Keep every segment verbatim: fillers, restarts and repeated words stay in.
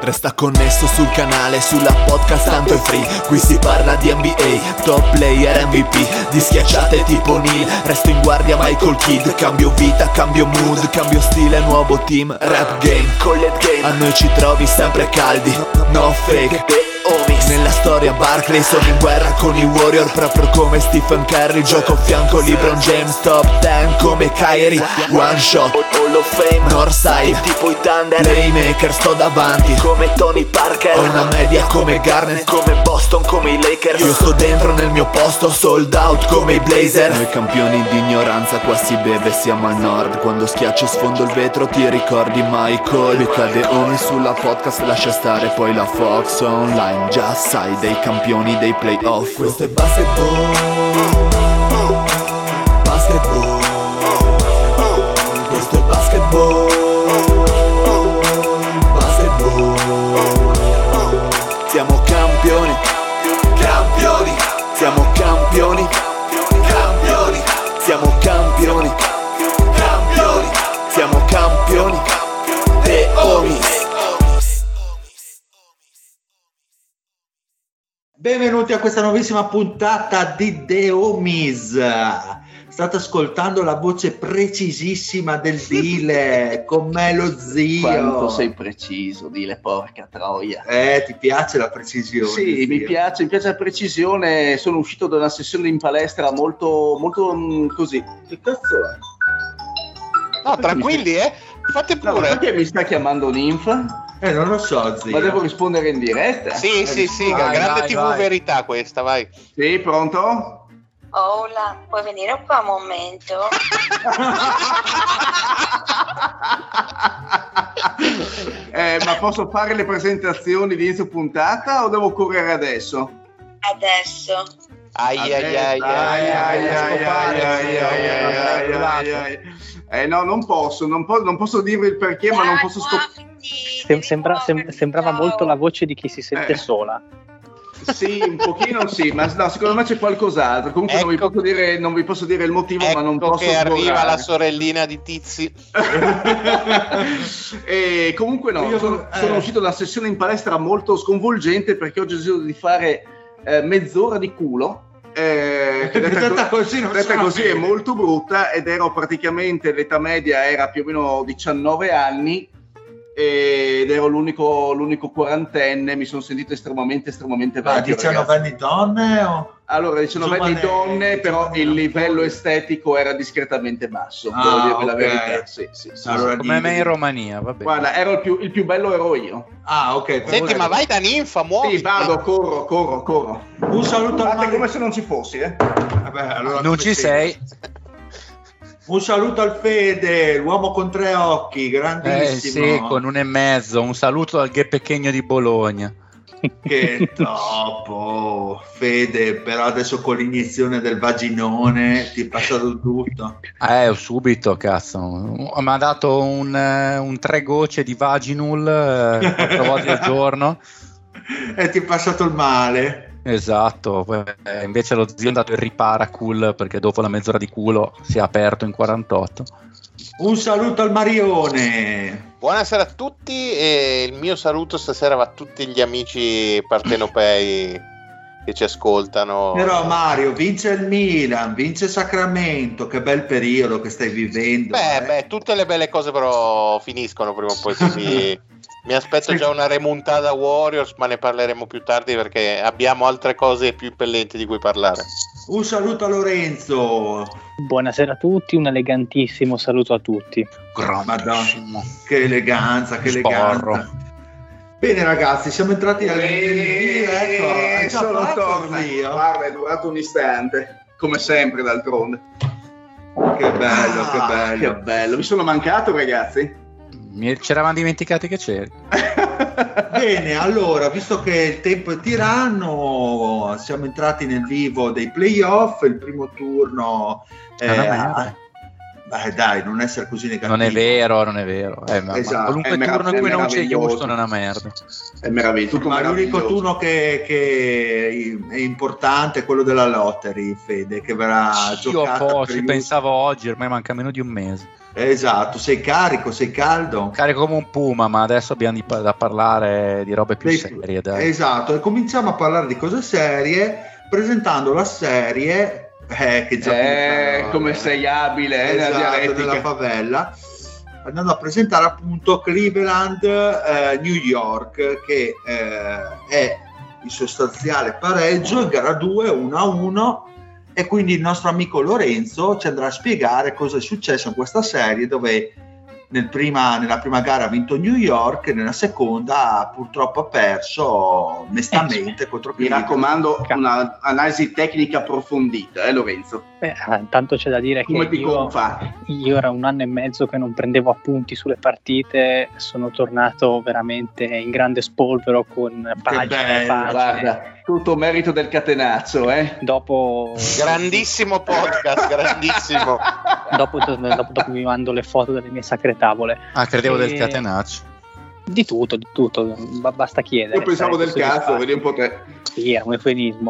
Resta connesso sul canale, sulla podcast tanto è free. Qui si parla di N B A, top player M V P, di schiacciate tipo Neil. Resto in guardia Michael Kidd, cambio vita, cambio mood, cambio stile, nuovo team. Rap game, collet game, a noi ci trovi sempre caldi. No fake, homies. Nella storia Barkley sono in guerra con i Warrior, proprio come Stephen Curry. Gioco a fianco LeBron James, top dieci come Kyrie. One shot, Hall of Fame, Northside, tipo i Thunder. Playmaker, sto davanti come Tony Parker. Ho una media come Garnett, come Boston, come i Lakers. Io sto dentro nel mio posto, sold out come i Blazer. Noi campioni di ignoranza, qua si beve, siamo al nord. Quando schiaccio sfondo il vetro ti ricordi Michael. Mi cade ogni sulla podcast, lascia stare poi la Fox online. Già sai, dei campioni dei playoff. Questo è basketball, basketball. Questo è basketball, basketball. Siamo campioni, campioni. Siamo campioni, campioni. Siamo campioni, campioni. Siamo campioni, The Homies. Benvenuti a questa nuovissima puntata di The Homies. State ascoltando la voce precisissima del Dile, con me lo zio. Quanto sei preciso, Dile, porca troia. Eh, ti piace la precisione? Sì, zio? mi piace, mi piace la precisione. Sono uscito da una sessione in palestra molto, molto mh, così. Che cazzo è? No, tranquilli, eh. Fate pure. No, perché mi sta chiamando Ninfa? Eh, non lo so, zio. Ma devo rispondere in diretta? Sì, eh, sì, sì, vai, grande vai, tivù vai. Verità questa, vai. Sì, pronto? Hola, puoi venire qua un momento? eh, ma posso fare le presentazioni di inizio puntata o devo correre adesso? Adesso. Ai ai ai ai ai ai ai ai ai ai ai ai. Eh no, non posso, non, po- non posso dirvi il perché, ma non posso scoprire. Sem- sembra- sem- sembrava molto la voce di chi si sente Eh. sola. Sì, un pochino sì, ma no, secondo me c'è qualcos'altro. Comunque Ecco, non, vi posso dire, non vi posso dire il motivo, ecco ma non posso che arriva sgorare. la sorellina di Tizi. E comunque no, Io- sono, eh. sono uscito da una sessione in palestra molto sconvolgente perché ho deciso di fare eh, mezz'ora di culo. Eh, che detta, Detta così non detta sono così è bene. molto brutta, ed ero praticamente, l'età media era più o meno diciannove anni ed ero l'unico, l'unico quarantenne. Mi sono sentito estremamente estremamente Ma vecchio, diciannove ragazzi. anni donne o? Allora, diciannove anni Giovane- donne, però giovane- il livello estetico era discretamente basso, Ah, devo dirvi la ok. verità. Sì, sì, sì. Allora, Come me di- in Romania, va bene. Guarda, ero il più, il più bello ero io. Ah, ok. Senti, ma vai da ninfa, muoviti. Sì, vado, corro, corro, corro. Un saluto al Fate Mario. come se non ci fossi, eh. Vabbè, allora Non come ci sei? sei? Un saluto al Fede, l'uomo con tre occhi, Eh grandissimo. sì, con un e mezzo. Un saluto al Ghe Pechegno di Bologna. Che troppo, Fede, però adesso con l'iniezione del vaginone ti è passato tutto. Eh, subito, cazzo. Mi ha dato un, eh, un tre gocce di Vaginul eh, quattro volte al giorno. E ti è passato il male. Esatto. Eh, invece lo zio è andato in Riparacool perché dopo la mezz'ora di culo si è aperto in quarantotto. Un saluto al Marione. Buonasera a tutti e il mio saluto stasera va a tutti gli amici partenopei che ci ascoltano. Però Mario, vince il Milan, vince Sacramento, che bel periodo che stai vivendo. Beh, eh. beh, tutte le belle cose però finiscono prima o poi così. Mi aspetto già una remontata Warriors, ma ne parleremo più tardi perché abbiamo altre cose più impellenti di cui parlare. Un saluto a Lorenzo. Buonasera a tutti, un elegantissimo saluto a tutti. Madonna, che eleganza, che Sporro. eleganza. Bene ragazzi, siamo entrati nel Eh, ecco, è già sono fatto, torno. zio. Guarda, è durato un istante, come sempre d'altronde. Che bello, Ah, che bello. Che bello, mi sono mancato, ragazzi. Mi- Ci eravamo dimenticati che c'eri. Bene, allora, visto che il tempo è tiranno, siamo entrati nel vivo dei playoff. Il primo turno eh, È una ha, merda. Eh, dai, non essere così negativo. Non è vero, non è vero. Eh, ma, Esatto, ma qualunque è merav- turno in cui è non c'è meraviglioso. Houston è una merda. È meraviglioso, tutto Ma l'unico meraviglioso. turno che, che è importante è quello della lottery, Fede, che verrà Io giocata po' per ci Houston. pensavo oggi, ormai manca meno di un mese. Esatto, sei carico, sei caldo. Carico come un puma, ma adesso abbiamo di- da parlare di robe più Dei- serie, dai. Esatto, e cominciamo a parlare di cose serie presentando la serie eh, che già Eh, come sei abile eh, nella esatto, dialettica. della favela, andando a presentare appunto Cleveland eh, New York, che eh, è il sostanziale pareggio in gara due uno a uno, e quindi il nostro amico Lorenzo ci andrà a spiegare cosa è successo in questa serie, dove nel prima, nella prima gara ha vinto New York e nella seconda purtroppo ha perso mestamente contro Mi Cleveland. raccomando, un'analisi tecnica approfondita, eh Lorenzo? Beh, intanto c'è da dire Come che ti io, confa? io era un anno e mezzo che non prendevo appunti sulle partite, sono tornato veramente in grande spolvero con pagine e bello, pagine. Guarda, tutto merito del catenaccio, eh? Dopo, Grandissimo podcast, grandissimo. dopo, dopo, dopo vi mando le foto delle mie sacre tavole. Ah, credevo E- del catenaccio. Di tutto, di tutto, ba- basta chiedere. Io pensavo del sarete cazzo, soddisfatti. vedi un po' te. Sì, era un eufemismo.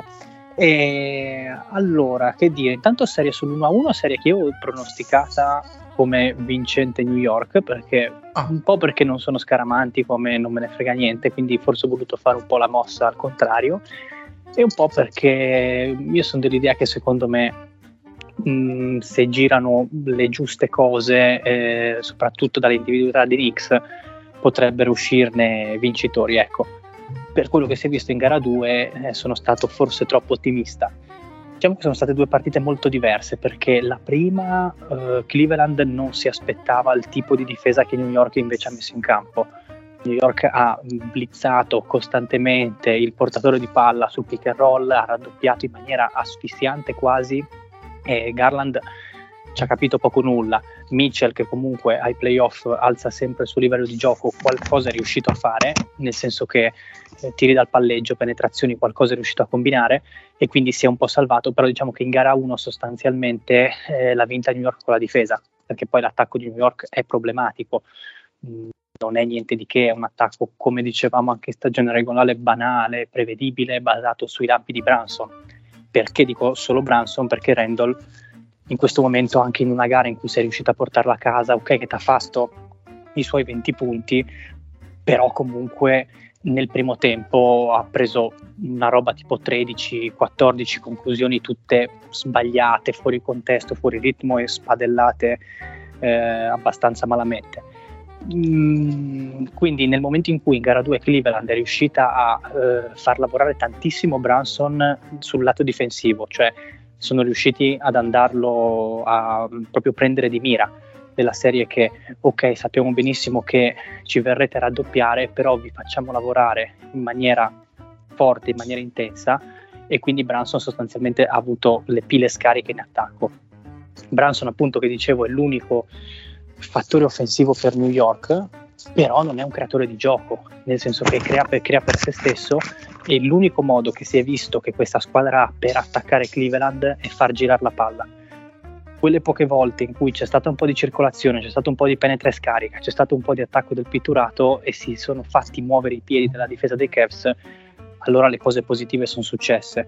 E allora, che dire, intanto serie sull'uno a uno, serie che io ho pronosticata come vincente New York, perché Ah. un po' perché non sono scaramantico, a me non me ne frega niente, quindi forse ho voluto fare un po' la mossa al contrario, e un po' perché io sono dell'idea che secondo me mh, se girano le giuste cose, eh, soprattutto dall'individualità di Knicks, potrebbero uscirne vincitori, ecco. Per quello che si è visto in gara due eh, sono stato forse troppo ottimista. Diciamo che sono state due partite molto diverse, perché la prima eh, Cleveland non si aspettava il tipo di difesa che New York invece ha messo in campo. New York ha blitzato costantemente il portatore di palla sul pick and roll, ha raddoppiato in maniera asfissiante quasi, e Garland ci ha capito poco nulla. Mitchell, che comunque ai playoff alza sempre il suo livello di gioco, qualcosa è riuscito a fare, nel senso che eh, tiri dal palleggio, penetrazioni, qualcosa è riuscito a combinare, e quindi si è un po' salvato. Però diciamo che in gara uno sostanzialmente eh, l'ha vinta New York con la difesa, perché poi l'attacco di New York è problematico, mm, non è niente di che, è un attacco, come dicevamo anche in stagione regolare, banale, prevedibile, basato sui lampi di Brunson. Perché dico solo Brunson? Perché Randall in questo momento, anche in una gara in cui sei riuscito a portarla a casa, ok che ti ha fatto i suoi venti punti, però comunque nel primo tempo ha preso una roba tipo tredici quattordici conclusioni tutte sbagliate, fuori contesto, fuori ritmo e spadellate eh, abbastanza malamente. Mm, quindi nel momento in cui in gara due Cleveland è riuscita a eh, far lavorare tantissimo Brunson sul lato difensivo, cioè sono riusciti ad andarlo a proprio prendere di mira, della serie che ok, sappiamo benissimo che ci verrete a raddoppiare, però vi facciamo lavorare in maniera forte, in maniera intensa, e quindi Brunson sostanzialmente ha avuto le pile scariche in attacco. Brunson, appunto, che dicevo, è l'unico fattore offensivo per New York, però non è un creatore di gioco, nel senso che crea per, crea per se stesso, e l'unico modo che si è visto che questa squadra ha per attaccare Cleveland è far girare la palla. Quelle poche volte in cui c'è stata un po' di circolazione, c'è stato un po' di penetra e scarica, c'è stato un po' di attacco del pitturato e si sono fatti muovere i piedi della difesa dei Cavs, allora le cose positive sono successe.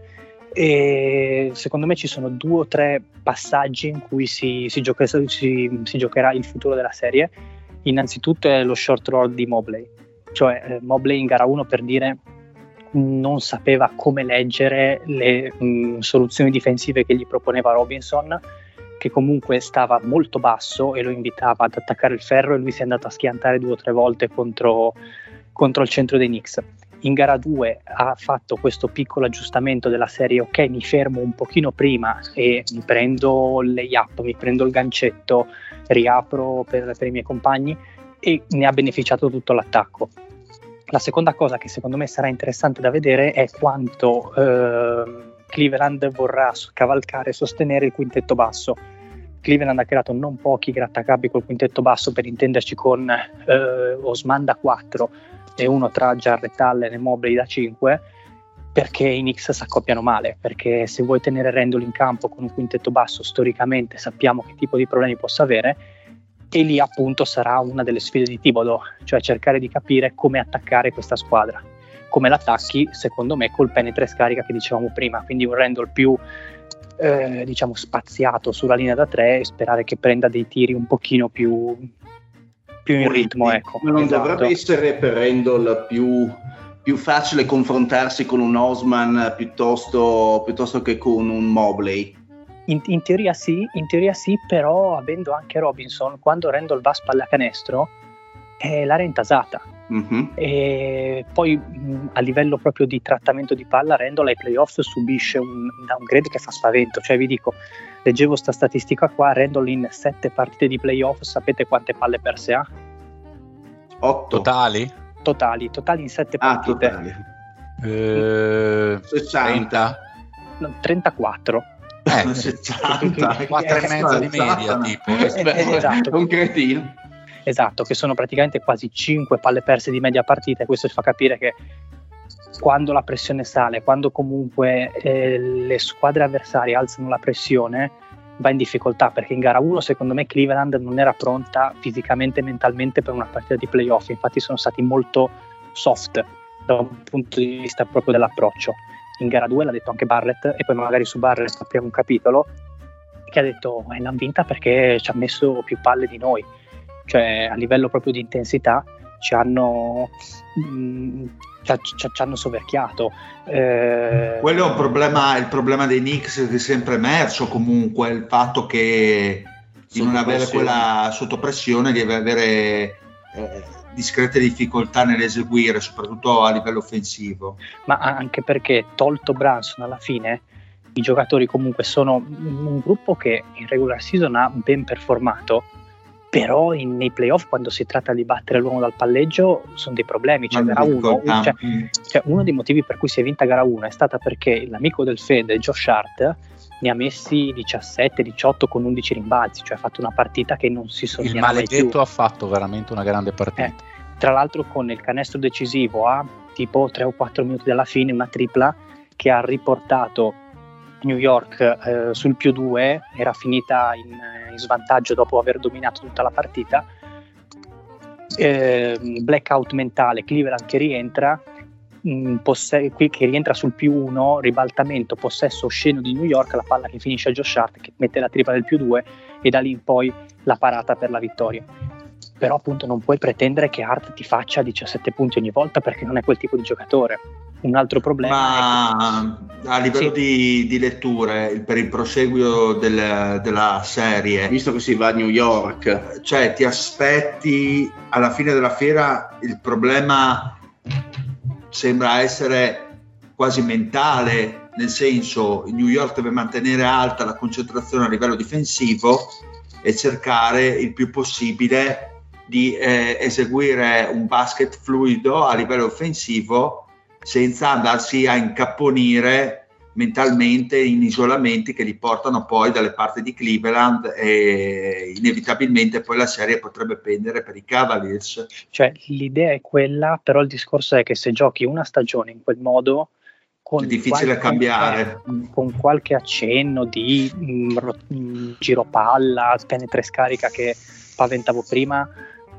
E secondo me ci sono due o tre passaggi in cui si, si, giocherà, si, si giocherà il futuro della serie. Innanzitutto è lo short roll di Mobley, cioè eh, Mobley in gara uno, per dire, non sapeva come leggere le mh, soluzioni difensive che gli proponeva Robinson, che comunque stava molto basso e lo invitava ad attaccare il ferro, e lui si è andato a schiantare due o tre volte contro, contro il centro dei Knicks. In gara due ha fatto questo piccolo aggiustamento della serie: ok, mi fermo un pochino prima e mi prendo il layup, mi prendo il gancetto, riapro per, per i miei compagni, e ne ha beneficiato tutto l'attacco. La seconda cosa che secondo me sarà interessante da vedere è quanto eh, Cleveland vorrà cavalcare e sostenere il quintetto basso. Cleveland ha creato non pochi grattacapi col quintetto basso, per intenderci, con eh, Osman da quattro e uno tra Jarrett Allen e Mobley da cinque, perché i Knicks si accoppiano male, perché se vuoi tenere Randle in campo con un quintetto basso, storicamente sappiamo che tipo di problemi possa avere, e lì appunto sarà una delle sfide di Thibodeau, cioè cercare di capire come attaccare questa squadra, come l'attacchi secondo me col penetra e scarica che dicevamo prima, quindi un Randle più eh, diciamo spaziato sulla linea da tre e sperare che prenda dei tiri un pochino più, più in ritmo, ecco. Ma non esatto. dovrebbe essere per Randle più più facile confrontarsi con un Osman piuttosto, piuttosto che con un Mobley? In, in teoria sì, in teoria sì, però avendo anche Robinson, quando Randle va a spallacanestro, eh, l'area è intasata. Mm-hmm. E poi mh, a livello proprio di trattamento di palla, Randle ai playoff subisce un downgrade che fa spavento. Cioè vi dico, leggevo sta statistica qua, Randle in sette partite di playoff, sapete quante palle perse ha? otto totali? Totali, totali in sette ah, partite. Totali. Eh, sessanta. No, trentaquattro. Eh, sessanta. quattro e mezzo di media, tipo. Eh, esatto. Un cretino. Esatto, che sono praticamente quasi cinque palle perse di media partita, e questo ci fa capire che quando la pressione sale, quando comunque eh, le squadre avversarie alzano la pressione, va in difficoltà, perché in gara uno secondo me Cleveland non era pronta fisicamente e mentalmente per una partita di playoff, infatti sono stati molto soft da un punto di vista proprio dell'approccio. In gara due l'ha detto anche Barrett, e poi magari su Barrett apriamo un capitolo, che ha detto eh, l'hanno vinta perché ci ha messo più palle di noi, cioè a livello proprio di intensità ci hanno mh, ci, ci, ci hanno soverchiato. Eh, Quello è un problema, il problema dei Knicks che è sempre emerso comunque, il fatto che di non avere quella sottopressione, di avere eh, discrete difficoltà nell'eseguire, soprattutto a livello offensivo. Ma anche perché, tolto Brunson, alla fine i giocatori comunque sono un gruppo che in regular season ha ben performato, però in, nei playoff, quando si tratta di battere l'uomo dal palleggio, sono dei problemi. Cioè, gara uno, cioè, cioè, uno dei motivi per cui si è vinta gara uno è stata perché l'amico del Fed, Josh Hart, ne ha messi diciassette diciotto con undici rimbalzi, cioè ha fatto una partita che non si sognava mai più. Il maledetto ha fatto veramente una grande partita. Eh, tra l'altro con il canestro decisivo a tipo tre o quattro minuti dalla fine, una tripla che ha riportato New York eh, sul più due, era finita in, in svantaggio dopo aver dominato tutta la partita. Eh, blackout mentale, Cleveland che rientra, mh, posse- qui che rientra sul più uno, ribaltamento, possesso osceno di New York, la palla che finisce a Josh Hart che mette la tripla del più due, e da lì in poi la parata per la vittoria. Però appunto non puoi pretendere che Hart ti faccia diciassette punti ogni volta, perché non è quel tipo di giocatore. Un altro problema Ma è che... a livello sì. di, di letture per il proseguio del, della serie, visto che si va a New York, cioè ti aspetti alla fine della fiera, il problema sembra essere quasi mentale, nel senso New York deve mantenere alta la concentrazione a livello difensivo e cercare il più possibile di eh, eseguire un basket fluido a livello offensivo, senza andarsi a incapponire mentalmente in isolamenti che li portano poi dalle parti di Cleveland, e inevitabilmente poi la serie potrebbe pendere per i Cavaliers. Cioè l'idea è quella, però il discorso è che se giochi una stagione in quel modo, con è difficile qualche, cambiare, con qualche accenno di mh, ro- mh, giro palla, penetra e scarica che paventavo prima,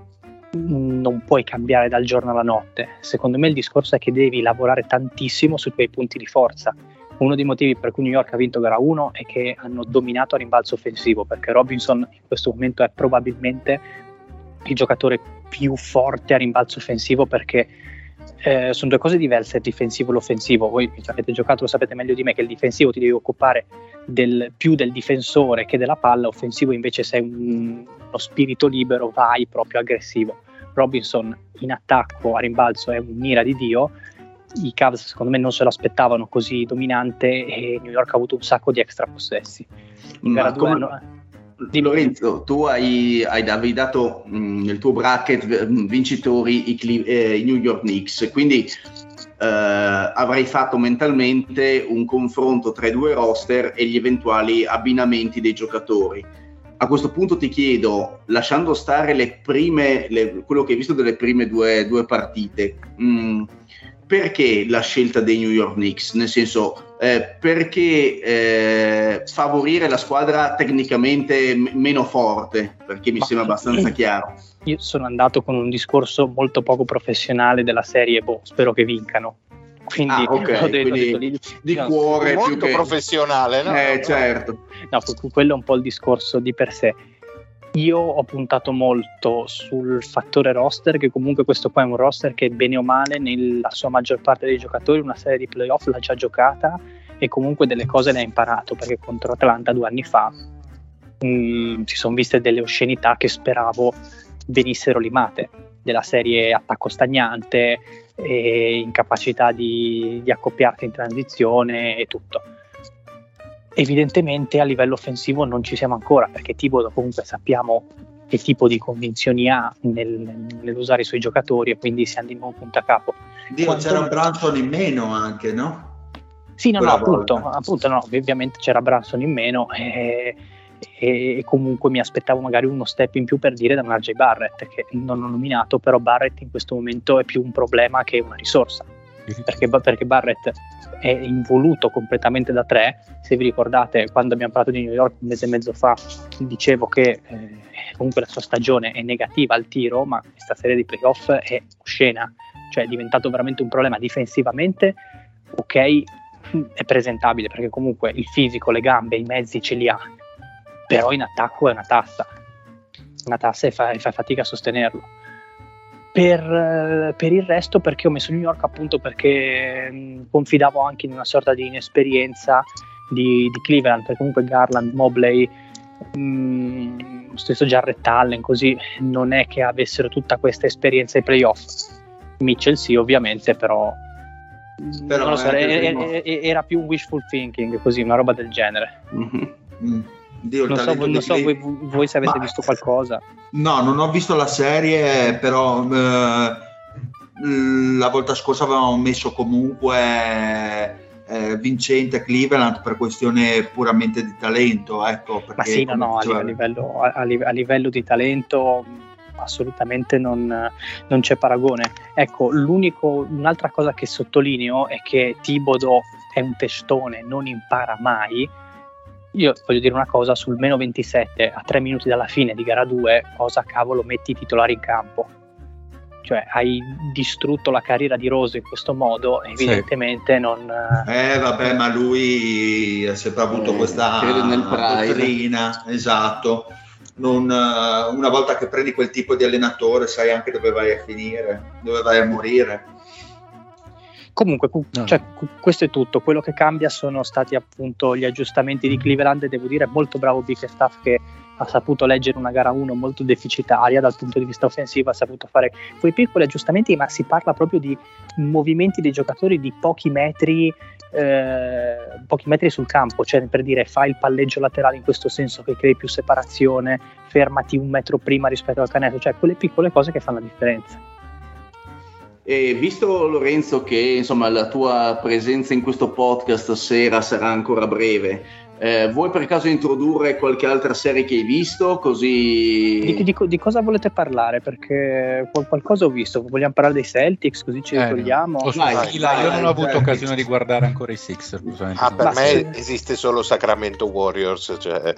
non puoi cambiare dal giorno alla notte. Secondo me il discorso è che devi lavorare tantissimo sui tuoi punti di forza. Uno dei motivi per cui New York ha vinto gara uno è che hanno dominato a rimbalzo offensivo, perché Robinson in questo momento è probabilmente il giocatore più forte a rimbalzo offensivo, perché eh, sono due cose diverse, il difensivo e l'offensivo. Voi che avete giocato lo sapete meglio di me che il difensivo ti devi occupare del, più del difensore che della palla, offensivo invece sei un, uno spirito libero, vai proprio aggressivo. Robinson in attacco a rimbalzo è un'ira di Dio. I Cavs secondo me non se lo aspettavano così dominante, e New York ha avuto un sacco di extra possessi. In gara due hanno... Di Lorenzo, tu hai, hai, avevi dato mh, nel tuo bracket mh, vincitori i, eh, i New York Knicks, quindi eh, avrai fatto mentalmente un confronto tra i due roster e gli eventuali abbinamenti dei giocatori. A questo punto ti chiedo, lasciando stare le prime, le, quello che hai visto delle prime due, due partite, mh, perché la scelta dei New York Knicks? Nel senso, eh, perché eh, favorire la squadra tecnicamente m- meno forte? Perché mi Ma sembra abbastanza chiaro. Io sono andato con un discorso molto poco professionale della serie, boh, spero che vincano. Quindi, ah, ok, ho detto, quindi ho detto, di no, cuore molto più che... professionale, no? Eh, certo. No, quello è un po' il discorso di per sé. Io ho puntato molto sul fattore roster, che comunque questo qua è un roster che bene o male nella sua maggior parte dei giocatori una serie di playoff l'ha già giocata e comunque delle cose le ha imparato, perché contro Atlanta due anni fa mh, si sono viste delle oscenità che speravo venissero limate, della serie attacco stagnante e incapacità di, di accoppiarsi in transizione e tutto. Evidentemente a livello offensivo non ci siamo ancora, perché Thibodeau comunque sappiamo che tipo di convinzioni ha nel, nell'usare i suoi giocatori, e quindi siamo di nuovo punto a capo. Dio, Quanto... c'era Branson in meno anche, no? Sì, no, no, appunto, volta. appunto no, ovviamente c'era Branson in meno e, e comunque mi aspettavo magari uno step in più per dire da un R J Barrett, che non ho nominato, però Barrett in questo momento è più un problema che una risorsa, perché, perché Barrett è involuto completamente da tre. Se vi ricordate, quando abbiamo parlato di New York un mese e mezzo fa, dicevo che eh, comunque la sua stagione è negativa al tiro, ma questa serie di playoff è oscena, cioè è diventato veramente un problema difensivamente. Ok, è presentabile perché comunque il fisico, le gambe, i mezzi ce li ha, però in attacco è una tassa una tassa e fai fa fatica a sostenerlo. Per, per il resto, perché ho messo New York? Appunto perché mh, confidavo anche in una sorta di inesperienza di, di Cleveland, perché comunque Garland, Mobley, mh, stesso Jarrett Allen, così non è che avessero tutta questa esperienza ai playoff. Mitchell sì, ovviamente, però, però non lo so, era, era più un wishful thinking, così, una roba del genere. Mm-hmm. Mm. Dio, non so, non so voi, voi se avete Ma, visto qualcosa. No, non ho visto la serie, però eh, la volta scorsa avevamo messo comunque eh, vincente Cleveland per questione puramente di talento, ecco. Perché, Ma sì, no, no, a livello, a, a livello di talento assolutamente non, non c'è paragone. Ecco, l'unico, un'altra cosa che sottolineo è che Thibodeau è un testone, non impara mai. Io voglio dire una cosa, sul meno ventisette a tre minuti dalla fine di gara due, cosa cavolo metti i titolari in campo? Cioè hai distrutto la carriera di Rose in questo modo, evidentemente sì. non... Eh vabbè, ma lui ha sempre avuto eh, questa dottrina, esatto. Non, una volta che prendi quel tipo di allenatore sai anche dove vai a finire, dove vai a morire. Comunque, no. cioè, questo è tutto. Quello che cambia sono stati appunto gli aggiustamenti di Cleveland, e devo dire molto bravo Bickerstaff, che ha saputo leggere una gara uno molto deficitaria dal punto di vista offensivo, ha saputo fare quei piccoli aggiustamenti, ma si parla proprio di movimenti dei giocatori di pochi metri eh, pochi metri sul campo, cioè per dire fai il palleggio laterale in questo senso che crei più separazione, fermati un metro prima rispetto al canestro, cioè quelle piccole cose che fanno la differenza. E visto, Lorenzo, che insomma la tua presenza in questo podcast stasera sarà ancora breve, eh, vuoi per caso introdurre qualche altra serie che hai visto? Così di, di, di cosa volete parlare? Perché qualcosa ho visto. Vogliamo parlare dei Celtics, così ci ricordiamo? Eh, no. Vai, vai, io non ho avuto occasione di guardare ancora i Sixers. Ah, per me sì. Esiste solo Sacramento Warriors, cioè.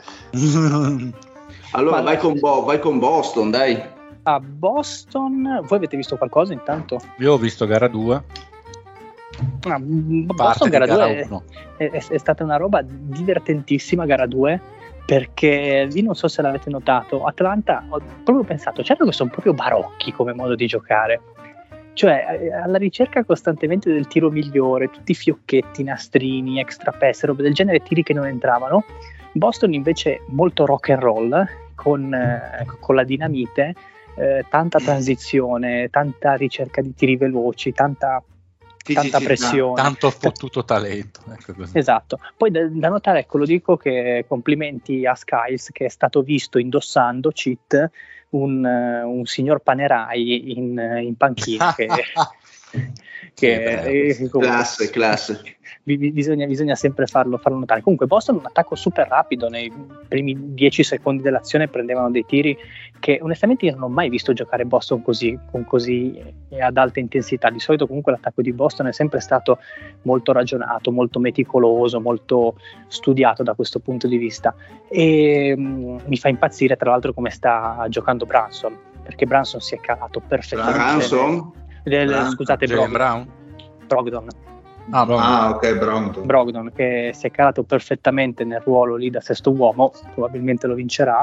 Allora Ma vai con, Bo- vai con Boston, dai. A Boston, voi avete visto qualcosa intanto? Io ho visto gara due. Ah, Boston gara due è, è, è stata una roba divertentississima gara due, perché io non so se l'avete notato, Atlanta, ho proprio pensato, certo che sono proprio barocchi come modo di giocare, cioè alla ricerca costantemente del tiro migliore, tutti fiocchetti, nastrini, extra pass, robe del genere, tiri che non entravano. Boston invece molto rock and roll, con, eh, con la dinamite, eh, tanta transizione, tanta ricerca di tiri veloci, tanta, sì, tanta sì, pressione, sì, tanto fottuto talento, ecco così. Esatto. Poi da, da notare, ecco, lo dico, che complimenti a Skiles, che è stato visto indossando cheat un, un signor Panerai in, in panchina che, che eh, eh, classe classe bisogna, bisogna sempre farlo, farlo notare. Comunque Boston un attacco super rapido, nei primi dieci secondi dell'azione prendevano dei tiri che onestamente io non ho mai visto giocare Boston così, con così eh, ad alta intensità. Di solito comunque l'attacco di Boston è sempre stato molto ragionato, molto meticoloso, molto studiato da questo punto di vista, e mh, mi fa impazzire tra l'altro come sta giocando Brunson, perché Brunson si è calato perfettamente. Brunson? Del, ah, scusate, Brogdon. Brown? Brogdon. Ah, ah, ok, Brogdon. Brogdon, che si è calato perfettamente nel ruolo lì da sesto uomo, probabilmente lo vincerà,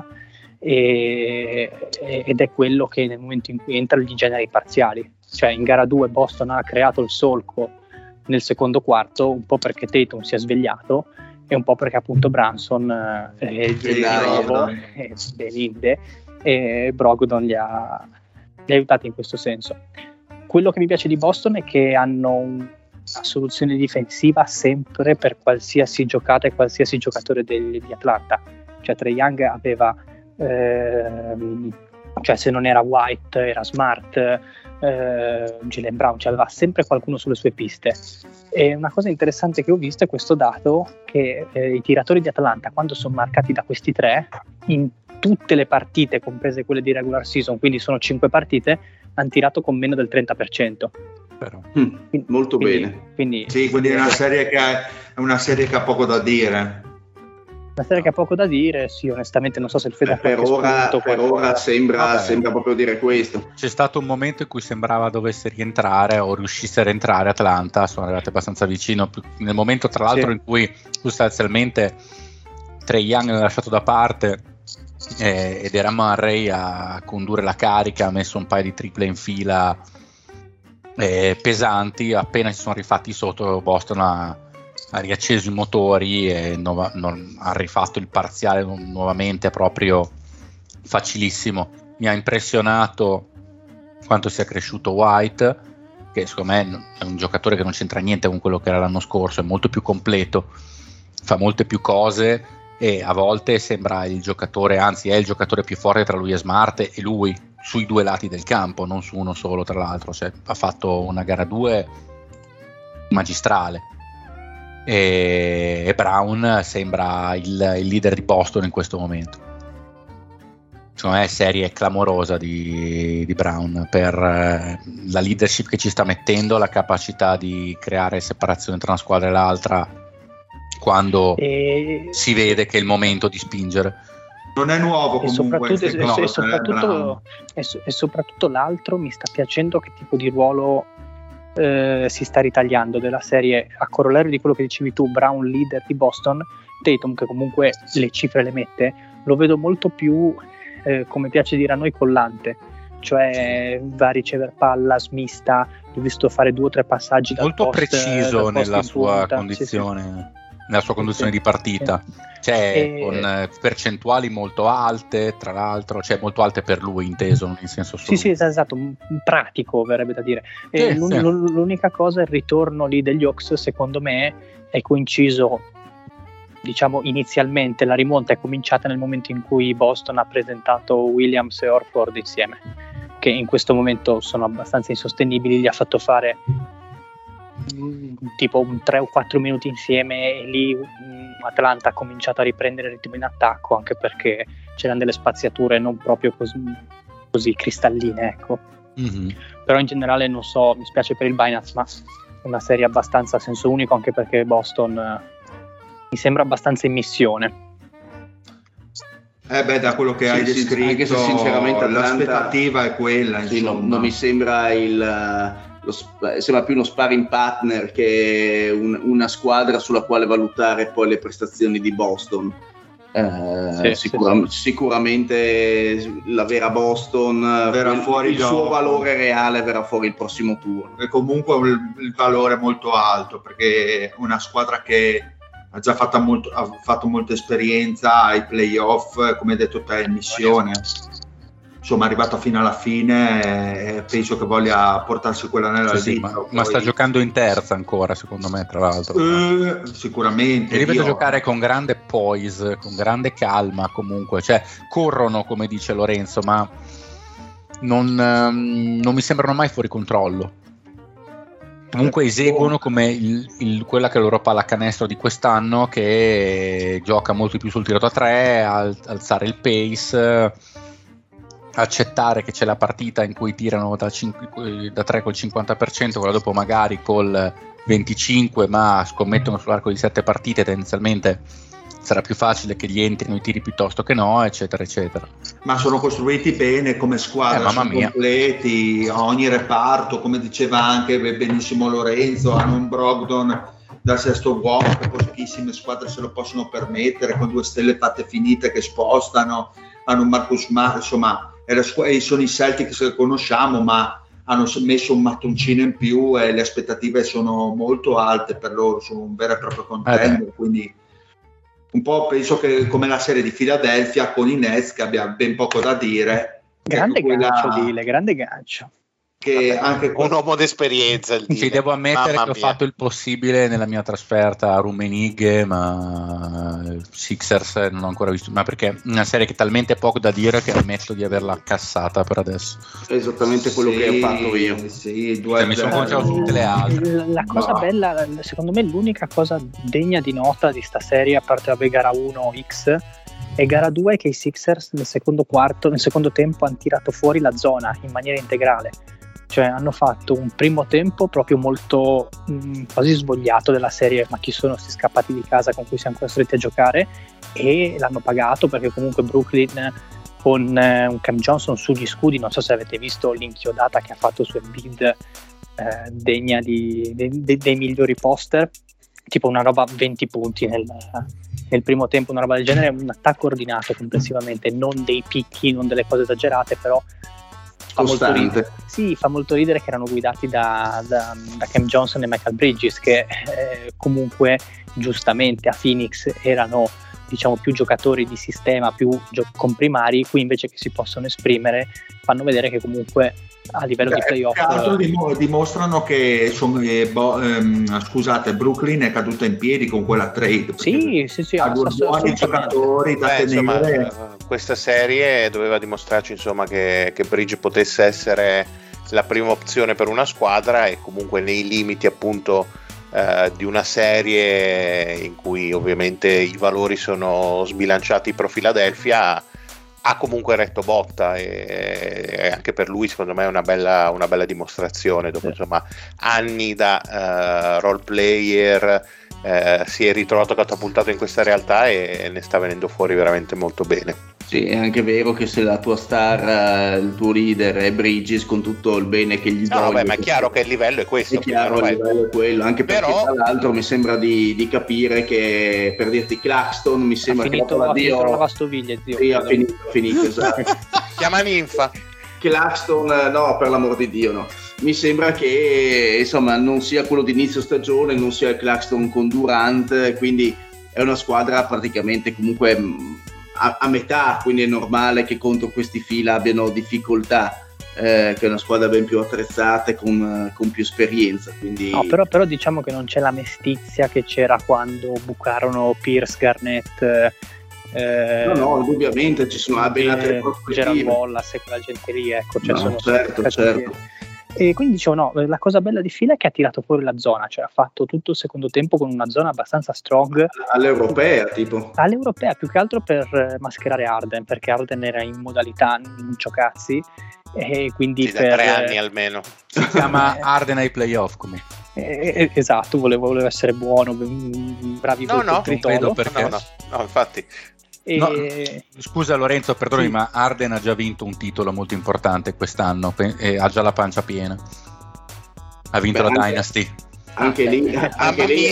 e, ed è quello che nel momento in cui entra gli genera i parziali. Cioè in gara due Boston ha creato il solco nel secondo quarto, un po' perché Tatum si è svegliato e un po' perché appunto Brunson eh, è di nuovo e Beninde e Brogdon li ha, li ha aiutati in questo senso. Quello che mi piace di Boston è che hanno una soluzione difensiva sempre per qualsiasi giocata e qualsiasi giocatore del, di Atlanta. Cioè Trae Young aveva ehm, cioè se non era White era Smart, eh, Jaylen Brown, cioè aveva sempre qualcuno sulle sue piste. E una cosa interessante che ho visto è questo dato che eh, i tiratori di Atlanta, quando sono marcati da questi tre, in tutte le partite comprese quelle di regular season, quindi sono cinque partite, hanno tirato con meno del trenta per cento. Però. Mm, quindi, molto quindi, bene. Quindi, sì, quindi è una serie che ha, è una serie che ha poco da dire. Una serie che ha poco da dire, sì, onestamente non so se il Fede eh, per ora, per ora sembra, sembra proprio dire questo. C'è stato un momento in cui sembrava dovesse rientrare o riuscisse a rientrare Atlanta, sono arrivati abbastanza vicino, nel momento tra l'altro sì. in cui sostanzialmente Trae Young l'ha lasciato da parte eh, ed era Murray a condurre la carica, ha messo un paio di triple in fila eh, pesanti, appena si sono rifatti sotto Boston ha ha riacceso i motori e nuova, non, ha rifatto il parziale nu- nuovamente proprio facilissimo. Mi ha impressionato quanto sia cresciuto White, che secondo me è un giocatore che non c'entra niente con quello che era l'anno scorso, è molto più completo, fa molte più cose e a volte sembra il giocatore, anzi è il giocatore più forte tra lui e Smart e lui sui due lati del campo, non su uno solo tra l'altro, cioè, ha fatto una gara due magistrale. E Brown sembra il, il leader di Boston in questo momento. Secondo me è serie clamorosa di, di Brown per eh, la leadership che ci sta mettendo, la capacità di creare separazione tra una squadra e l'altra quando e... si vede che è il momento di spingere. Non è nuovo comunque, e soprattutto, e, no, e, soprattutto, e, e soprattutto l'altro mi sta piacendo che tipo di ruolo Eh, si sta ritagliando della serie, a corollario di quello che dicevi tu, Brown leader di Boston. Tatum, che comunque le cifre le mette, lo vedo molto più eh, come piace dire a noi, collante, cioè va a ricevere palla, smista, l'ho visto fare due o tre passaggi dal molto post, preciso dal post nella sua punta, condizione sì, sì. nella sua condizione sì, di partita sì. Cioè e... con percentuali molto alte, tra l'altro, cioè molto alte per lui inteso, non in senso assoluto. Sì, sì, esatto, un pratico verrebbe da dire. E sì, l'un- sì. L'unica cosa, il ritorno lì degli Hawks, secondo me, è coinciso, diciamo, inizialmente la rimonta è cominciata nel momento in cui Boston ha presentato Williams e Horford insieme, che in questo momento sono abbastanza insostenibili, gli ha fatto fare tipo un tre o quattro minuti insieme e lì Atlanta ha cominciato a riprendere il ritmo in attacco, anche perché c'erano delle spaziature non proprio così, così cristalline, ecco. Mm-hmm. Però in generale non so, mi spiace per il Binance, ma è una serie abbastanza a senso unico, anche perché Boston eh, mi sembra abbastanza in missione. Eh beh, da quello che sì, hai sì, descritto, anche se sinceramente Atlanta, l'aspettativa è quella, sì, no, non mi sembra il lo, sembra più uno sparring partner che un, una squadra sulla quale valutare poi le prestazioni di Boston. Eh, sì, sicura, sì. Sicuramente la vera Boston verrà il, fuori il suo valore reale verrà fuori il prossimo turno, e comunque il, il valore è molto alto, perché è una squadra che ha già fatto, molto, ha fatto molta esperienza ai playoff, come hai detto te, in missione, insomma è arrivato fino alla fine e penso che voglia portarsi quella nella sì, vita. Sì, ma, poi... ma sta giocando in terza ancora, secondo me, tra l'altro. Eh, sicuramente. E li vedo io... giocare con grande poise, con grande calma comunque, cioè corrono come dice Lorenzo, ma non, um, non mi sembrano mai fuori controllo. comunque eseguono come il, il, quella che è loro pallacanestro di quest'anno, che gioca molto più sul tiro da tre, al, alzare il pace, accettare che c'è la partita in cui tirano da, cinque, da tre col cinquanta per cento, quella dopo magari col venticinque, ma scommettono sull'arco di sette partite, tendenzialmente sarà più facile che gli entrino i tiri piuttosto che no, eccetera eccetera. Ma sono costruiti bene come squadra, eh, sono mia. completi, ogni reparto, come diceva anche benissimo Lorenzo, hanno un Brogdon dal sesto uomo che pochissime squadre se lo possono permettere, con due stelle fatte finite che spostano, hanno un Marcus Smart, insomma squ- sono i Celtics che conosciamo, ma hanno messo un mattoncino in più e le aspettative sono molto alte per loro, sono un vero e proprio contender, eh quindi un po' penso che come la serie di Philadelphia con i Nets, che abbia ben poco da dire. Grande ecco, gancio quella... Dile, grande gancio. Che Vabbè, anche un uomo d'esperienza il sì, devo ammettere Mamma che ho mia. fatto il possibile nella mia trasferta a Rummenigge, ma Sixers non ho ancora visto, ma perché è una serie che è talmente poco da dire che ammetto di averla cassata per adesso. È esattamente quello sì, che ho fatto io. Sì, due cioè, mi sono concentrato su tutte le altre. La, la cosa No. bella, secondo me l'unica cosa degna di nota di sta serie, a parte la gara uno X e gara due, è che i Sixers nel secondo quarto, nel secondo tempo hanno tirato fuori la zona in maniera integrale. Cioè hanno fatto un primo tempo proprio molto mh, quasi svogliato della serie, ma chi sono questi scappati di casa con cui siamo costretti a giocare, e l'hanno pagato perché comunque Brooklyn con eh, un Cam Johnson sugli scudi, non so se avete visto l'inchiodata che ha fatto su Embiid, eh, degna di, de, de, dei migliori poster, tipo una roba venti punti nel, nel primo tempo, una roba del genere, un attacco ordinato complessivamente, non dei picchi, non delle cose esagerate, però fa molto ridere. Sì, fa molto ridere che erano guidati da, da, da Cam Johnson e Michael Bridges, che eh, comunque giustamente a Phoenix erano, diciamo, più giocatori di sistema, più gio- comprimari. Qui invece che si possono esprimere fanno vedere che comunque a livello Beh, di playoff più che altro dim- dimostrano che sono, eh, bo- ehm, scusate, Brooklyn è caduta in piedi con quella trade. sì sì sì ha due buoni giocatori da Beh, tenere. insomma, questa serie doveva dimostrarci, insomma, che, che Bridge potesse essere la prima opzione per una squadra, e comunque nei limiti appunto eh, di una serie in cui ovviamente i valori sono sbilanciati pro Philadelphia, ha comunque retto botta, e, e anche per lui secondo me è una bella, una bella dimostrazione dopo, sì, insomma anni da uh, role player, uh, si è ritrovato catapultato in questa realtà e ne sta venendo fuori veramente molto bene. Sì, è anche vero che se la tua star, il tuo leader è Bridges, con tutto il bene che gli do, no, vabbè, ma è chiaro che il livello è questo, è chiaro, il livello è quello, anche perché però, tra l'altro mi sembra di, di capire che, per dirti, Claxton mi sembra ha finito, che ha finito la Dio, lavastoviglie, zio. sì, ha finito, ha finito, esatto. chiama Ninfa. Claxton, no, per l'amor di Dio, no. Mi sembra che insomma non sia quello di inizio stagione, non sia il Claxton con Durant, quindi è una squadra praticamente comunque a, a metà, quindi è normale che contro questi fila abbiano difficoltà, eh, che è una squadra ben più attrezzata e con, con più esperienza, quindi... no, però, però diciamo che non c'è la mestizia che c'era quando bucarono Pierce, Garnett, eh, no no indubbiamente ci sono ben altre Gerald prospettive, Wallace e quella gente lì, ecco, cioè no, sono certo, certo. E quindi dicevo, no, la cosa bella di Fila è che ha tirato fuori la zona, cioè ha fatto tutto il secondo tempo con una zona abbastanza strong all'europea, tipo all'europea, più che altro per mascherare Harden, perché Harden era in modalità non giocazzi, e quindi sì, per da tre anni almeno si chiama Harden ai playoff, come eh, esatto, voleva, voleva essere buono, bravi no no, vedo perché. no no no infatti. E... No, scusa Lorenzo, perdonami, sì, ma Harden ha già vinto un titolo molto importante quest'anno e ha già la pancia piena. Ha vinto Beh, la anche, Dynasty. Anche lì, anche lì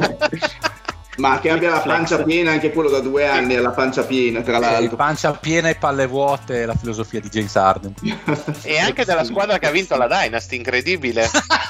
ma che abbia la pancia piena anche quello da due anni ha la pancia piena, tra l'altro. Eh, pancia piena e palle vuote è la filosofia di James Harden. E anche della squadra che ha vinto la Dynasty, incredibile.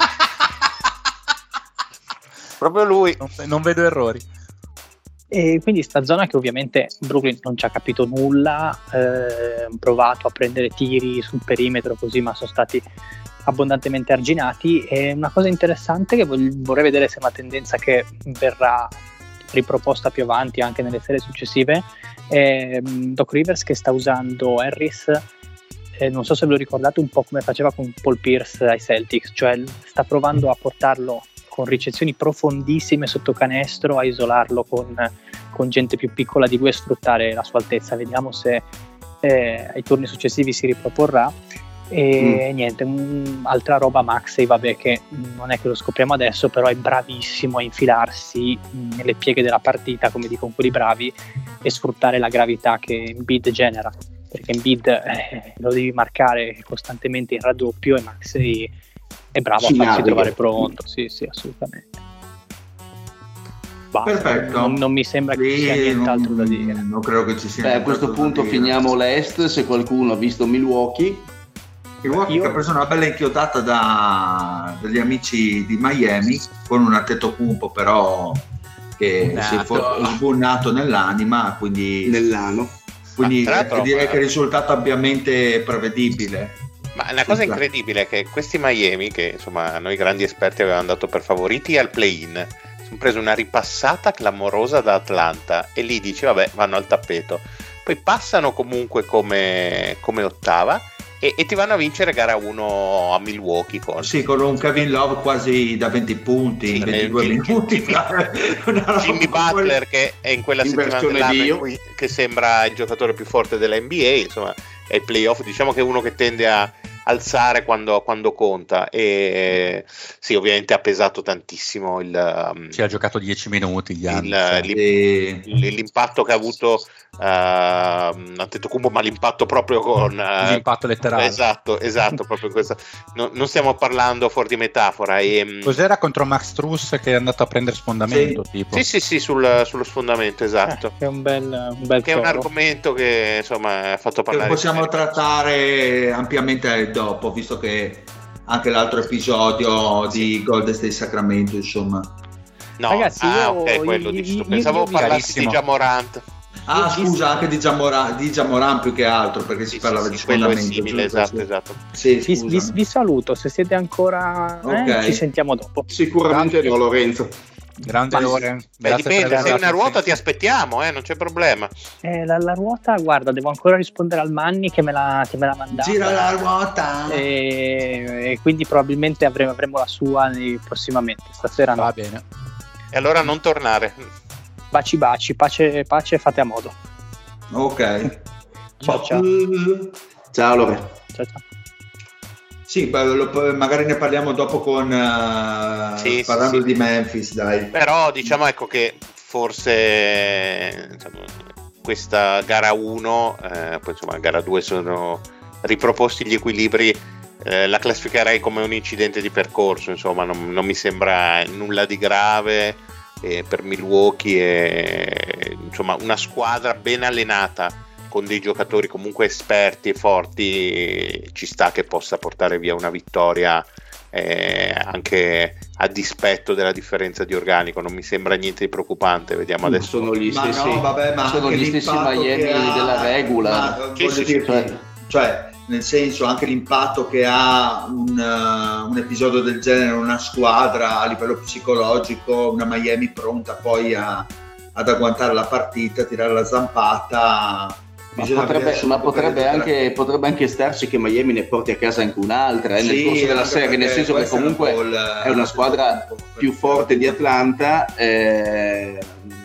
Proprio lui. Non, non vedo errori. E quindi sta zona che ovviamente Brooklyn non ci ha capito nulla, eh, hanno provato a prendere tiri sul perimetro così, ma sono stati abbondantemente arginati. E una cosa interessante che vorrei vedere se è una tendenza che verrà riproposta più avanti anche nelle serie successive è Doc Rivers che sta usando Harris eh, non so se ve lo ricordate, un po' come faceva con Paul Pierce ai Celtics, cioè sta provando a portarlo con ricezioni profondissime sotto canestro, a isolarlo con, con gente più piccola di lui e sfruttare la sua altezza. Vediamo se eh, ai turni successivi si riproporrà. E mm. niente, um, altra roba Maxey, vabbè, che non è che lo scopriamo adesso, però è bravissimo a infilarsi nelle pieghe della partita, come dicono quelli bravi, e sfruttare la gravità che Embiid genera, perché Embiid eh, lo devi marcare costantemente in raddoppio e Maxey è bravo Ci a farsi naviga. trovare pronto. Sì, sì, assolutamente. Basta, Perfetto. non, non mi sembra che ci sia Sì, nient'altro da non- dire. Non credo che ci sia Beh, a questo nient'altro da punto dire. finiamo l'Est, se qualcuno ha visto Milwaukee. Milwaukee Io- che ha preso una bella inchiodata da, dagli amici di Miami con un Antetokounmpo però che si è fo- Nato. sbunnato nell'anima, quindi, Nell'anno. quindi Ma tra l'altro, direi ma- che è il risultato ampiamente prevedibile. Ma una cosa Sì, incredibile è che questi Miami, che insomma noi grandi esperti avevamo dato per favoriti al play-in, sono preso una ripassata clamorosa da Atlanta e lì dici vabbè, vanno al tappeto, poi passano comunque come, come ottava e, e ti vanno a vincere gara uno a Milwaukee con Sì, con un Kevin Love quasi da venti punti in Sì, ventidue Jimmy- minuti. Una roba Jimmy come- Butler che è in quella In settimana versione dell'anno in Dio. cui che sembra il giocatore più forte della N B A, insomma è il playoff, diciamo che è uno che tende a alzare quando, quando conta e sì, ovviamente ha pesato tantissimo il, um, Ci ha giocato dieci minuti gli anni. il- Sì. l- l'impatto che ha avuto uh, Antetokounmpo, ma l'impatto proprio con uh, L'impatto letterale. esatto, esatto, proprio questo. No, non stiamo parlando fuori di metafora e, Cos'era contro Max Truss che è andato a prendere sfondamento? Tipo? sì sì sì sul- sullo sfondamento, esatto. Eh, che è un bel, un bel Che è un toro. argomento che insomma ha fatto Che parlare possiamo di sé. trattare ampiamente dopo, visto che anche l'altro episodio di Golden State Sacramento, insomma. No, Ragazzi, ah, io- ok, quello io- dici tu. io- Pensavo io vi- parlassi di Carissimo. Jamorant. Ah, Io scusa, visto- anche di Jamoran, di Jamoran più che altro, perché si Sì, parlava sì, di sì, quello è sfondamento. simile, giusto? esatto, Sì. esatto. Sì, Vi, scusa. vi- vi saluto, se siete ancora eh, Ok. ci sentiamo dopo. Sicuramente no, Lorenzo. Grande Ma- Loren. Beh, Grazie per dipende, aver sei dato una il ruota senso. ti aspettiamo, eh, non c'è problema. Eh, la, la ruota, guarda, devo ancora rispondere al Manni che me l'ha, che me l'ha mandata. Gira la ruota. E, e quindi probabilmente avremo, avremo la sua nei- prossimamente. Stasera no. Va bene. E allora non tornare. Baci baci, pace, pace, fate a modo. Ok. Ciao ciao. Ciao Lorenzo. ciao, ciao. Sì, beh, lo- magari ne parliamo dopo con eh, Sì, sì, parlando sì. di Memphis, dai. Però diciamo ecco che forse insomma, questa gara uno, eh, poi insomma gara due sono riproposti gli equilibri, eh, la classificherei come un incidente di percorso, insomma non, non mi sembra nulla di grave eh, per Milwaukee e insomma una squadra ben allenata con dei giocatori comunque esperti e forti ci sta che possa portare via una vittoria eh, anche a dispetto della differenza di organico. Non mi sembra niente di preoccupante, vediamo adesso. Sono gli Ma stessi, no, vabbè, ma sono anche gli stessi l'impatto Miami che ha- della regola. ma, Sì, voglio sì, dirti, cioè- cioè, nel senso, anche l'impatto che ha un, uh, un episodio del genere, una squadra a livello psicologico, una Miami pronta poi a, ad agguantare la partita, a tirare la zampata. Ma Bisogna potrebbe, vedere ma subito potrebbe per- anche, potrebbe anche starci che Miami ne porti a casa anche un'altra eh, nel Sì, corso della anche serie, nel perché senso che questo è un comunque po' il- è una squadra più forte di Atlanta, eh,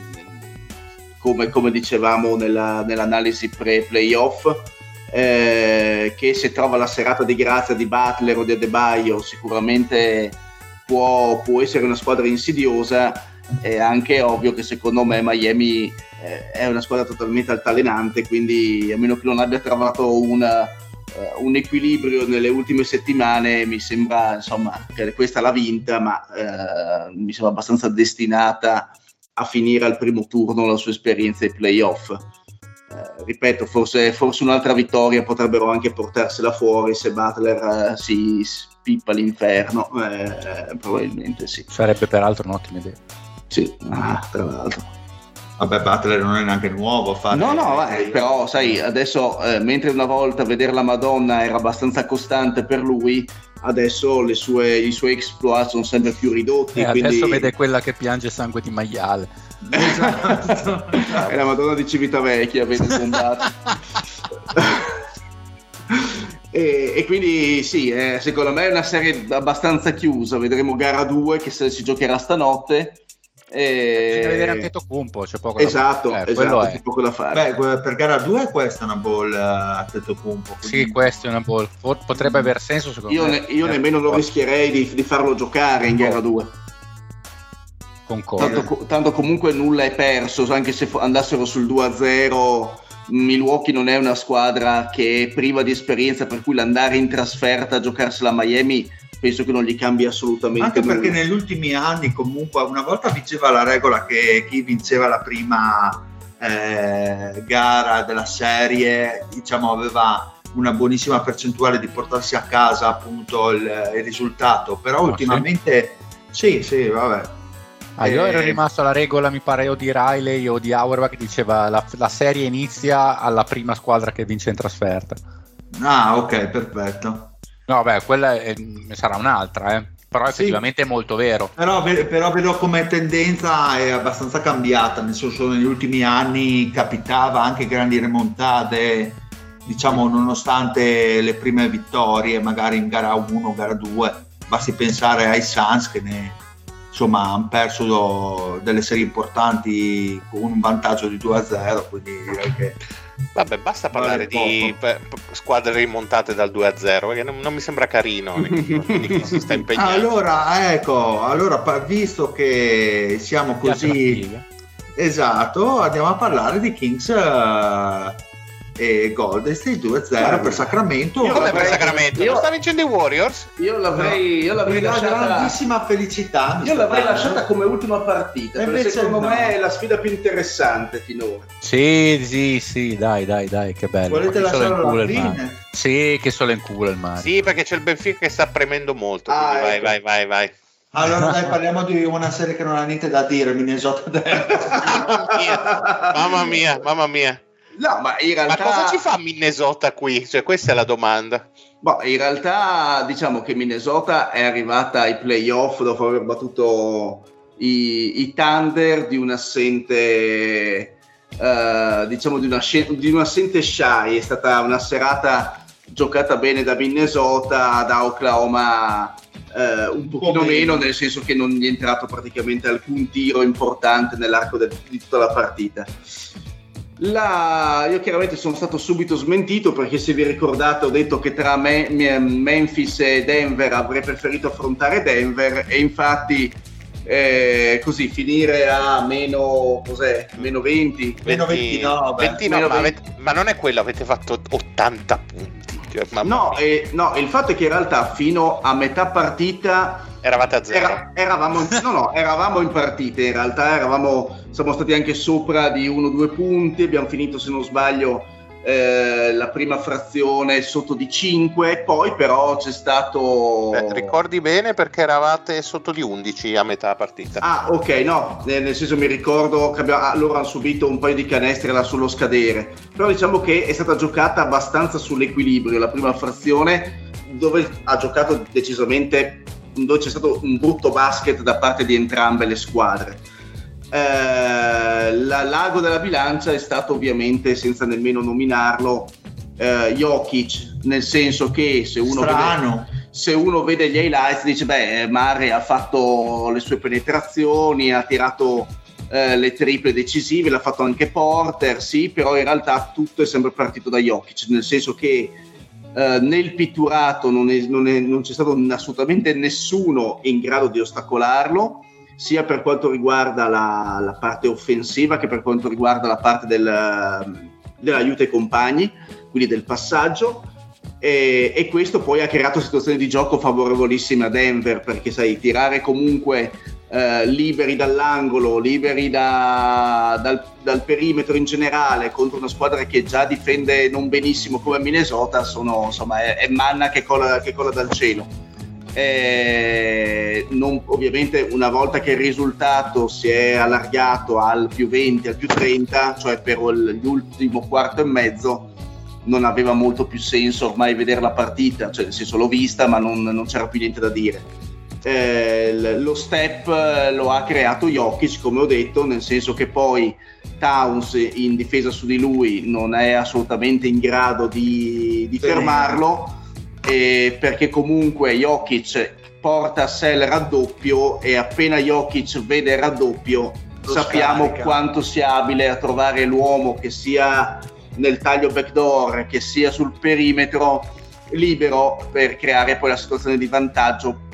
come, come dicevamo nella, nell'analisi pre-playoff, eh, che se trova la serata di grazia di Butler o di Adebayo sicuramente può, può essere una squadra insidiosa. È anche ovvio che secondo me Miami eh, è una squadra totalmente altalenante, quindi a meno che non abbia trovato una, uh, un equilibrio nelle ultime settimane, mi sembra insomma che questa l'ha vinta, ma uh, mi sembra abbastanza destinata a finire al primo turno la sua esperienza ai playoff. Uh, ripeto, forse, forse un'altra vittoria potrebbero anche portarsela fuori se Butler uh, si spippa l'inferno, eh, probabilmente sì. Sarebbe peraltro un'ottima idea. Sì, ah, tra l'altro. Vabbè, Butler non è neanche nuovo a fare. No, no, eh, però sai, adesso eh, mentre una volta vedere la Madonna era abbastanza costante per lui, adesso le sue, i suoi exploit sono sempre più ridotti. E quindi... adesso vede quella che piange sangue di maiale. Esatto. È la Madonna di Civitavecchia, vedi combattere. E, e quindi sì, eh, secondo me è una serie abbastanza chiusa. Vedremo gara due che se si giocherà stanotte. E... bisogna vedere anche Tocumpo, c'è poco esatto, da fare. Eh, esatto, è. c'è poco da fare. Beh, per gara due questa è una ball a Tocumpo. Sì, questa è una ball. Potrebbe aver senso secondo io me. Ne, io nemmeno lo rischierei di, di farlo giocare in gara due. Concordo. Tanto, tanto comunque nulla è perso, anche se andassero sul due a zero. Milwaukee non è una squadra che è priva di esperienza, per cui l'andare in trasferta a giocarsela a Miami penso che non gli cambi assolutamente anche nulla. Perché negli ultimi anni comunque una volta vinceva la regola che chi vinceva la prima eh, gara della serie, diciamo, aveva una buonissima percentuale di portarsi a casa appunto il, il risultato, però oh, ultimamente sì, sì, sì vabbè. Ah, io eh, ero rimasto alla regola, mi pare, o di Riley o di Auerbach, che diceva la, la serie inizia alla prima squadra che vince in trasferta. Ah, ok, perfetto. No, beh, quella è, sarà un'altra, eh. Però effettivamente sì, è molto vero. Però, però vedo come tendenza è abbastanza cambiata, nel senso negli ultimi anni capitava anche grandi remontate, diciamo, nonostante le prime vittorie, magari in gara uno, gara due, basti pensare ai Suns che ne... insomma hanno perso do, delle serie importanti con un vantaggio di due a zero, quindi direi che vabbè, basta parlare di p- p- squadre rimontate dal due a zero, perché non, non mi sembra carino quindi chi si sta impegnando. Allora ecco, allora visto che siamo così, esatto, andiamo a parlare di Kings uh, e Golden State due a zero per Sacramento. Io come per Sacramento? Io, non sta vincendo i Warriors? Io l'avrei, io l'avrei una lasciata, grandissima felicità. Io l'avrei lasciata come ultima partita, perché secondo no. me è la sfida più interessante finora. Sì, sì, sì, dai, dai, dai, che bello. Volete lasciarlo alla fine? Sì, che solo in culo il mare. Sì, perché c'è il Benfica che sta premendo molto. Ah, vai, ecco. vai, vai, vai. Allora dai, parliamo di una serie che non ha niente da dire, Minnesota mamma mia, mamma mia, mamma mia. No, ma in realtà... Ma cosa ci fa Minnesota qui? Cioè, questa è la domanda. Boh, in realtà diciamo che Minnesota è arrivata ai playoff dopo aver battuto i, i Thunder di un assente, uh, diciamo di, una, di un assente Shai. È stata una serata giocata bene da Minnesota, da Oklahoma uh, un pochino oh, meno, nel senso che non gli è entrato praticamente alcun tiro importante nell'arco del, di tutta la partita. La, io chiaramente sono stato subito smentito, perché se vi ricordate ho detto che tra me, Memphis e Denver avrei preferito affrontare Denver, e infatti eh, così finire a meno cos'è? meno venti, meno ventinove, ventinove meno ma, avete, ma non è quello, avete fatto ottanta punti, cioè, no, eh, no, il fatto è che in realtà fino a metà partita eravate a zero. Era, eravamo, no, no, eravamo in partita, in realtà eravamo, siamo stati anche sopra di uno o due punti, abbiamo finito, se non sbaglio, eh, la prima frazione sotto di cinque, poi però c'è stato... Eh, ricordi bene, perché eravate sotto di undici a metà partita. Ah, ok, no, nel senso mi ricordo che abbiamo, ah, loro hanno subito un paio di canestri là sullo scadere, però diciamo che è stata giocata abbastanza sull'equilibrio la prima frazione, dove ha giocato decisamente... dove c'è stato un brutto basket da parte di entrambe le squadre. Eh, la, l'ago della bilancia è stato ovviamente, senza nemmeno nominarlo, eh, Jokic, nel senso che se uno, vede, se uno vede gli highlights dice beh, Murray ha fatto le sue penetrazioni, ha tirato eh, le triple decisive, l'ha fatto anche Porter, sì, però in realtà tutto è sempre partito da Jokic, nel senso che Uh, nel pitturato non, è, non, è, non c'è stato assolutamente nessuno in grado di ostacolarlo, sia per quanto riguarda la, la parte offensiva che per quanto riguarda la parte del, dell'aiuto ai compagni, quindi del passaggio, e, e questo poi ha creato situazioni di gioco favorevolissime a Denver, perché sai, tirare comunque Uh, liberi dall'angolo, liberi da, dal, dal perimetro in generale contro una squadra che già difende non benissimo come Minnesota, sono, insomma, è, è manna che cola, che cola dal cielo. E non, ovviamente una volta che il risultato si è allargato al più venti, al più trenta, cioè per l'ultimo quarto e mezzo, non aveva molto più senso ormai vedere la partita, cioè nel senso l'ho vista ma non, non c'era più niente da dire. Eh, lo step lo ha creato Jokic, come ho detto, nel senso che poi Towns in difesa su di lui non è assolutamente in grado di, di fermarlo, eh, perché comunque Jokic porta a sé il raddoppio e appena Jokic vede il raddoppio lo sappiamo scarica. Quanto sia abile a trovare l'uomo, che sia nel taglio backdoor, che sia sul perimetro libero, per creare poi la situazione di vantaggio.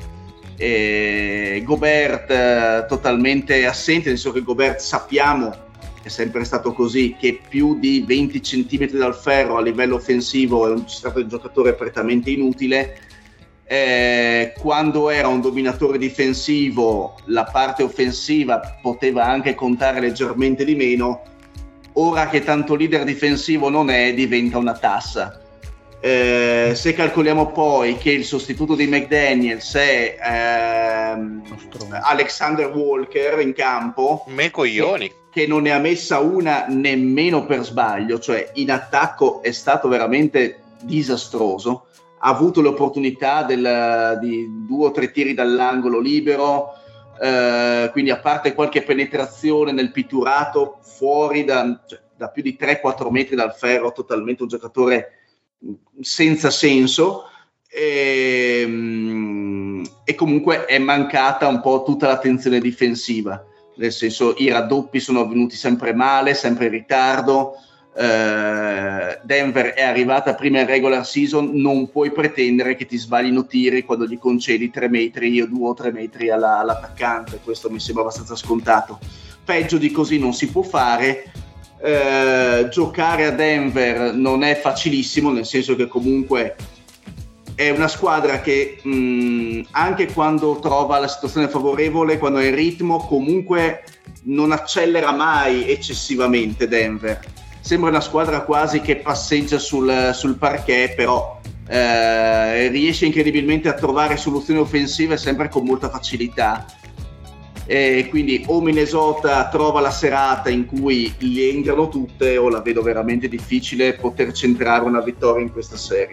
E Gobert eh, totalmente assente, nel senso che Gobert sappiamo, è sempre stato così, che più di venti centimetri dal ferro a livello offensivo è un, stato un giocatore prettamente inutile. Eh, quando era un dominatore difensivo la parte offensiva poteva anche contare leggermente di meno, ora che tanto leader difensivo non è, diventa una tassa. Eh, se calcoliamo poi che il sostituto di McDaniels è ehm, Alexander Walker in campo, me coglioni, che, che non ne ha messa una nemmeno per sbaglio, cioè in attacco è stato veramente disastroso, ha avuto l'opportunità del, di due o tre tiri dall'angolo libero, eh, quindi a parte qualche penetrazione nel pitturato fuori da, cioè, da più di tre quattro metri dal ferro, totalmente un giocatore senza senso, e, e comunque è mancata un po' tutta l'attenzione difensiva, nel senso i raddoppi sono venuti sempre male, sempre in ritardo. Uh, Denver è arrivata prima in regular season, non puoi pretendere che ti sbaglino tiri quando gli concedi tre metri o due o tre metri alla, all'attaccante, questo mi sembra abbastanza scontato. Peggio di così non si può fare. Uh, giocare a Denver non è facilissimo, nel senso che comunque è una squadra che mh, anche quando trova la situazione favorevole, quando è in ritmo, comunque non accelera mai eccessivamente. Denver sembra una squadra quasi che passeggia sul, sul parquet, però eh, riesce incredibilmente a trovare soluzioni offensive sempre con molta facilità. E quindi o Minnesota trova la serata in cui gli entrano tutte, o la vedo veramente difficile poter centrare una vittoria in questa serie.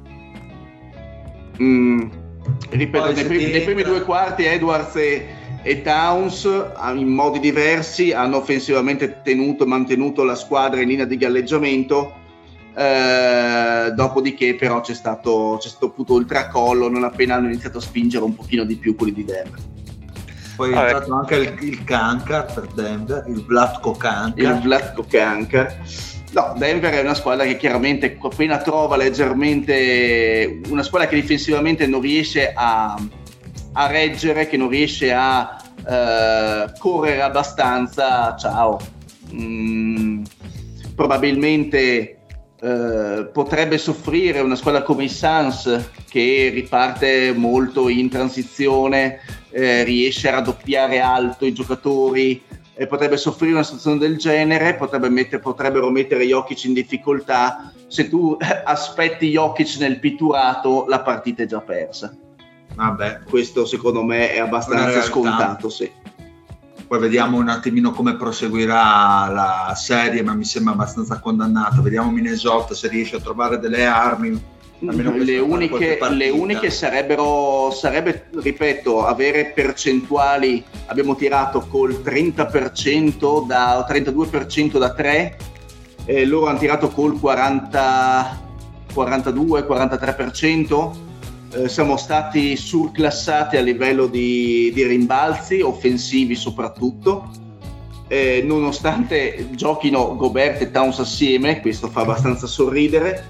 Mm, ripeto, nei primi, nei primi due quarti Edwards e, e Towns in modi diversi hanno offensivamente tenuto e mantenuto la squadra in linea di galleggiamento, eh, dopodiché però c'è stato, c'è stato appunto il tracollo non appena hanno iniziato a spingere un pochino di più quelli di Denver. Poi è entrato anche il, il Kankar per Denver, il Vlatko Kankar. Il Vlatko Kankar. No, Denver è una squadra che chiaramente appena trova leggermente, una squadra che difensivamente non riesce a, a reggere, che non riesce a eh, correre abbastanza, ciao. Mm, probabilmente eh, potrebbe soffrire una squadra come i Suns, che riparte molto in transizione, eh, riesce a raddoppiare alto i giocatori, e potrebbe soffrire una situazione del genere, potrebbe mettere, potrebbero mettere Jokic in difficoltà. Se tu aspetti Jokic nel pitturato, la partita è già persa. Vabbè, questo secondo me è abbastanza scontato, sì. Poi vediamo un attimino come proseguirà la serie, ma mi sembra abbastanza condannato. Vediamo Minnesota se riesce a trovare delle armi. Le uniche, le uniche sarebbero, sarebbe, ripeto, avere percentuali. Abbiamo tirato col trenta per cento da trentadue per cento da tre, e loro hanno tirato col quaranta, quarantadue quarantatré per cento. Eh, siamo stati surclassati a livello di, di rimbalzi offensivi soprattutto, eh, nonostante giochino Gobert e Towns assieme, questo fa abbastanza sorridere.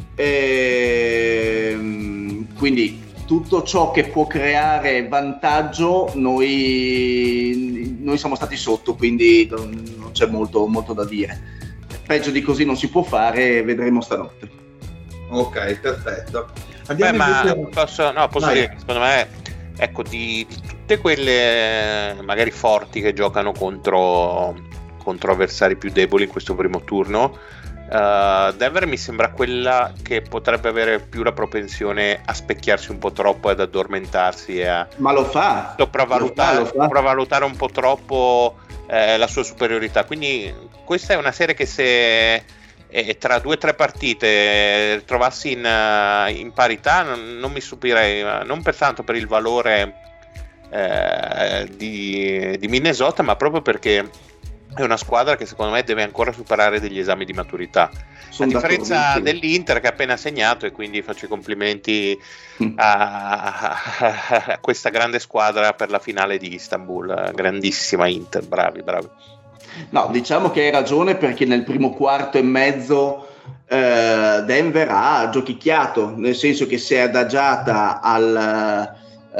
E quindi tutto ciò che può creare vantaggio noi, noi siamo stati sotto, quindi non, non c'è molto, molto da dire. Peggio di così non si può fare, vedremo stanotte. Ok, perfetto. Beh, ma posso, no, posso dire che secondo me, ecco, di, di tutte quelle magari forti che giocano contro, contro avversari più deboli in questo primo turno, Uh, Denver mi sembra quella che potrebbe avere più la propensione a specchiarsi un po' troppo, ad addormentarsi e a ma lo fa sopravvalutare, lo fa, lo fa. sopravvalutare un po' troppo eh, la sua superiorità. Quindi questa è una serie che se eh, tra due o tre partite trovassi in, uh, in parità non, non mi stupirei, non per tanto per il valore eh, di, di Minnesota, ma proprio perché è una squadra che secondo me deve ancora superare degli esami di maturità. A differenza dell'Inter che ha appena segnato, e quindi faccio i complimenti Mm. a, a questa grande squadra per la finale di Istanbul, grandissima Inter, bravi, bravi. No, diciamo che hai ragione, perché nel primo quarto e mezzo eh, Denver ha giochicchiato, nel senso che si è adagiata al,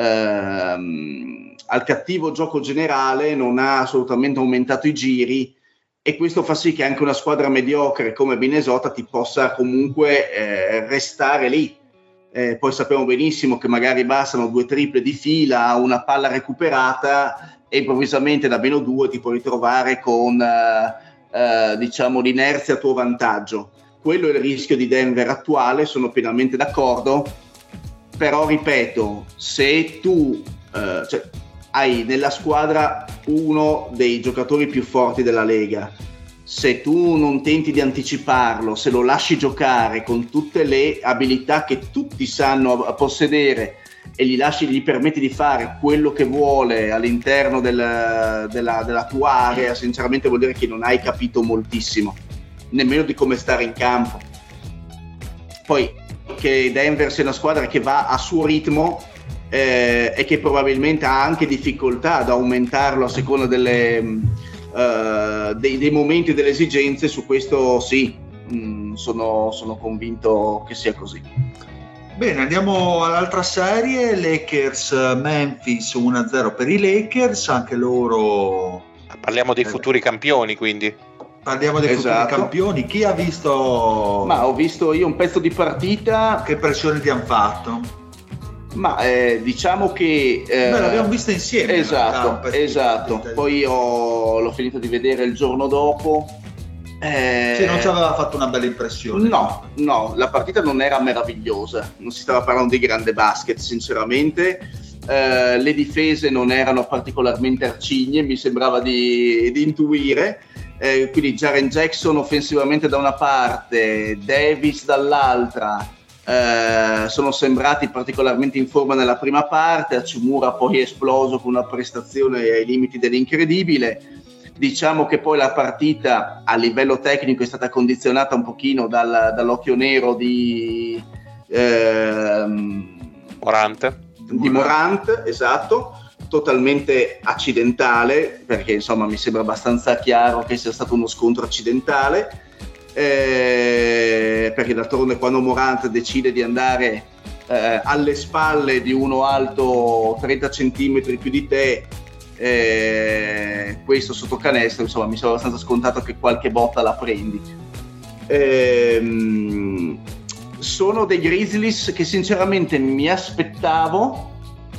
ehm, al cattivo gioco generale, non ha assolutamente aumentato i giri, e questo fa sì che anche una squadra mediocre come Minnesota ti possa comunque eh, restare lì. Eh, poi sappiamo benissimo che magari bastano due triple di fila, una palla recuperata, e improvvisamente da meno due ti puoi ritrovare con eh, eh, diciamo l'inerzia a tuo vantaggio. Quello è il rischio di Denver attuale, sono pienamente d'accordo, però ripeto, se tu eh, cioè, hai nella squadra uno dei giocatori più forti della Lega, se tu non tenti di anticiparlo, se lo lasci giocare con tutte le abilità che tutti sanno possedere, e gli lasci, gli permetti di fare quello che vuole all'interno del, della, della tua area, sinceramente vuol dire che non hai capito moltissimo, nemmeno di come stare in campo. Poi che Denver sia una squadra che va a suo ritmo eh, e che probabilmente ha anche difficoltà ad aumentarlo a seconda delle, uh, dei, dei momenti e delle esigenze, su questo sì, mh, sono, sono convinto che sia così. Bene, andiamo all'altra serie, Lakers-Memphis uno a zero per i Lakers, anche loro... Parliamo dei futuri campioni, quindi. Parliamo dei Esatto. futuri campioni. Chi ha visto... Ma ho visto io un pezzo di partita. Che pressione ti hanno fatto? Ma eh, diciamo che... Eh, Beh, l'abbiamo vista insieme. Esatto, esatto. Poi ho, l'ho finito di vedere il giorno dopo. Eh, Sì, non ci aveva fatto una bella impressione. No, no, la partita non era meravigliosa, non si stava parlando di grande basket, sinceramente. Eh, le difese non erano particolarmente arcigne, mi sembrava di, di intuire. Eh, quindi Jaren Jackson offensivamente da una parte, Davis dall'altra, eh, sono sembrati particolarmente in forma nella prima parte. Hachimura poi è esploso con una prestazione ai limiti dell'incredibile. Diciamo che poi la partita a livello tecnico è stata condizionata un pochino dal, dall'occhio nero di ehm, Morant. di Morant, esatto, totalmente accidentale, perché insomma mi sembra abbastanza chiaro che sia stato uno scontro accidentale, eh, perché d'altronde quando Morant decide di andare eh, alle spalle di uno alto trenta centimetri più di te, Eh, questo sotto canestro, insomma mi sembra abbastanza scontato che qualche botta la prendi. Ehm, sono dei Grizzlies che sinceramente mi aspettavo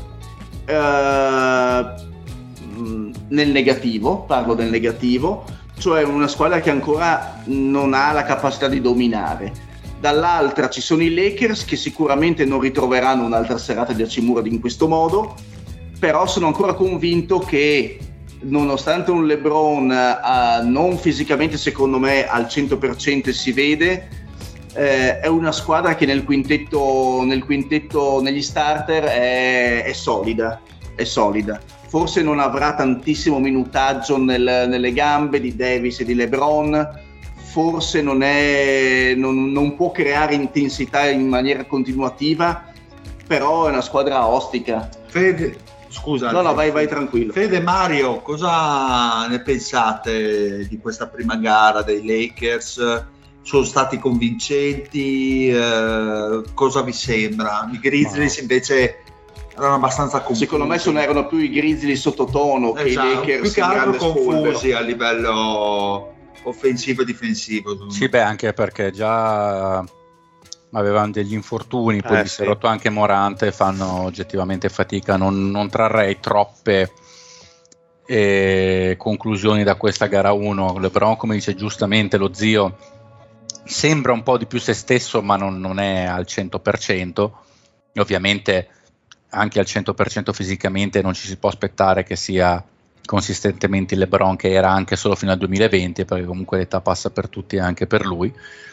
eh, nel negativo, parlo del negativo, cioè una squadra che ancora non ha la capacità di dominare. Dall'altra ci sono i Lakers che sicuramente non ritroveranno un'altra serata di Hachimura in questo modo, però sono ancora convinto che nonostante un LeBron uh, non fisicamente secondo me al cento per cento si vede, eh, è una squadra che nel quintetto, nel quintetto negli starter è, è solida, è solida. Forse non avrà tantissimo minutaggio nel, nelle gambe di Davis e di LeBron, forse non, è, non, non può creare intensità in maniera continuativa, però è una squadra ostica. Fede, scusa. No, no, vai, vai tranquillo. Fede, Mario, cosa ne pensate di questa prima gara dei Lakers? Sono stati convincenti? Eh, cosa vi sembra? I Grizzlies no. invece erano abbastanza confusi. Secondo me sono, erano più i Grizzlies sottotono che esatto, i Lakers più che altro confusi spolvero. A livello offensivo e difensivo. Sì, beh, anche perché già avevano degli infortuni, poi eh, gli sì. si è rotto anche Morant e fanno oggettivamente fatica. Non, non trarrei troppe eh, conclusioni da questa gara uno. LeBron, come dice giustamente lo zio, sembra un po' di più se stesso, ma non, non è al cento per cento. E ovviamente anche al cento per cento fisicamente non ci si può aspettare che sia consistentemente il LeBron che era anche solo fino al duemilaventi, perché comunque l'età passa per tutti e anche per lui.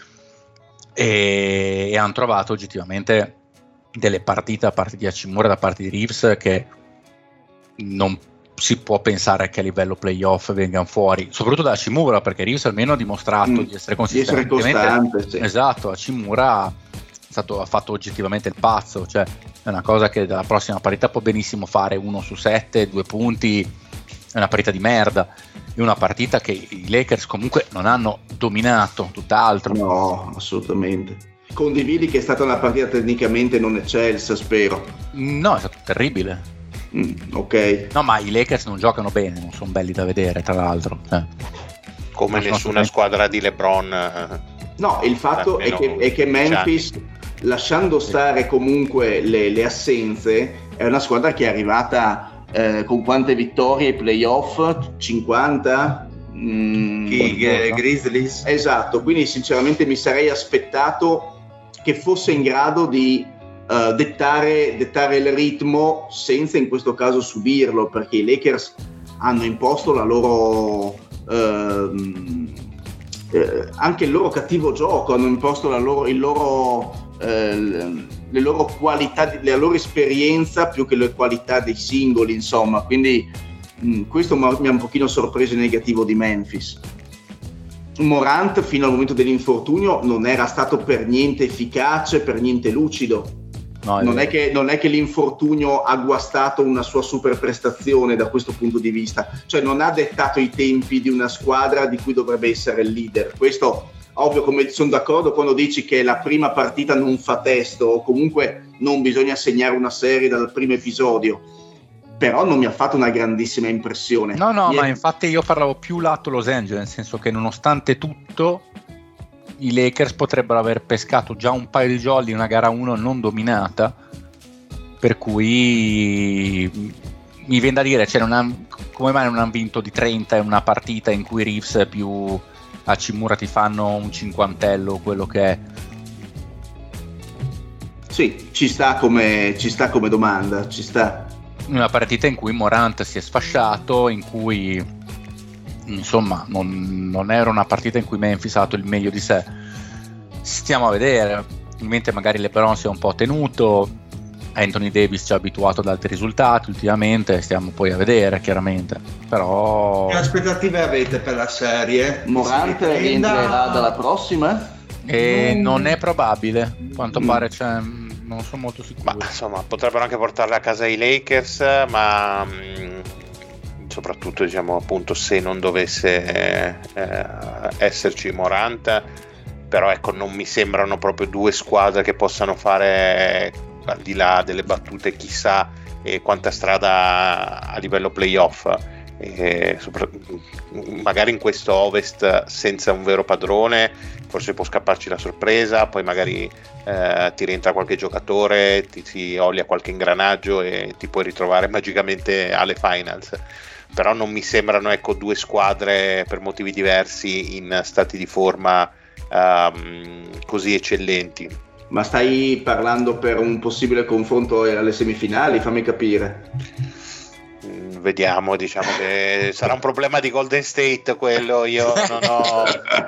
E, e hanno trovato oggettivamente delle partite da parte di Hachimura, da parte di Reeves, che non, si può pensare che a livello playoff vengano fuori, soprattutto da Hachimura, perché Reeves almeno ha dimostrato mm, di essere consistente. Di essere costante, sì. Esatto, Hachimura è stato, ha fatto oggettivamente il pazzo, cioè è una cosa che dalla prossima parità può benissimo fare uno su sette, due punti, è una partita di merda, è una partita che i Lakers comunque non hanno dominato, tutt'altro. No, assolutamente. Condividi che è stata una partita tecnicamente non eccelsa, spero. No, è stato terribile. Mm, ok. No, ma i Lakers non giocano bene, non sono belli da vedere, tra l'altro. Eh. Come non nessuna squadra di LeBron. Eh, no, il fatto è che, è che Memphis, lasciando stare comunque le, le assenze, è una squadra che è arrivata eh, con quante vittorie ai playoff? cinquanta? Mm, Chi, eh, Grizzlies? Esatto, quindi sinceramente mi sarei aspettato che fosse in grado di uh, dettare, dettare il ritmo senza in questo caso subirlo, perché i Lakers hanno imposto la loro uh, eh, anche il loro cattivo gioco, hanno imposto la loro, il loro, eh, le loro qualità, la loro esperienza più che le qualità dei singoli, insomma, quindi mh, questo mi ha un pochino sorpreso in negativo di Memphis. Morant fino al momento dell'infortunio non era stato per niente efficace, per niente lucido. No, è non, è che, non è che l'infortunio ha guastato una sua super prestazione da questo punto di vista, cioè non ha dettato i tempi di una squadra di cui dovrebbe essere il leader. Questo ovvio, come sono d'accordo quando dici che la prima partita non fa testo o comunque non bisogna segnare una serie dal primo episodio, però non mi ha fatto una grandissima impressione. No, no, mi ma è... infatti io parlavo più lato Los Angeles, nel senso che nonostante tutto i Lakers potrebbero aver pescato già un paio di jolly in una gara uno non dominata, per cui mi viene da dire, cioè non ha, come mai non hanno vinto di trenta in una partita in cui Reeves più Hachimura ti fanno un cinquantello, quello che è. Sì, ci sta come, ci sta come domanda, ci sta. Una partita in cui Morant si è sfasciato, in cui insomma non, non era una partita in cui Memphis ha dato il meglio di sé. Stiamo a vedere, mentre magari LeBron si è un po' tenuto, Anthony Davis ci ha abituato ad altri risultati ultimamente, stiamo poi a vedere chiaramente, però che aspettative avete per la serie? Morant rientrerà dalla prossima? E mm. non è probabile, quanto mm. pare, cioè, non sono molto sicuro. Ma insomma potrebbero anche portarla a casa i Lakers, ma mh, soprattutto diciamo appunto se non dovesse eh, esserci Morant, però ecco non mi sembrano proprio due squadre che possano fare, al di là delle battute, chissà eh, quanta strada a livello playoff. E sopra, magari in questo Ovest senza un vero padrone forse può scapparci la sorpresa, poi magari eh, ti rientra qualche giocatore, ti si olia qualche ingranaggio e ti puoi ritrovare magicamente alle finals, però non mi sembrano ecco due squadre per motivi diversi in stati di forma um, così eccellenti. Ma stai parlando per un possibile confronto alle semifinali? Fammi capire. Vediamo, diciamo che sarà un problema di Golden State quello, io non ho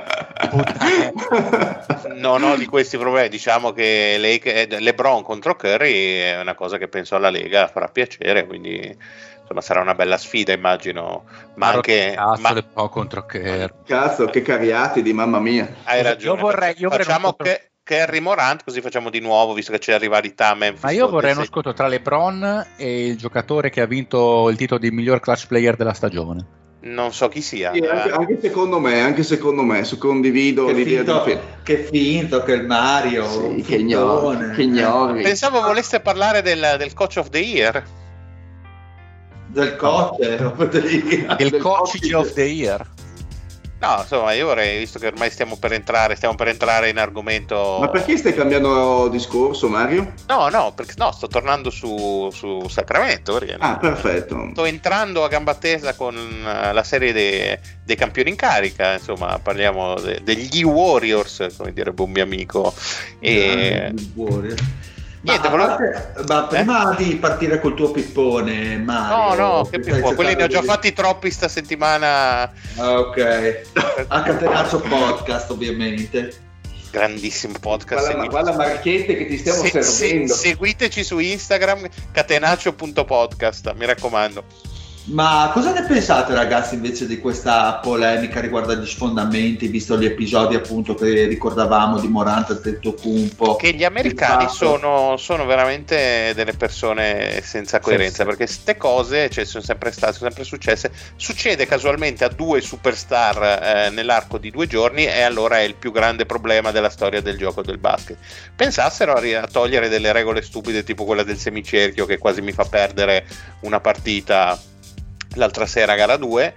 non ho di questi problemi, diciamo che Le- LeBron contro Curry è una cosa che penso alla Lega farà piacere, quindi insomma sarà una bella sfida immagino, ma Però anche cazzo ma... LeBron contro Curry, cazzo che cariati di mamma mia, hai ragione, io vorrei, io facciamo vorrei che Curry Morant, così facciamo di nuovo, visto che c'è la rivalità Memphis. Ma io vorrei uno scontro tra LeBron e il giocatore che ha vinto il titolo di miglior clutch player della stagione. Non so chi sia. Sì, anche, anche secondo me, anche secondo me, su condivido che l'idea finto, di che finto che il Mario, sì, che ignori, che ignori. Pensavo voleste parlare del, del coach of the year. Del coach, del, del coach of the year. No, insomma, io vorrei, visto che ormai stiamo per entrare, stiamo per entrare in argomento. Ma perché stai cambiando discorso, Mario? No, no, perché no, sto tornando su, su Sacramento. Perché ah, perfetto. Sto entrando a gamba tesa con la serie dei, dei campioni in carica. Insomma, parliamo de, degli Warriors, come direbbe un mio amico. E... Warriors. Niente, ma, volevo... parte, ma prima eh? di partire col tuo pippone, Mario, no, no, che pippone, quelli ne ho già di... fatti troppi sta settimana. Ah, ok, a Catenaccio Podcast, ovviamente. Grandissimo podcast. Guarda, Segui... guarda Marchette che ti stiamo se, servendo. Se, seguiteci su Instagram catenaccio punto podcast, mi raccomando. Ma cosa ne pensate, ragazzi, invece di questa polemica riguardo agli sfondamenti, visto gli episodi appunto che ricordavamo di Morant e Antetokounmpo? Che gli americani sono, sono veramente delle persone senza coerenza, sì, sì. Perché queste cose, cioè, sono sempre state, sono sempre successe. Succede casualmente a due superstar eh, nell'arco di due giorni, e allora è il più grande problema della storia del gioco del basket. Pensassero a, a togliere delle regole stupide tipo quella del semicerchio, che quasi mi fa perdere una partita l'altra sera a gara due,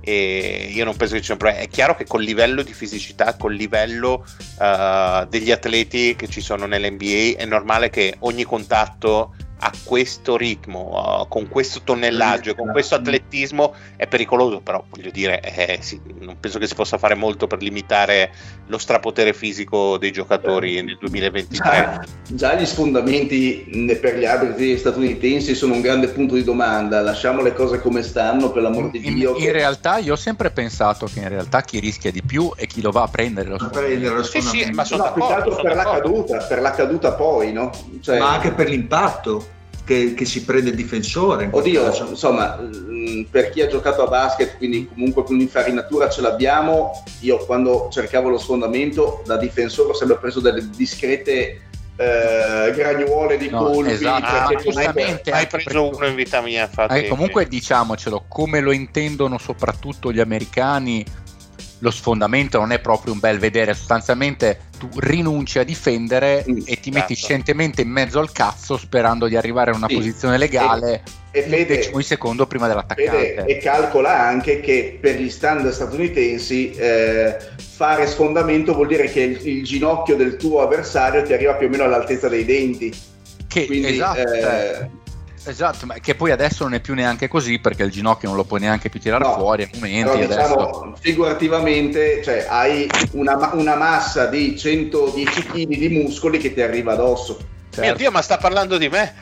e io non penso che ci sia un problema. È chiaro che col livello di fisicità, col livello uh, degli atleti che ci sono nell'N B A, è normale che ogni contatto a questo ritmo, uh, con questo tonnellaggio, con questo atletismo è pericoloso, però voglio dire, eh, sì, non penso che si possa fare molto per limitare lo strapotere fisico dei giocatori nel duemilaventitré. Già, già gli sfondamenti per gli arbitri statunitensi sono un grande punto di domanda, lasciamo le cose come stanno, per l'amor di in, Dio. In, in realtà io ho sempre pensato che in realtà chi rischia di più è chi lo va a prendere lo sfondamento. Sì, sì, ma sono no, più che altro per la caduta, per la caduta poi, no? Cioè, ma anche per l'impatto che, che si prende il difensore. Oddio, caso. Insomma, per chi ha giocato a basket, quindi comunque con l'infarinatura ce l'abbiamo, io quando cercavo lo sfondamento da difensore ho sempre preso delle discrete eh, granuole di no, colpi. Esatto, ah, ma giustamente hai preso uno in vita mia, infatti. Eh, comunque diciamocelo, come lo intendono soprattutto gli americani, lo sfondamento non è proprio un bel vedere, sostanzialmente tu rinunci a difendere mm, e ti metti esatto. scientemente in mezzo al cazzo sperando di arrivare a una sì. posizione legale e, e Fede, decimo di secondo prima dell'attaccante. Fede, e calcola anche che per gli standard statunitensi eh, fare sfondamento vuol dire che il, il ginocchio del tuo avversario ti arriva più o meno all'altezza dei denti. Che, Quindi, esatto, eh, esatto, ma che poi adesso non è più neanche così, perché il ginocchio non lo puoi neanche più tirare no, fuori a momenti. Però, diciamo, adesso figurativamente, cioè hai una, una massa di centodieci chili di muscoli che ti arriva addosso. Certo. Mio Dio, ma sta parlando di me?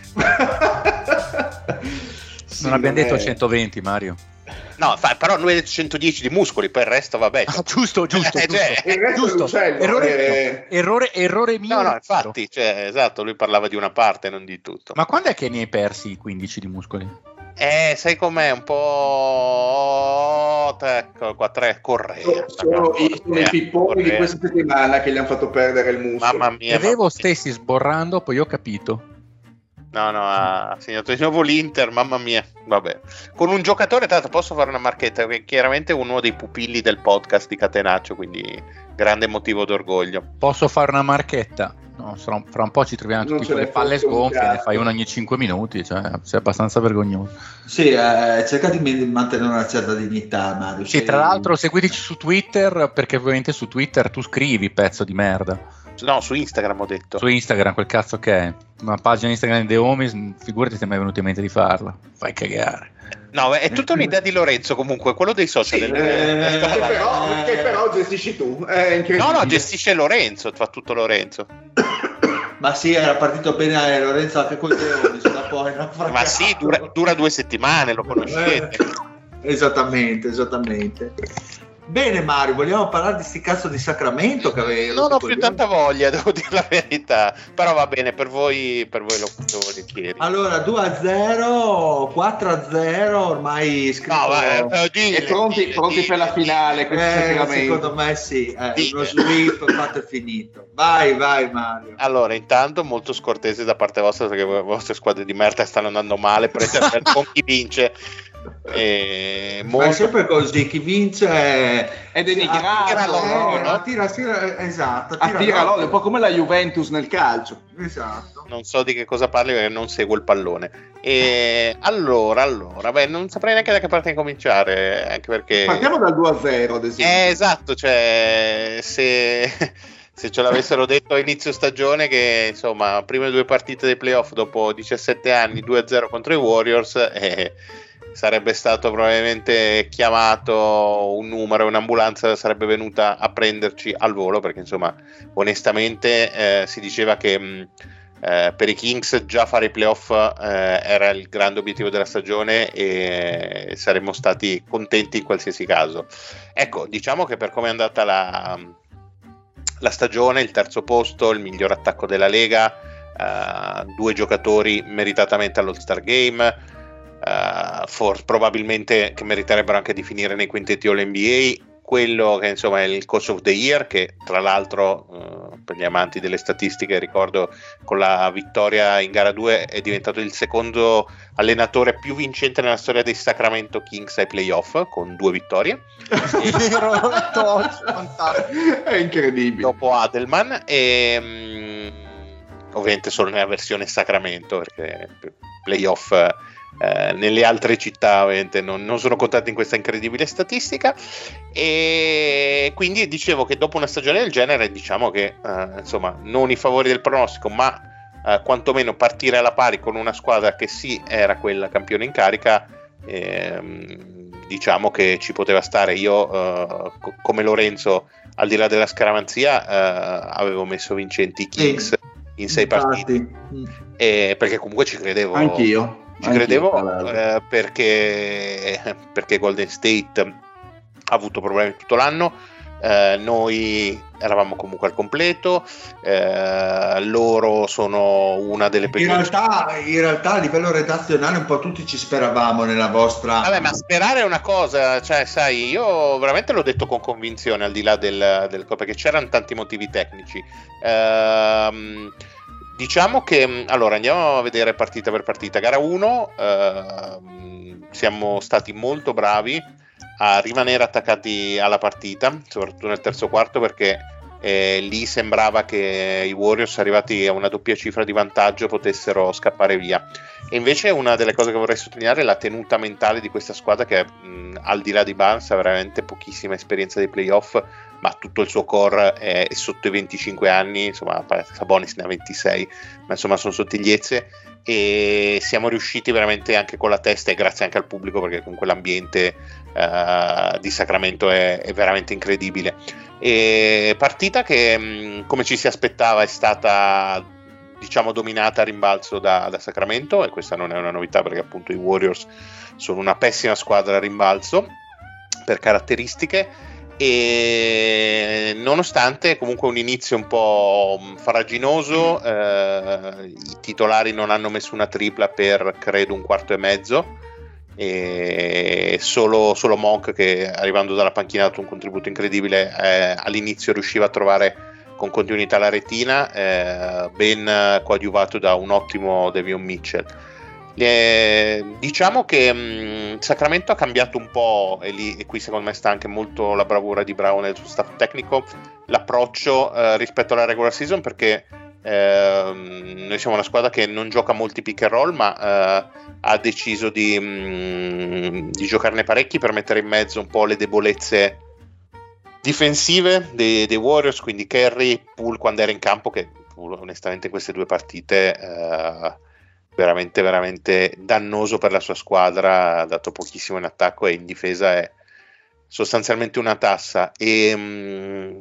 sì, non abbiamo non detto è... centoventi, Mario. No, fa, però noi detto centodieci di muscoli, poi il resto vabbè. Ah, giusto, giusto, eh, giusto. Cioè, giusto. Errore, eh... errore, errore mio. No, no, infatti, cioè, esatto, lui parlava di una parte, non di tutto. Ma quando è che ne hai persi i quindici di muscoli? Eh, sai com'è? Un po'... Ecco, qua tre, Correa. Sono i, i pipponi di questa settimana che gli hanno fatto perdere il muscolo. Mamma mia. Credevo stessi sborrando, poi ho capito. No, no, ha segnato di nuovo l'Inter, mamma mia, vabbè. Con un giocatore, tanto posso fare una marchetta, che è chiaramente uno dei pupilli del podcast di Catenaccio, quindi grande motivo d'orgoglio. Posso fare una marchetta? No, fra un, fra un po' ci troviamo tutti con le palle sgonfie, ne fai una ogni cinque minuti, cioè sei abbastanza vergognoso. Sì, eh, cerca di mantenere una certa dignità, Mario. Sì, tra l'altro seguiteci su Twitter, perché ovviamente su Twitter tu scrivi, pezzo di merda. No, su Instagram ho detto. Su Instagram, quel cazzo che è. Una pagina Instagram di The Homies, figurati se mi è venuto in mente di farla. Fai cagare. No, è tutta un'idea di Lorenzo comunque, quello dei social. Sì, del... eh, che, però, che però gestisci tu. È incredibile. No, no, gestisce Lorenzo, fa tutto Lorenzo. Ma sì, era partito bene Lorenzo anche con The Homies, da poi non ma sì, dura, dura due settimane, lo conoscete. Eh, esattamente, esattamente. Bene Mario, vogliamo parlare di sti cazzo di Sacramento che avevi? Non ho più tanta voglia, devo dire la verità, però va bene, per voi, per voi lo faccio volentieri. Allora due a zero, quattro a zero, ormai scritto. No, vai, dille, e pronti, dille, pronti dille. per la finale. Eh, secondo me sì, eh, uno sweep fatto e finito. Vai, vai Mario. Allora, intanto molto scortese da parte vostra, perché le vostre squadre di merda stanno andando male, prendete con chi vince. E molto... Ma è sempre così, chi vince è, è denigrato, tira l'olio, no? tira, tira, esatto, tira, tira l'olio, un po' come la Juventus nel calcio. Esatto. Non so di che cosa parli perché non seguo il pallone. E allora, allora, beh, non saprei neanche da che parte cominciare, anche perché partiamo dal due a zero, ad esempio. Eh, esatto, cioè se se ce l'avessero detto a inizio stagione che insomma, prime due partite dei playoff dopo diciassette anni, due a zero contro i Warriors, eh, sarebbe stato probabilmente chiamato un numero, un'ambulanza sarebbe venuta a prenderci al volo, perché insomma onestamente eh, si diceva che mh, eh, per i Kings già fare i playoff eh, era il grande obiettivo della stagione e saremmo stati contenti in qualsiasi caso. Ecco, diciamo che per come è andata la, la stagione, il terzo posto, il miglior attacco della Lega, eh, due giocatori meritatamente all'All-Star Game, uh, for, probabilmente che meriterebbero anche di finire nei quintetti All N B A. Quello che insomma è il Coach of the Year, che tra l'altro uh, per gli amanti delle statistiche ricordo con la vittoria in gara due è diventato il secondo allenatore più vincente nella storia dei Sacramento Kings ai playoff con due vittorie. È incredibile. Dopo Adelman e um, ovviamente solo nella versione Sacramento, perché playoff eh, nelle altre città ovviamente non, non sono contati in questa incredibile statistica. E quindi dicevo che dopo una stagione del genere, diciamo che eh, insomma non i favori del pronostico, ma eh, quantomeno partire alla pari con una squadra che sì era quella campione in carica, ehm, diciamo che ci poteva stare. Io eh, co- come Lorenzo, al di là della scaramanzia, eh, avevo messo vincenti i Kings sì, in sei partite, e perché comunque ci credevo. Anch'io. Ci credevo eh, perché, perché Golden State ha avuto problemi tutto l'anno, eh, noi eravamo comunque al completo, eh, loro sono una delle peggiori. In realtà, in realtà a livello redazionale un po' tutti ci speravamo nella vostra... Vabbè, ma sperare è una cosa, cioè sai, io veramente l'ho detto con convinzione, al di là del, del perché c'erano tanti motivi tecnici. Ehm, diciamo che, allora, andiamo a vedere partita per partita. Gara uno, ehm, siamo stati molto bravi a rimanere attaccati alla partita, soprattutto nel terzo quarto, perché eh, lì sembrava che i Warriors, arrivati a una doppia cifra di vantaggio, potessero scappare via. E invece una delle cose che vorrei sottolineare è la tenuta mentale di questa squadra che mh, al di là di Barnes ha veramente pochissima esperienza di playoff, ma tutto il suo core è sotto i venticinque anni, insomma Sabonis ne ha ventisei, ma insomma sono sottigliezze, e siamo riusciti veramente anche con la testa, e grazie anche al pubblico, perché comunque l'ambiente uh, di Sacramento è, è veramente incredibile. E partita che mh, come ci si aspettava è stata, diciamo, dominata a rimbalzo da, da Sacramento, e questa non è una novità perché appunto i Warriors sono una pessima squadra a rimbalzo per caratteristiche. E nonostante comunque un inizio un po' farraginoso, eh, i titolari non hanno messo una tripla per credo un quarto e mezzo, e solo, solo Monk, che arrivando dalla panchina ha dato un contributo incredibile, eh, all'inizio riusciva a trovare con continuità la retina, eh, ben coadiuvato da un ottimo Davion Mitchell. Eh, diciamo che mh, Sacramento ha cambiato un po', e, lì, e qui secondo me sta anche molto la bravura di Brown e del suo staff tecnico, l'approccio eh, rispetto alla regular season, perché eh, noi siamo una squadra che non gioca molti pick and roll, ma eh, ha deciso di, mh, di giocarne parecchi per mettere in mezzo un po' le debolezze difensive dei, dei Warriors, quindi Curry, Poole quando era in campo, che Poole, onestamente in queste due partite eh, veramente veramente dannoso per la sua squadra, ha dato pochissimo in attacco e in difesa è sostanzialmente una tassa. E,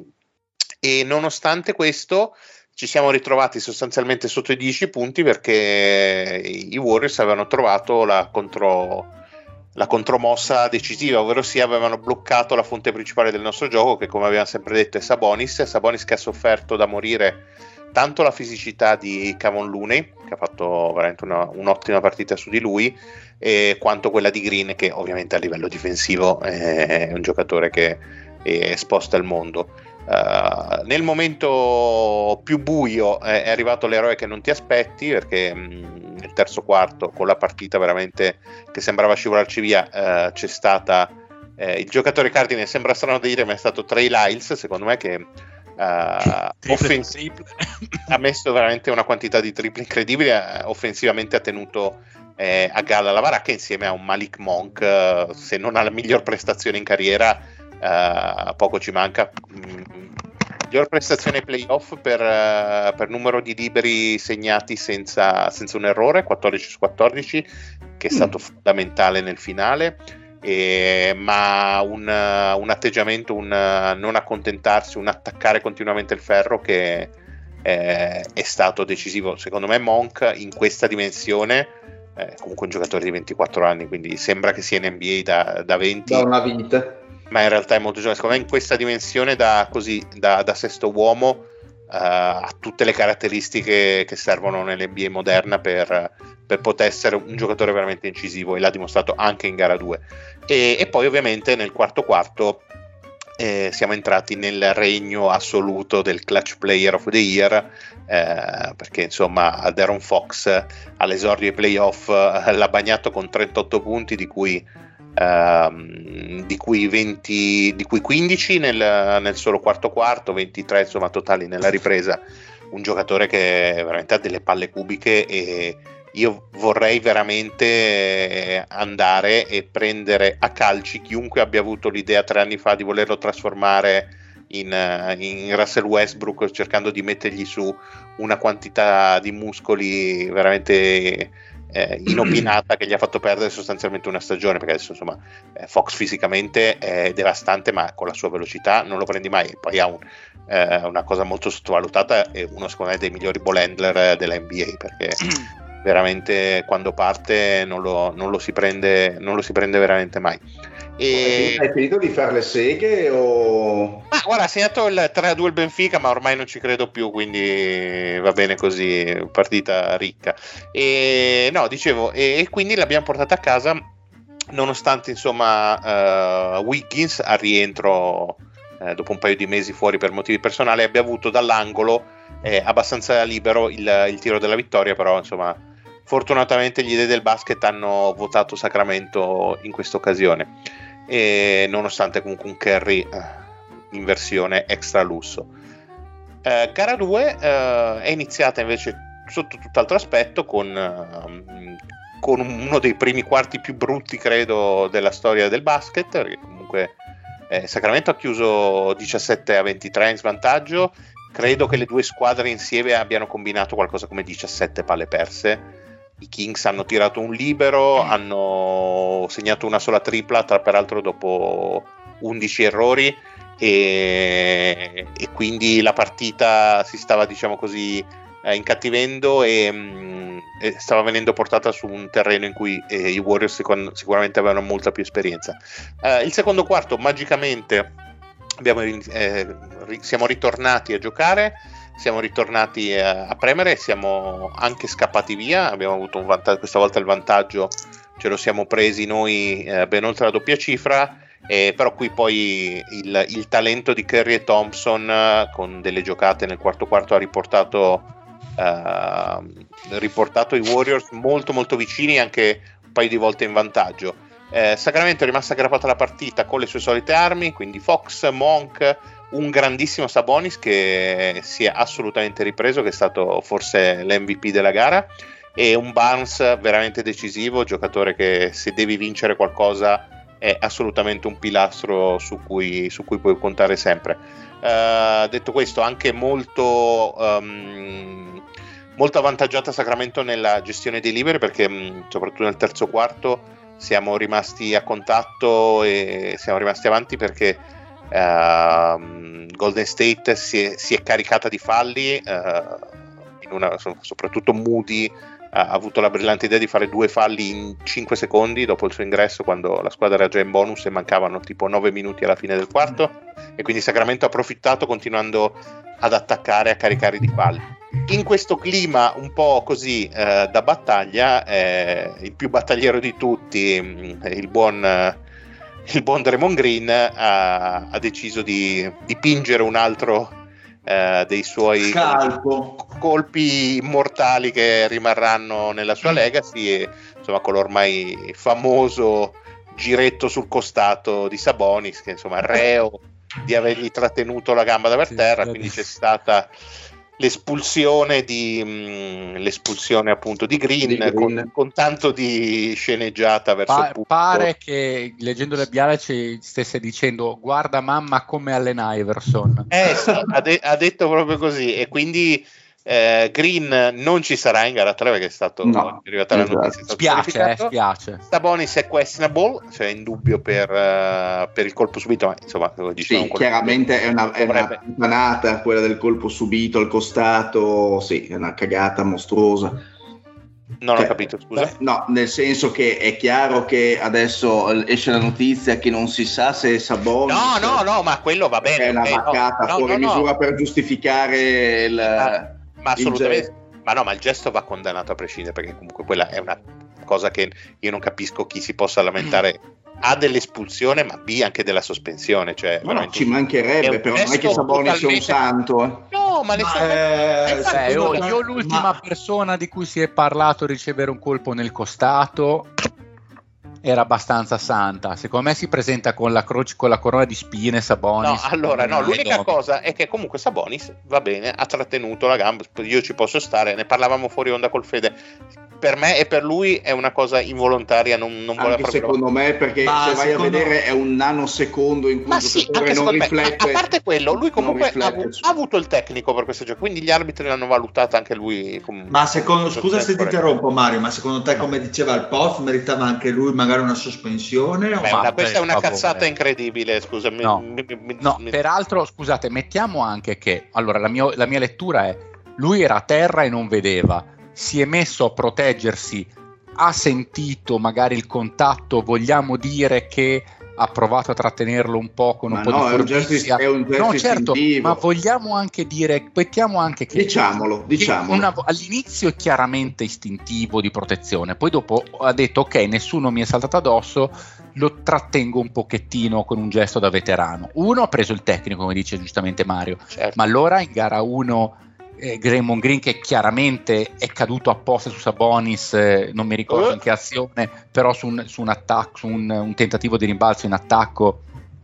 e nonostante questo ci siamo ritrovati sostanzialmente sotto i dieci punti, perché i Warriors avevano trovato la contro la contromossa decisiva, ovvero sia avevano bloccato la fonte principale del nostro gioco, che come abbiamo sempre detto è Sabonis Sabonis che ha sofferto da morire tanto la fisicità di Kevon Looney, che ha fatto veramente una, un'ottima partita su di lui, e quanto quella di Green, che ovviamente a livello difensivo è un giocatore che è esposto al mondo. Uh, nel momento più buio è, è arrivato l'eroe che non ti aspetti, perché mh, nel terzo quarto, con la partita veramente che sembrava scivolarci via, uh, c'è stata uh, il giocatore cardine, sembra strano da dire, ma è stato Trey Lyles, secondo me, che Uh, offens- ha messo veramente una quantità di triple incredibile, uh, offensivamente ha tenuto eh, a galla la baracca insieme a un Malik Monk, uh, se non ha la miglior prestazione in carriera, uh, poco ci manca. Mm, miglior prestazione ai playoff per, uh, per numero di liberi segnati senza, senza un errore, quattordici su quattordici, che è stato mm. fondamentale nel finale. Eh, ma un, un atteggiamento, un non accontentarsi, un attaccare continuamente il ferro, che eh, è stato decisivo. Secondo me Monk in questa dimensione è comunque un giocatore di ventiquattro anni, quindi sembra che sia in N B A da, da venti, da una vita, ma in realtà è molto giovane. Secondo me in questa dimensione da, così, da, da sesto uomo ha tutte le caratteristiche che servono nell'N B A moderna per, per poter essere un giocatore veramente incisivo, e l'ha dimostrato anche in gara due. E, e poi ovviamente nel quarto quarto eh, siamo entrati nel regno assoluto del clutch player of the year, eh, perché insomma De'Aaron Fox all'esordio ai playoff eh, l'ha bagnato con trentotto punti, di cui Uh, di cui venti, di cui quindici nel, nel solo quarto quarto, ventitré insomma totali nella ripresa. Un giocatore che veramente ha delle palle cubiche, e io vorrei veramente andare e prendere a calci chiunque abbia avuto l'idea tre anni fa di volerlo trasformare in, in Russell Westbrook, cercando di mettergli su una quantità di muscoli veramente Eh, inopinata, che gli ha fatto perdere sostanzialmente una stagione, perché adesso insomma eh, Fox fisicamente è devastante, ma con la sua velocità non lo prendi mai. E poi ha un, eh, una cosa molto sottovalutata, è uno secondo me dei migliori ball handler della N B A, perché veramente quando parte non lo, non lo si prende non lo si prende veramente mai. E... hai finito di fare le seghe o... Ma guarda, ha segnato il tre a due il Benfica, ma ormai non ci credo più, quindi va bene così, partita ricca. E no, dicevo, e, e quindi l'abbiamo portata a casa, nonostante insomma uh, Wiggins al rientro eh, dopo un paio di mesi fuori per motivi personali abbia avuto dall'angolo eh, abbastanza libero il, il tiro della vittoria, però insomma fortunatamente gli dei del basket hanno votato Sacramento in questa occasione, e nonostante comunque un Curry eh, in versione extra lusso. Eh, gara due eh, è iniziata invece sotto tutt'altro aspetto, con, eh, con uno dei primi quarti più brutti credo della storia del basket, perché comunque eh, Sacramento ha chiuso diciassette a ventitré in svantaggio. Credo che le due squadre insieme abbiano combinato qualcosa come diciassette palle perse. I Kings hanno tirato un libero, hanno segnato una sola tripla, tra peraltro dopo undici errori, e, e quindi la partita si stava, diciamo così, eh, incattivendo e, mh, e stava venendo portata su un terreno in cui eh, i Warriors sicur- sicuramente avevano molta più esperienza. Eh, il secondo quarto magicamente abbiamo, eh, ri- siamo ritornati a giocare. Siamo ritornati a, a premere, siamo anche scappati via, abbiamo avuto un vantaggio, questa volta il vantaggio ce lo siamo presi noi eh, ben oltre la doppia cifra, eh, però qui poi il, il talento di Curry e Thompson eh, con delle giocate nel quarto quarto ha riportato, eh, riportato i Warriors molto molto vicini, anche un paio di volte in vantaggio. Eh, Sacramento è rimasta aggrappata alla partita con le sue solite armi, quindi Fox, Monk, un grandissimo Sabonis che si è assolutamente ripreso, che è stato forse l'M V P della gara, e un Barnes veramente decisivo, giocatore che se devi vincere qualcosa è assolutamente un pilastro su cui, su cui puoi contare sempre. Uh, detto questo, anche molto um, molto avvantaggiata Sacramento nella gestione dei liberi, perché um, soprattutto nel terzo quarto siamo rimasti a contatto e siamo rimasti avanti, perché Uh, Golden State si è, si è caricata di falli, uh, in una, soprattutto Moody uh, ha avuto la brillante idea di fare due falli in cinque secondi dopo il suo ingresso, quando la squadra era già in bonus e mancavano tipo nove minuti alla fine del quarto, e quindi Sacramento ha approfittato continuando ad attaccare, a caricare di falli. In questo clima un po' così uh, da battaglia, eh, il più battagliero di tutti, il buon uh, il buon Draymond Green ha, ha deciso di, di pingere un altro eh, dei suoi Scalpo. colpi immortali che rimarranno nella sua legacy, e insomma con l'ormai famoso giretto sul costato di Sabonis, che insomma è reo di avergli trattenuto la gamba da per terra, quindi c'è stata l'espulsione di mh, l'espulsione appunto di Green, di Green. Con, con tanto di sceneggiata verso Pa- il pubblico. Pare che leggendo le biale ci stesse dicendo guarda mamma come Allen Iverson. Eh sì, ha, de- ha detto proprio così, e quindi eh, Green non ci sarà in gara tre, perché è stato no, è arrivata la esatto. notizia, è stato Spiace, eh, spiace. Sabonis è questionable, cioè in dubbio per, uh, per il colpo subito, ma insomma diciamo, sì, chiaramente è una, è una dovrebbe... puttanata quella del colpo subito al costato, sì, è una cagata mostruosa. Non cioè, ho capito, scusa. No, nel senso che è chiaro che adesso esce la notizia che non si sa se Sabonis... No, no, no, ma quello va bene. È una okay, vaccata no, fuori no, no, misura no. per giustificare il... Ma, ma assolutamente... il... Ma no, ma il gesto va condannato a prescindere, perché comunque quella è una cosa che io non capisco chi si possa lamentare. A dell'espulsione, ma B anche della sospensione. Cioè, ma no, ci mancherebbe, però non è che Sabonis sia un santo. Eh. No, ma le sue... eh, Beh, io, ma- io l'ultima ma- persona di cui si è parlato ricevere un colpo nel costato era abbastanza santa. Secondo me si presenta con la croce, con la corona di spine Sabonis. No, allora no, l'unica no. cosa è che comunque Sabonis va bene, ha trattenuto la gamba, io ci posso stare, ne parlavamo fuori onda col Fede. Per me e per lui è una cosa involontaria, non, non vuole Anche secondo me, perché Ma se vai secondo- a vedere è un nanosecondo in cui Ma il sì, giocatore anche non secondo me, ma riflette. a parte quello, lui non comunque ha, riflette. avu- ha avuto il tecnico per questo gioco, quindi gli arbitri l'hanno valutata anche lui. Com- Ma secondo, com- scusa se ti corretto. interrompo Mario, ma secondo te, come diceva il Post, meritava anche lui magari una sospensione? O- Beh, Ma una- per questa è una favore. cazzata incredibile, scusami. No. Mi- mi- No, mi- peraltro, scusate, mettiamo anche che, allora, la, mio- la mia lettura è, lui era a terra e non vedeva, si è messo a proteggersi, ha sentito magari il contatto, vogliamo dire che ha provato a trattenerlo un po' con un Ma po' no, di è un gesto- furbizia. è un gesto No, certo, istintivo. ma vogliamo anche dire, mettiamo anche che Diciamolo, che diciamolo. una- all'inizio è chiaramente istintivo di protezione, poi dopo ha detto ok, nessuno mi è saltato addosso, lo trattengo un pochettino con un gesto da veterano. Uno ha preso il tecnico, come dice giustamente Mario, certo. ma allora in gara uno eh, Draymond Green, che chiaramente è caduto apposta su Sabonis, eh, non mi ricordo Eh. in che azione, però su un, su un attacco, su un, un tentativo di rimbalzo in attacco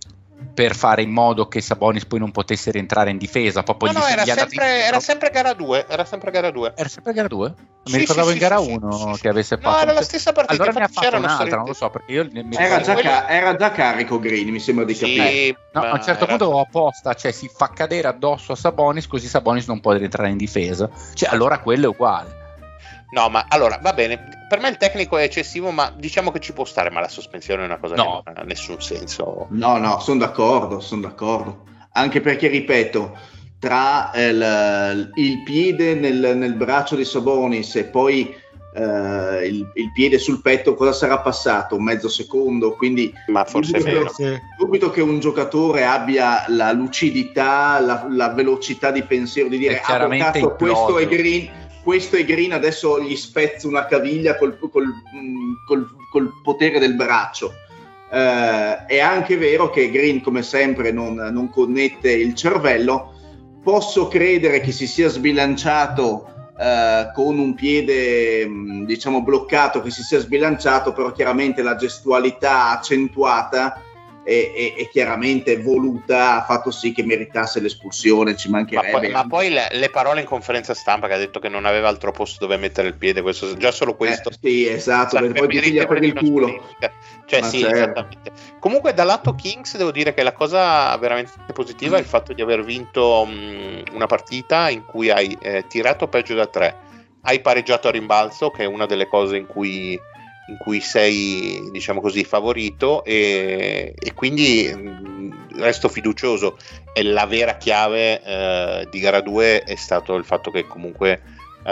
per fare in modo che Sabonis poi non potesse rientrare in difesa. Proprio No, gli no, era gli è andato sempre, in- era sempre gara due, era sempre gara due. era sempre gara due? Sì, Mi ricordavo sì, in sì, gara sì, uno sì, sì. che avesse No, fatto. era la stessa partita, Allora ne ha infatti fatto c'erano un'altra, stati- non lo so, perché io mi Era ricordo- già, quello- ca- era già carico Green, mi sembra di capire. Sì, No, ma a un certo era- punto apposta, cioè si fa cadere addosso a Sabonis, così Sabonis non può rientrare in difesa. Cioè, allora quello è uguale. No, ma allora va bene. Per me il tecnico è eccessivo, ma diciamo che ci può stare. Ma la sospensione è una cosa No. che non ha nessun senso. No, no, sono d'accordo, sono d'accordo. Anche perché, ripeto, tra il, il piede nel, nel braccio di Sabonis e poi eh, il, il piede sul petto, cosa sarà passato? Un mezzo secondo? Quindi Ma forse è dubito che- vero. dubito che un giocatore abbia la lucidità, la, la velocità di pensiero di dire È chiaramente ah, ho questo imploso. è Green, questo è Green, adesso gli spezzo una caviglia col, col, mh, col, col potere del braccio. Eh, è anche vero che Green, come sempre, non, non connette il cervello. Posso credere che si sia sbilanciato eh, con un piede mh, diciamo bloccato, che si sia sbilanciato, però chiaramente la gestualità accentuata e, e, e chiaramente voluta ha fatto sì che meritasse l'espulsione, ci Ma mancherebbe. poi, ma poi le, le parole in conferenza stampa che ha detto che non aveva altro posto dove mettere il piede, questo, già solo questo Eh, sì, esatto, sarebbe perché poi ti piglia per il meritevole di culo. una squalifica. Cioè Ma sì, certo. esattamente. Comunque dal lato Kings devo dire che la cosa veramente positiva è il fatto di aver vinto mh, una partita in cui hai eh, tirato peggio da tre, hai pareggiato a rimbalzo, che è una delle cose in cui in cui sei, diciamo così, favorito, e, e quindi mh, resto fiducioso. E la vera chiave eh, di gara due è stato il fatto che comunque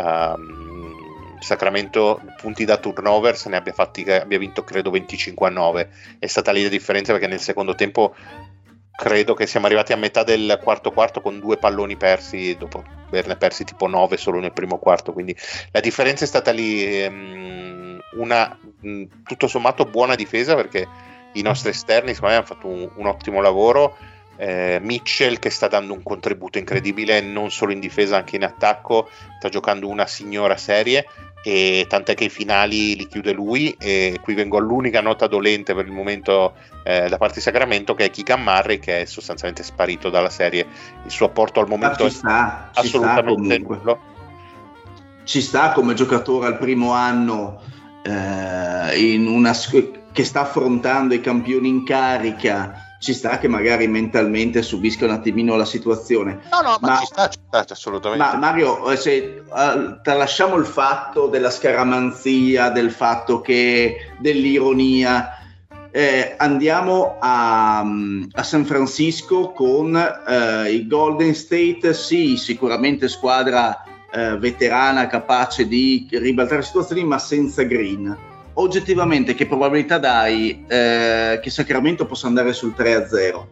ehm, Sacramento punti da turnover se ne abbia fatti, abbia vinto credo venticinque a nove. È stata lì la differenza, perché nel secondo tempo credo che siamo arrivati a metà del quarto quarto con due palloni persi, dopo averne persi tipo nove solo nel primo quarto, quindi la differenza è stata lì. ehm, una mh, tutto sommato buona difesa, perché i nostri esterni secondo me hanno fatto un, un ottimo lavoro. eh, Mitchell, che sta dando un contributo incredibile non solo in difesa, anche in attacco, sta giocando una signora serie, e tant'è che i finali li chiude lui. E qui vengo all'unica nota dolente per il momento eh, da parte di Sacramento, che è Keegan Murray, che è sostanzialmente sparito dalla serie. Il suo apporto al momento Ma ci sta, è ci sta assolutamente comunque. nullo. Ci sta come giocatore al primo anno eh, in una sc- che sta affrontando i campioni in carica. Ci sta che magari mentalmente subisca un attimino la situazione. No, no, ma, Ma- ci sta, ci sta assolutamente. Ma Mario, eh, se uh, tralasciamo il fatto della scaramanzia, del fatto che dell'ironia, eh, andiamo a, a San Francisco con eh, il Golden State, sì, sicuramente squadra eh, veterana capace di ribaltare situazioni, ma senza Green. Oggettivamente che probabilità dai eh, che Sacramento possa andare sul tre a zero?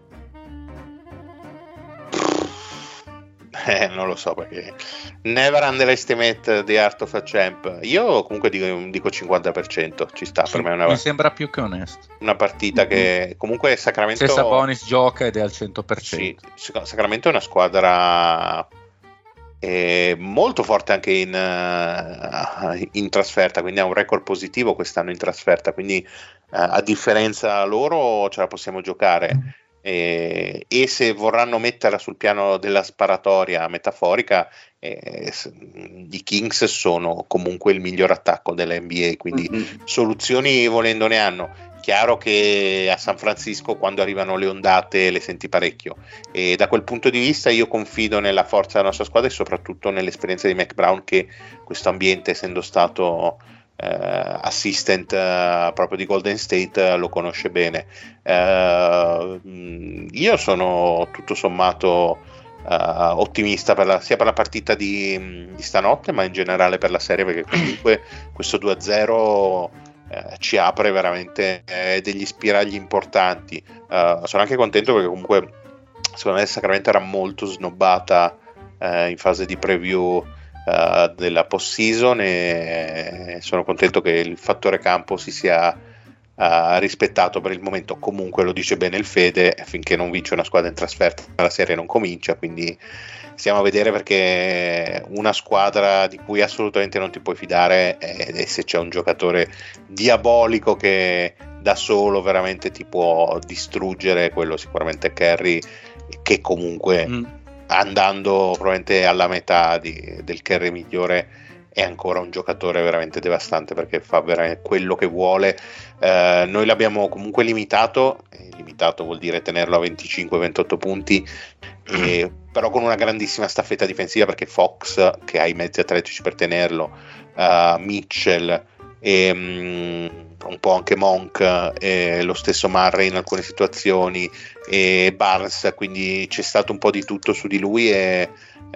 Eh, non lo so, perché never underestimate the art of a champ. Io comunque dico, dico cinquanta per cento, ci sta. Sì, per me è una, mi sembra più che onesto. Una partita mm-hmm. che comunque Sacramento... Se Sabonis gioca ed è al cento per cento. Sì, Sacramento è una squadra eh, molto forte anche in, uh, in trasferta, quindi ha un record positivo quest'anno in trasferta, quindi uh, a differenza loro ce la possiamo giocare. E, e se vorranno metterla sul piano della sparatoria metaforica, eh, i Kings sono comunque il miglior attacco dell'N B A, quindi mm-hmm. soluzioni volendo ne hanno. Chiaro che a San Francisco quando arrivano le ondate le senti parecchio, e da quel punto di vista io confido nella forza della nostra squadra e soprattutto nell'esperienza di Mac Brown, che questo ambiente, essendo stato Uh, assistant uh, proprio di Golden State, uh, lo conosce bene. Uh, io sono tutto sommato uh, ottimista per la, sia per la partita di, di stanotte, ma in generale per la serie, perché comunque questo due a zero uh, ci apre veramente eh, degli spiragli importanti. Uh, sono anche contento perché comunque secondo me Sacramento era molto snobbata uh, in fase di preview Uh, della post-season, e sono contento che il fattore campo si sia uh, rispettato per il momento. Comunque lo dice bene il Fede, finché non vince una squadra in trasferta la serie non comincia, quindi stiamo a vedere, perché una squadra di cui assolutamente non ti puoi fidare è, è se c'è un giocatore diabolico che da solo veramente ti può distruggere, quello sicuramente è Curry, che comunque mm. andando probabilmente alla metà di, del Curry migliore è ancora un giocatore veramente devastante, perché fa veramente quello che vuole. Eh, noi l'abbiamo comunque limitato, e limitato vuol dire tenerlo a venticinque ventotto punti, e, però con una grandissima staffetta difensiva, perché Fox, che ha i mezzi atletici per tenerlo, uh, Mitchell e um, un po' anche Monk, e lo stesso Murray in alcune situazioni, e Barnes, quindi c'è stato un po' di tutto su di lui, e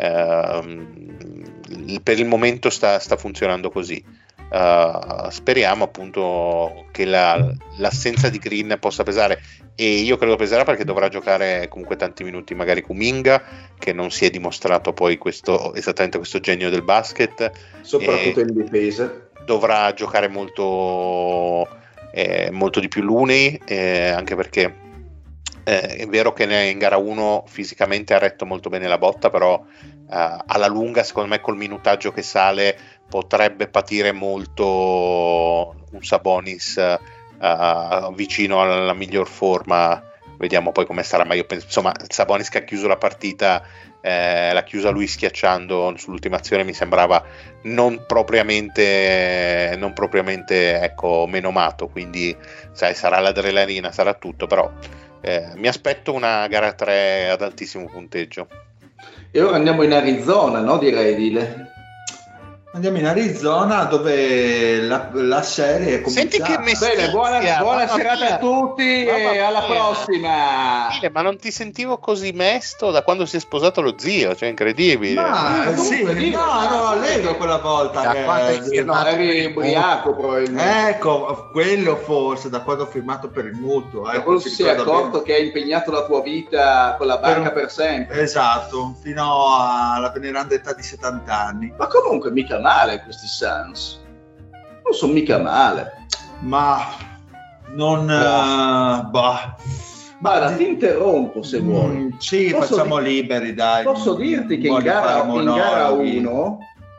uh, per il momento sta, sta funzionando così. Uh, speriamo appunto che la, l'assenza di Green possa pesare, e io credo peserà, perché dovrà giocare comunque tanti minuti magari Kuminga, che non si è dimostrato poi questo, esattamente questo genio del basket, soprattutto in difesa. Dovrà giocare molto eh, molto di più Looney, eh, anche perché eh, è vero che in gara uno fisicamente ha retto molto bene la botta, però eh, alla lunga secondo me col minutaggio che sale potrebbe patire molto un Sabonis uh, vicino alla miglior forma. Vediamo poi come sarà, ma io penso, insomma, Sabonis che ha chiuso la partita, eh, l'ha chiusa lui schiacciando sull'ultima azione, mi sembrava non propriamente non propriamente ecco menomato, quindi sai, sarà l'adrenalina, sarà tutto, però eh, mi aspetto una gara tre ad altissimo punteggio. E ora andiamo in Arizona, no? Direi, Dile. Andiamo in Arizona, dove la, la serie è cominciata. Senti che mestizia. Bene, buona, buona serata a tutti e alla prossima. Ma non ti sentivo così mesto da quando si è sposato lo zio, cioè incredibile. Ma sì, no, no, leggo quella volta da che che no, eri ubriaco probabilmente. Ecco, quello forse, da quando ho firmato per il mutuo. Da quando si è accorto bene che hai impegnato la tua vita con la barca per, per sempre. Esatto, fino alla veneranda età di settanta anni. Ma comunque mica male questi Suns, non sono mica male, ma non uh, bah. Guarda, ti interrompo se mm, vuoi. Sì, posso facciamo di- liberi, dai. Posso dirti che in gara, in gara uno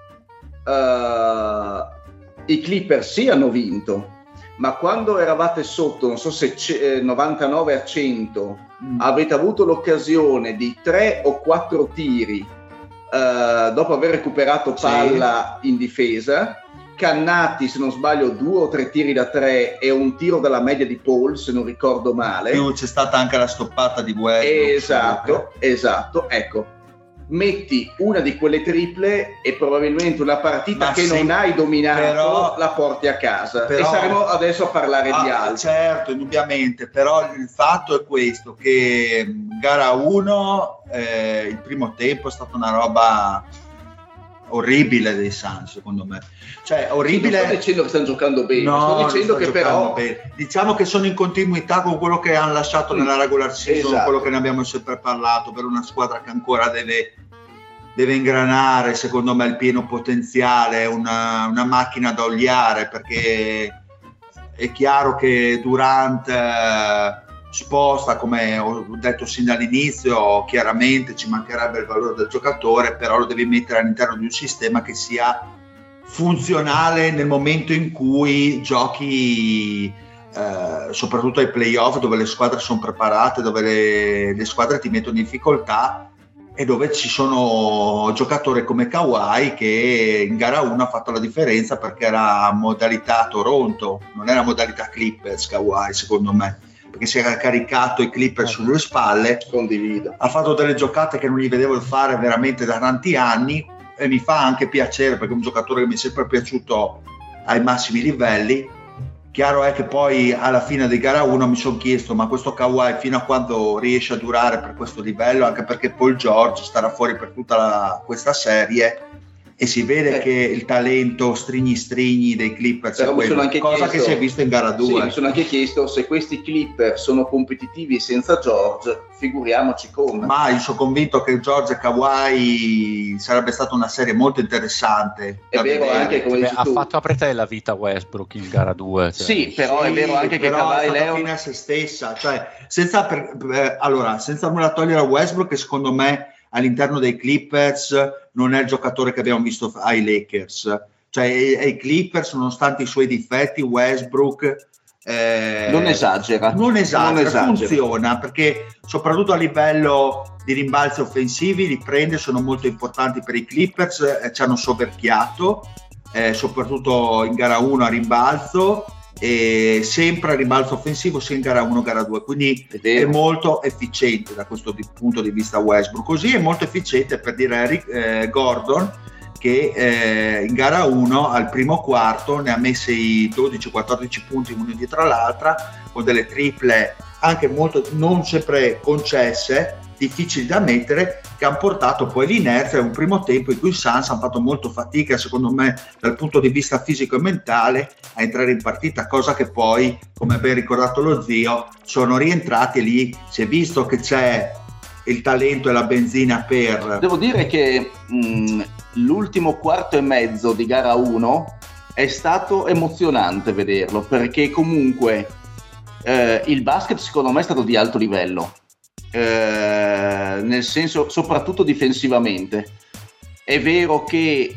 uh, i Clippers sì hanno vinto, ma quando eravate sotto, non so se c- novantanove a cento, mm. avete avuto l'occasione di tre o quattro tiri Uh, dopo aver recuperato palla sì. in difesa, cannati se non sbaglio due o tre tiri da tre e un tiro dalla media di Paul, se non ricordo male. Più c'è stata anche la stoppata di Westbrook. Esatto, esatto, ecco, metti una di quelle triple e probabilmente una partita Ma che sì, non hai dominato però, la porti a casa, però, e saremo adesso a parlare ah, di altro. Certo, indubbiamente, però il fatto è questo, che gara uno eh, il primo tempo è stata una roba orribile dei Suns, secondo me. Cioè, orribile. Non sto dicendo che stanno giocando bene, no, sto dicendo che però bene. Diciamo che sono in continuità con quello che hanno lasciato nella regular season, esatto. quello che ne abbiamo sempre parlato, per una squadra che ancora deve deve ingranare, secondo me, il pieno potenziale, una, una macchina da oliare, perché è chiaro che Durant eh, sposta, come ho detto sin dall'inizio, chiaramente ci mancherebbe il valore del giocatore, però lo devi mettere all'interno di un sistema che sia funzionale nel momento in cui giochi, eh, soprattutto ai playoff, dove le squadre sono preparate, dove le, le squadre ti mettono in difficoltà, e dove ci sono giocatori come Kawhi che in gara uno ha fatto la differenza, perché era modalità Toronto, non era modalità Clippers. Kawhi, secondo me, perché si era caricato i Clippers sulle spalle, condivido, ha fatto delle giocate che non gli vedevo fare veramente da tanti anni, e mi fa anche piacere, perché è un giocatore che mi è sempre piaciuto ai massimi livelli. Chiaro è che poi alla fine di gara uno mi sono chiesto, ma questo Kawhi fino a quando riesce a durare per questo livello, anche perché Paul George starà fuori per tutta la, questa serie, e si vede eh. che il talento strigni strigni dei Clippers però è quello, cosa chiesto, che si è visto in gara due. Sì, mi sono anche chiesto se questi Clippers sono competitivi senza George, figuriamoci con. Ma io sono convinto che George e Kawhi sarebbe stata una serie molto interessante. È vero vedere. anche, come dici ha tu, fatto a pretè la vita Westbrook in gara due. Cioè. Sì, però sì, è vero anche che Kawhi Kawhi Leonard fine a se stessa, cioè senza per, eh, allora senza nulla togliere a Westbrook, che secondo me all'interno dei Clippers non è il giocatore che abbiamo visto ai Lakers, cioè ai Clippers, nonostante i suoi difetti, Westbrook eh, non esagera non esagera, non esagera. funziona, perché soprattutto a livello di rimbalzi offensivi li prende, sono molto importanti per i Clippers, eh, ci hanno soverchiato eh, soprattutto in gara uno a rimbalzo, e sempre a rimbalzo offensivo sia in gara uno gara due, quindi è, è molto efficiente da questo di, punto di vista Westbrook. Così è molto efficiente, per dire, Eric, eh, Gordon, che eh, in gara uno al primo quarto ne ha messi dodici quattordici punti uno dietro l'altra, con delle triple anche molto non sempre concesse, difficili da mettere, che hanno portato poi l'inerzia a un primo tempo in cui i Suns hanno fatto molto fatica, secondo me, dal punto di vista fisico e mentale, a entrare in partita, cosa che poi, come ben ricordato lo zio, sono rientrati, e lì si è visto che c'è il talento e la benzina per... Devo dire che mh, l'ultimo quarto e mezzo di gara uno è stato emozionante vederlo, perché comunque eh, il basket secondo me è stato di alto livello. Eh, nel senso, soprattutto difensivamente. È vero che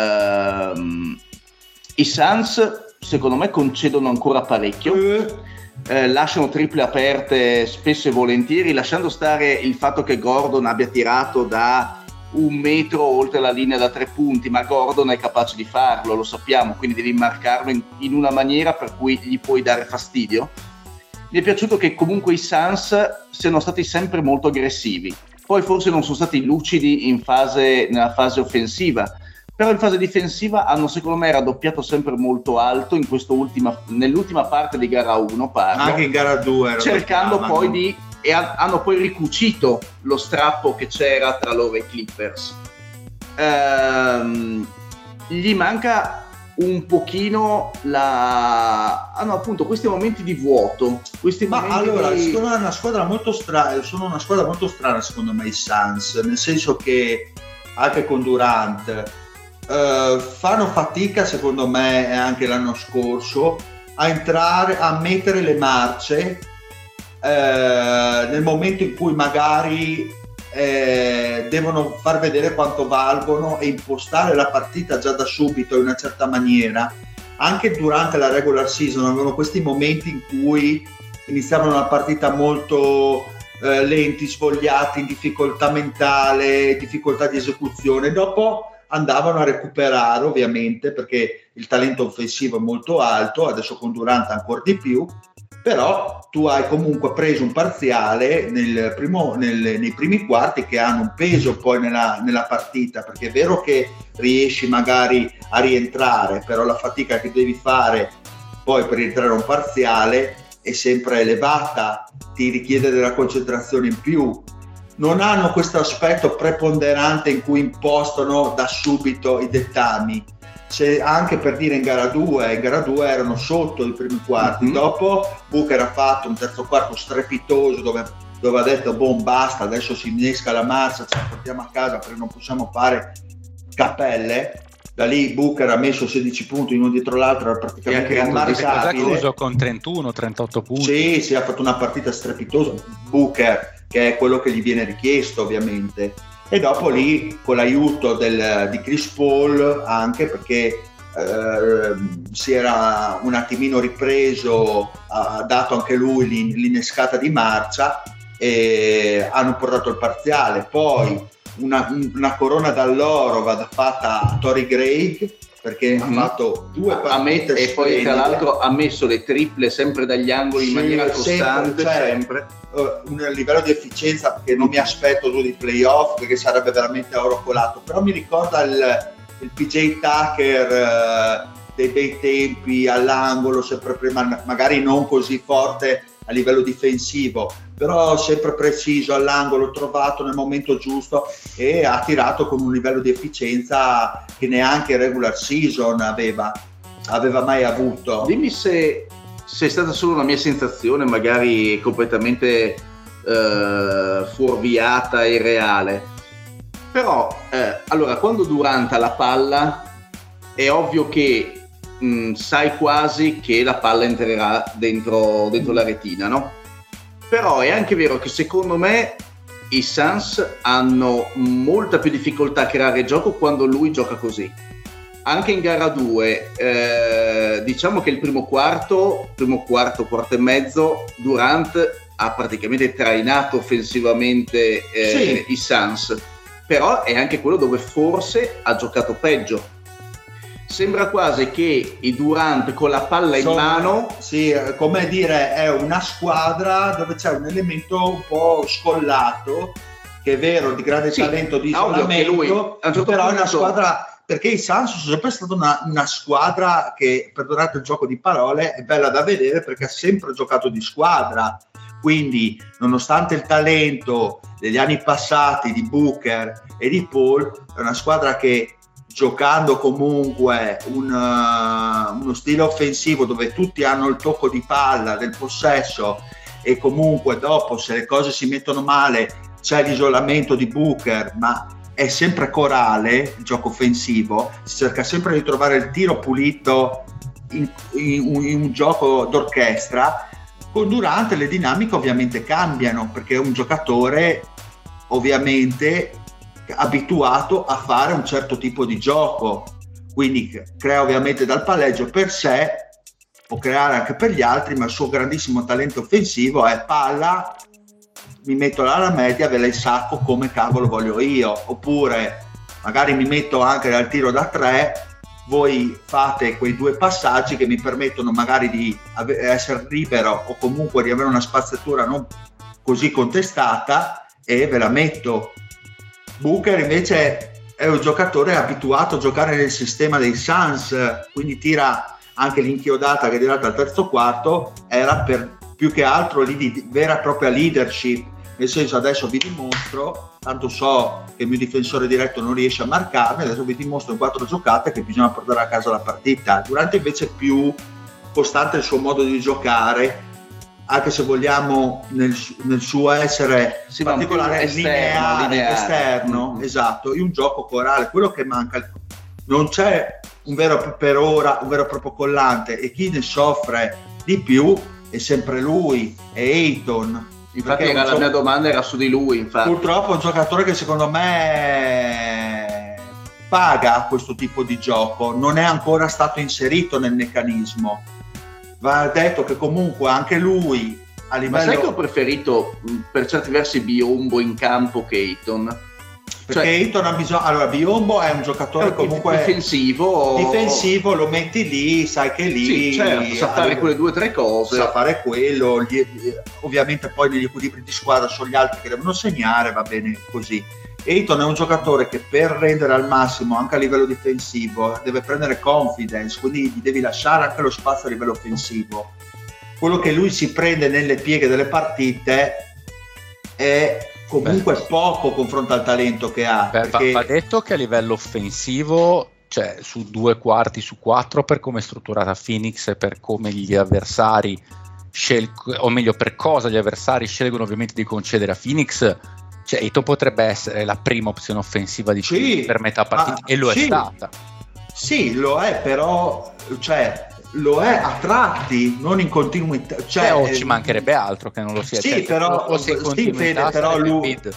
ehm, i Suns secondo me concedono ancora parecchio, eh, lasciano triple aperte spesso e volentieri, lasciando stare il fatto che Gordon abbia tirato da un metro oltre la linea da tre punti, ma Gordon è capace di farlo, lo sappiamo, quindi devi marcarlo in, in una maniera per cui gli puoi dare fastidio. Mi è piaciuto che comunque i Suns siano stati sempre molto aggressivi, poi forse non sono stati lucidi in fase, nella fase offensiva, però in fase difensiva hanno secondo me raddoppiato sempre molto alto in quest'ultima, nell'ultima parte di gara uno, parlo, anche in gara due, cercando poi di, e ha, hanno poi ricucito lo strappo che c'era tra loro e i Clippers. Ehm, gli manca un pochino la ah no, appunto questi momenti di vuoto, questi ma momenti allora di... sono una squadra molto strana, sono una squadra molto strana secondo me i Suns, nel senso che anche con Durant eh, fanno fatica, secondo me, anche l'anno scorso, a entrare, a mettere le marce eh, nel momento in cui magari Eh, devono far vedere quanto valgono e impostare la partita già da subito in una certa maniera. Anche durante la regular season avevano questi momenti in cui iniziavano la partita molto eh, lenti, svogliati, in difficoltà mentale, difficoltà di esecuzione, dopo andavano a recuperare, ovviamente, perché il talento offensivo è molto alto, adesso con Durant ancora di più, però tu hai comunque preso un parziale nel primo, nel, nei primi quarti, che hanno un peso poi nella, nella partita, perché è vero che riesci magari a rientrare, però la fatica che devi fare poi per rientrare a un parziale è sempre elevata, ti richiede della concentrazione in più. non hanno questo aspetto preponderante in cui impostano da subito i dettami. Se anche per dire in gara due, in gara due erano sotto i primi quarti, mm-hmm. dopo Booker ha fatto un terzo quarto strepitoso dove, dove ha detto boh basta, adesso si innesca la marcia, ce la portiamo a casa perché non possiamo fare cappelle. Da lì Booker ha messo sedici punti uno dietro l'altro, era praticamente immarcabile. Ha chiuso con trentuno trentotto punti. Sì, sì, ha fatto una partita strepitosa Booker, che è quello che gli viene richiesto ovviamente. E dopo lì con l'aiuto del, di Chris Paul, anche perché eh, si era un attimino ripreso, ha dato anche lui l'innescata di marcia e hanno portato il parziale. Poi una, una corona d'alloro va fatta a Torrey Craig, perché mm-hmm. ha fatto due partite e poi tra l'altro ha messo le triple sempre dagli angoli sì, in maniera costante, sempre, sempre. Uh, un livello di efficienza che non mi aspetto giù di playoff, perché sarebbe veramente oro colato, però mi ricorda il, il P J Tucker uh, dei bei tempi all'angolo, sempre prima, magari non così forte a livello difensivo, però sempre preciso all'angolo, trovato nel momento giusto e ha tirato con un livello di efficienza che neanche regular season aveva, aveva mai avuto. Dimmi se, se è stata solo una mia sensazione, magari completamente eh, fuorviata e irreale, però eh, allora quando Durant ha la palla è ovvio che mh, sai quasi che la palla entrerà dentro, dentro la retina, no? Però è anche vero che secondo me i Suns hanno molta più difficoltà a creare gioco quando lui gioca così. Anche in gara due, eh, diciamo che il primo quarto, primo quarto, quarto e mezzo, Durant ha praticamente trainato offensivamente eh, sì. i Suns, però è anche quello dove forse ha giocato peggio. Sembra quasi che i Durant con la palla in Insomma, mano, sì, come dire, è una squadra dove c'è un elemento un po' scollato, che è vero, di grande sì, talento, di isolamento, lui, certo però è una squadra, perché i Suns sono sempre stata una, una squadra che, perdonate il gioco di parole, è bella da vedere perché ha sempre giocato di squadra. Quindi, nonostante il talento degli anni passati di Booker e di Paul, è una squadra che, giocando comunque un, uh, uno stile offensivo dove tutti hanno il tocco di palla del possesso e comunque dopo se le cose si mettono male c'è l'isolamento di Booker, ma è sempre corale il gioco offensivo, si cerca sempre di trovare il tiro pulito in, in, in un gioco d'orchestra. Con Durant le dinamiche ovviamente cambiano, perché è un giocatore ovviamente abituato a fare un certo tipo di gioco, quindi crea ovviamente dal palleggio per sé, può creare anche per gli altri, ma il suo grandissimo talento offensivo è palla, mi metto alla media, ve la sacco come cavolo voglio io, oppure magari mi metto anche dal tiro da tre, voi fate quei due passaggi che mi permettono magari di essere libero o comunque di avere una spaziatura non così contestata e ve la metto. Booker invece è un giocatore abituato a giocare nel sistema dei Suns, quindi tira anche l'inchiodata che è tirata al terzo quarto, era per più che altro lì di vera e propria leadership, nel senso adesso vi dimostro, tanto so che il mio difensore diretto non riesce a marcarmi, adesso vi dimostro in quattro giocate che bisogna portare a casa la partita. Durante invece è più costante il suo modo di giocare, anche se vogliamo nel, nel suo essere sì, particolare esterno, lineare, lineare. esterno, mm-hmm. esatto, in un gioco corale, quello che manca, non c'è un vero per ora, un vero e proprio collante, e chi ne soffre di più è sempre lui, è Ayton. Infatti era la gio- mia domanda era su di lui, infatti. Purtroppo è un giocatore che secondo me paga questo tipo di gioco, non è ancora stato inserito nel meccanismo. Va detto che comunque anche lui a livello... Ma sai che ho preferito per certi versi Biyombo in campo che Ayton? Perché cioè, Ayton ha bisogno... Allora, Biyombo è un giocatore comunque... Difensivo. Difensivo, lo metti lì, sai che lì... Sì, certo, sa fare quelle due o tre cose. Sa fare quello. Gli, ovviamente poi negli equilibri di squadra sono gli altri che devono segnare, va bene così. Ayton è un giocatore che per rendere al massimo anche a livello difensivo deve prendere confidence, quindi gli devi lasciare anche lo spazio a livello offensivo. Quello che lui si prende nelle pieghe delle partite è comunque Beh, poco confronto al talento che ha. Beh, perché... va, va detto che a livello offensivo, cioè su due quarti su quattro, per come è strutturata Phoenix e per come gli avversari scelgono, o meglio per cosa gli avversari scelgono ovviamente di concedere a Phoenix, cioè Ayton potrebbe essere la prima opzione offensiva di sì, per metà partita, e lo sì, è stata. Sì, lo è, però cioè lo è a tratti, non in continuità. Cioè, eh, o ci mancherebbe altro che non lo sia. Sì, cioè, però, fosse in sì, continuità, Fede, però lui... Embiid.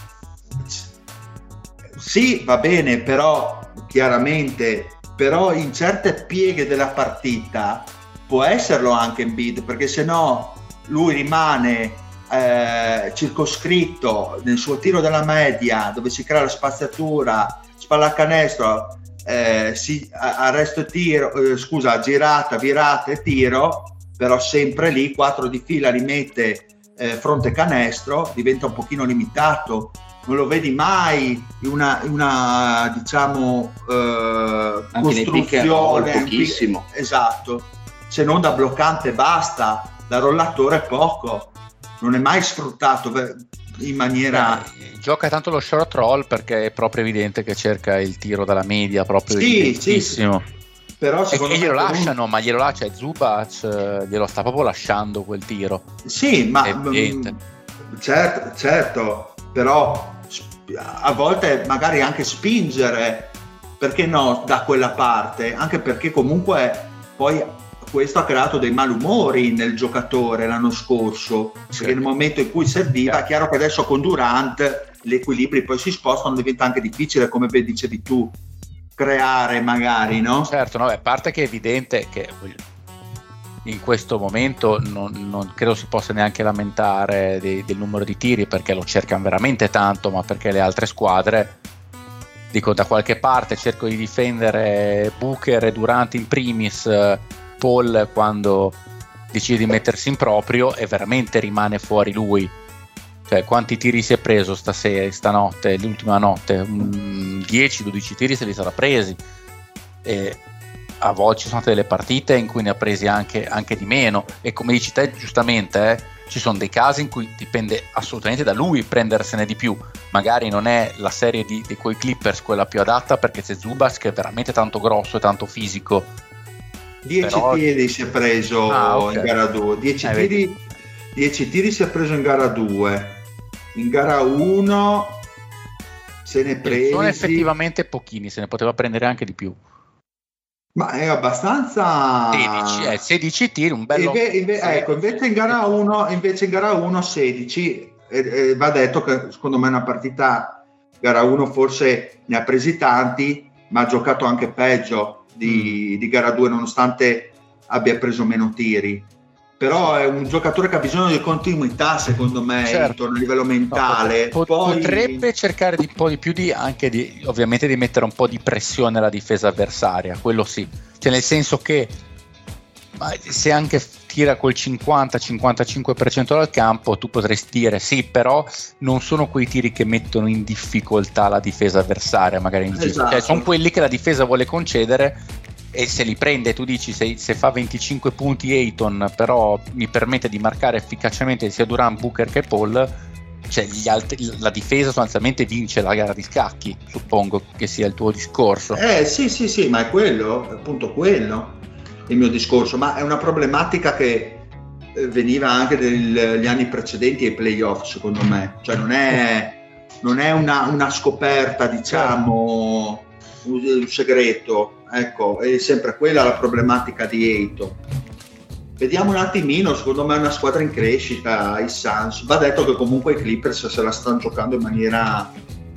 Sì, va bene, però chiaramente, però in certe pieghe della partita può esserlo anche Embiid, perché se no lui rimane eh, circoscritto nel suo tiro della media, dove si crea la spaziatura, spallacanestro, eh, si, arresto e tiro, eh, scusa, girata, virata e tiro, però sempre lì, quattro di fila li mette eh, fronte canestro, diventa un pochino limitato. Non lo vedi mai in una, una diciamo eh, costruzione, pochissimo. Esatto, se non da bloccante basta, da rollatore poco, non è mai sfruttato per, in maniera... Beh, gioca tanto lo short roll perché è proprio evidente che cerca il tiro dalla media, proprio sì, sì, sì. Però e, e glielo me lasciano, un... ma glielo lascia Zubac, glielo sta proprio lasciando quel tiro. Sì, ma mh, certo, certo, però a volte magari anche spingere, perché no, da quella parte, anche perché comunque poi questo ha creato dei malumori nel giocatore l'anno scorso, sì. Perché nel momento in cui serviva, è chiaro che adesso con Durant gli equilibri poi si spostano, diventa anche difficile, come ben dicevi tu, creare magari, no? Certo, no, a parte che è evidente che in questo momento non, non credo si possa neanche lamentare di, del numero di tiri, perché lo cercano veramente tanto, ma perché le altre squadre, dico, da qualche parte cerco di difendere Booker e Durant in primis, Paul quando decide di mettersi in proprio e veramente rimane fuori lui. Cioè, quanti tiri si è preso stasera, stanotte, l'ultima notte? dieci dodici tiri se li sarà presi, e a volte ci sono state delle partite in cui ne ha presi anche, anche di meno, e come dici te giustamente, eh, ci sono dei casi in cui dipende assolutamente da lui prendersene di più. Magari non è la serie di, di quei Clippers quella più adatta, perché c'è Zubac che è veramente tanto grosso e tanto fisico. dieci Però... tiri si è preso ah, okay. in gara due, dieci eh, tiri, dieci tiri si è preso in gara due, in gara uno se ne presi. Sono effettivamente pochini, se ne poteva prendere anche di più. Ma è abbastanza sedici, eh, sedici tiri, un bello inve, inve, ecco, invece in gara uno invece in gara uno sedici, e, e va detto che secondo me è una partita, gara uno forse ne ha presi tanti, ma ha giocato anche peggio di, mm. di gara due, nonostante abbia preso meno tiri. Però è un giocatore che ha bisogno di continuità, secondo me, certo. a livello mentale. No, Poi... potrebbe cercare di un po' di più di anche di, ovviamente, di mettere un po' di pressione alla difesa avversaria, quello sì. Cioè, nel senso che ma se anche tira col cinquanta cinquantacinque per cento dal campo, tu potresti dire sì, però non sono quei tiri che mettono in difficoltà la difesa avversaria, magari in esatto. Cioè, sono quelli che la difesa vuole concedere. E se li prende, tu dici, se, se fa venticinque punti Ayton, però mi permette di marcare efficacemente sia Durant, Booker che Paul, cioè gli altri, la difesa sostanzialmente vince la gara di scacchi, suppongo che sia il tuo discorso. Eh sì sì sì, ma è quello, è appunto quello il mio discorso, ma è una problematica che veniva anche negli anni precedenti ai playoff, secondo me, cioè non è, non è una, una scoperta, diciamo, un, un segreto. Ecco, è sempre quella la problematica di Ayton. Vediamo un attimino, secondo me è una squadra in crescita, i Suns. Va detto che comunque i Clippers se la stanno giocando in maniera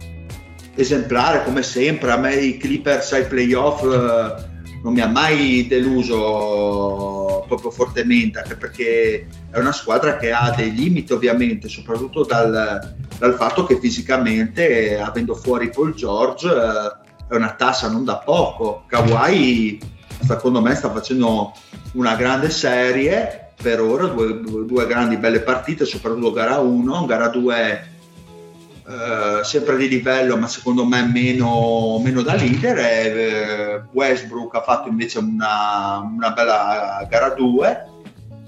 esemplare, come sempre. A me i Clippers ai playoff eh, non mi ha mai deluso proprio fortemente, anche perché è una squadra che ha dei limiti, ovviamente, soprattutto dal, dal fatto che fisicamente, avendo fuori Paul George, eh, è una tassa non da poco. Kawhi secondo me sta facendo una grande serie per ora, due, due, due grandi belle partite, soprattutto gara uno, gara due eh, sempre di livello, ma secondo me meno, meno da leader, e eh, Westbrook ha fatto invece una, una bella gara due,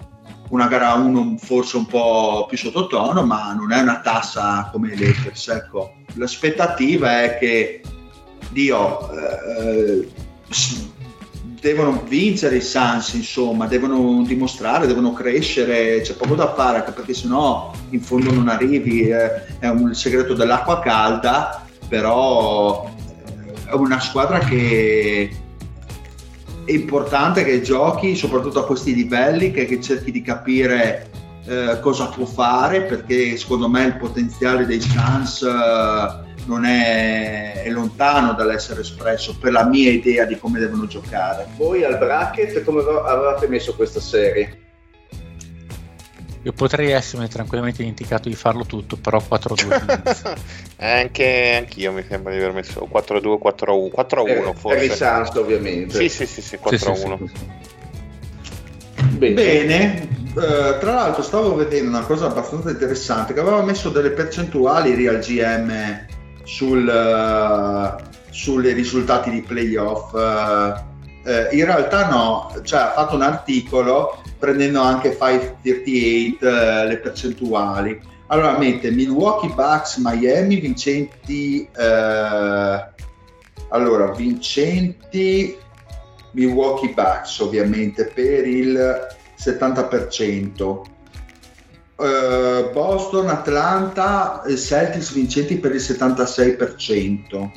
una gara uno forse un po' più sottotono, ma non è una tassa come i Lakers, ecco. L'aspettativa è che Dio eh, devono vincere i Suns, insomma, devono dimostrare, devono crescere, c'è poco da fare, anche perché sennò in fondo non arrivi, eh, è un il segreto dell'acqua calda, però è una squadra che è importante che giochi soprattutto a questi livelli, che, che cerchi di capire eh, cosa può fare, perché secondo me il potenziale dei Suns eh, non è, è lontano dall'essere espresso per la mia idea di come devono giocare. Voi al bracket come avevate messo questa serie? Io potrei essermi tranquillamente dimenticato di farlo tutto, però quattro a due anche anch'io mi sembra di aver messo quattro a due, quattro a uno, quattro a uno forse. Per i Suns ovviamente. Sì, sì, sì, sì, quattro a uno. Sì, sì, sì. Bene, Bene. Uh, tra l'altro stavo vedendo una cosa abbastanza interessante, che aveva messo delle percentuali Real G M sul, uh, sui risultati di playoff. Uh, uh, in realtà no, cioè ha fatto un articolo prendendo anche cinquecentotrentotto uh, le percentuali. Allora mette Milwaukee Bucks, Miami vincenti, uh, allora vincenti Milwaukee Bucks ovviamente per il settanta per cento, uh, Boston, Atlanta, Celtics vincenti per il settantasei per cento,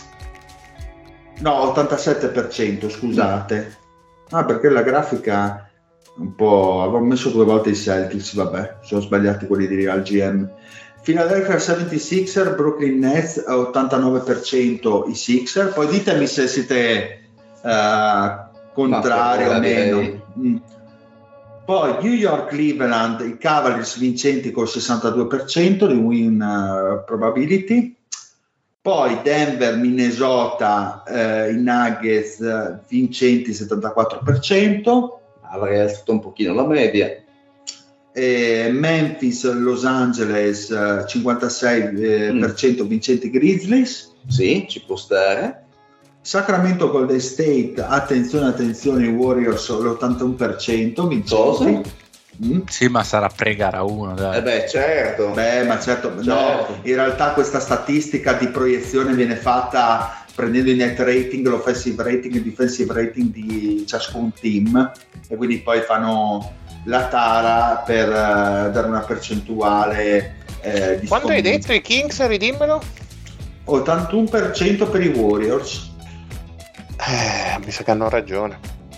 no ottantasette per cento scusate, ah perché la grafica un po', avevo messo due volte i Celtics, vabbè sono sbagliati quelli di Real G M. Philadelphia settantasei, Brooklyn Nets ottantanove per cento i Sixers, poi ditemi se siete Uh, contrario o meno. Mm. Poi New York, Cleveland, i Cavaliers vincenti col sessantadue per cento di win uh, probability. Poi Denver, Minnesota, uh, i Nuggets uh, vincenti settantaquattro per cento. Avrei alzato un pochino la media. E Memphis, Los Angeles uh, cinquantasei per cento mm. vincenti Grizzlies. Sì, ci può stare. Sacramento, Golden State, attenzione attenzione, i Warriors l'ottantuno per cento vincenti. Mm. Sì, ma sarà pre-gara uno, dai. Eh beh, certo. Beh, ma certo, certo. No, in realtà questa statistica di proiezione viene fatta prendendo i net rating, l'offensive rating e il defensive rating di ciascun team, e quindi poi fanno la tara per uh, dare una percentuale eh, di quanto hai detto i Kings, ridimmelo? ottantuno per cento per i Warriors. Eh, mi sa che hanno ragione.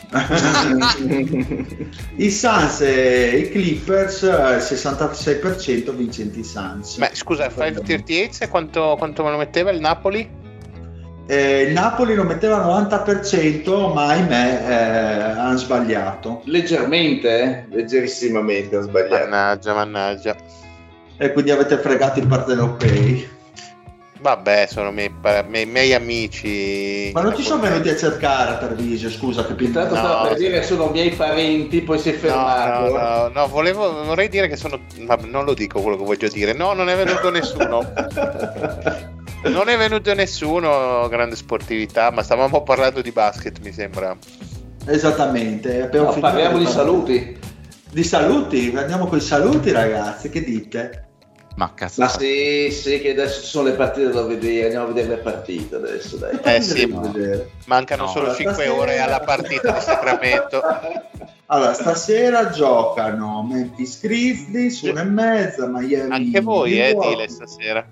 I Suns e i Clippers sessantasei per cento vincenti i Suns. Beh, scusa, cinquecentotrentotto quanto, quanto me lo metteva il Napoli? Eh, il Napoli lo metteva al novanta per cento, ma ahimè eh, hanno sbagliato leggermente, eh? leggerissimamente hanno sbagliato. Mannaggia, mannaggia. E quindi avete fregato i partenopei. Vabbè, sono miei, miei, miei amici. Ma non ti sono venuti a cercare a Tarvisio, scusa, che intanto no, stavo per dire sono miei parenti, poi si è fermato. No, no, no, volevo, vorrei dire che sono, ma non lo dico quello che voglio dire. No, non è venuto nessuno. Non è venuto nessuno, grande sportività, ma stavamo parlando di basket, mi sembra. Esattamente. No, parliamo di saluti. Di saluti, andiamo con i saluti, ragazzi, che dite? Ma cazzo. Ma sì, sì, che adesso ci sono le partite da vedere, andiamo a vedere le partite adesso, dai. Eh sì, no. Mancano no, solo cinque stasera... ore alla partita di Sacramento. Allora, stasera giocano Memphis Grizzlies, una e mezza, Miami. Anche voi, eh, Dile, stasera.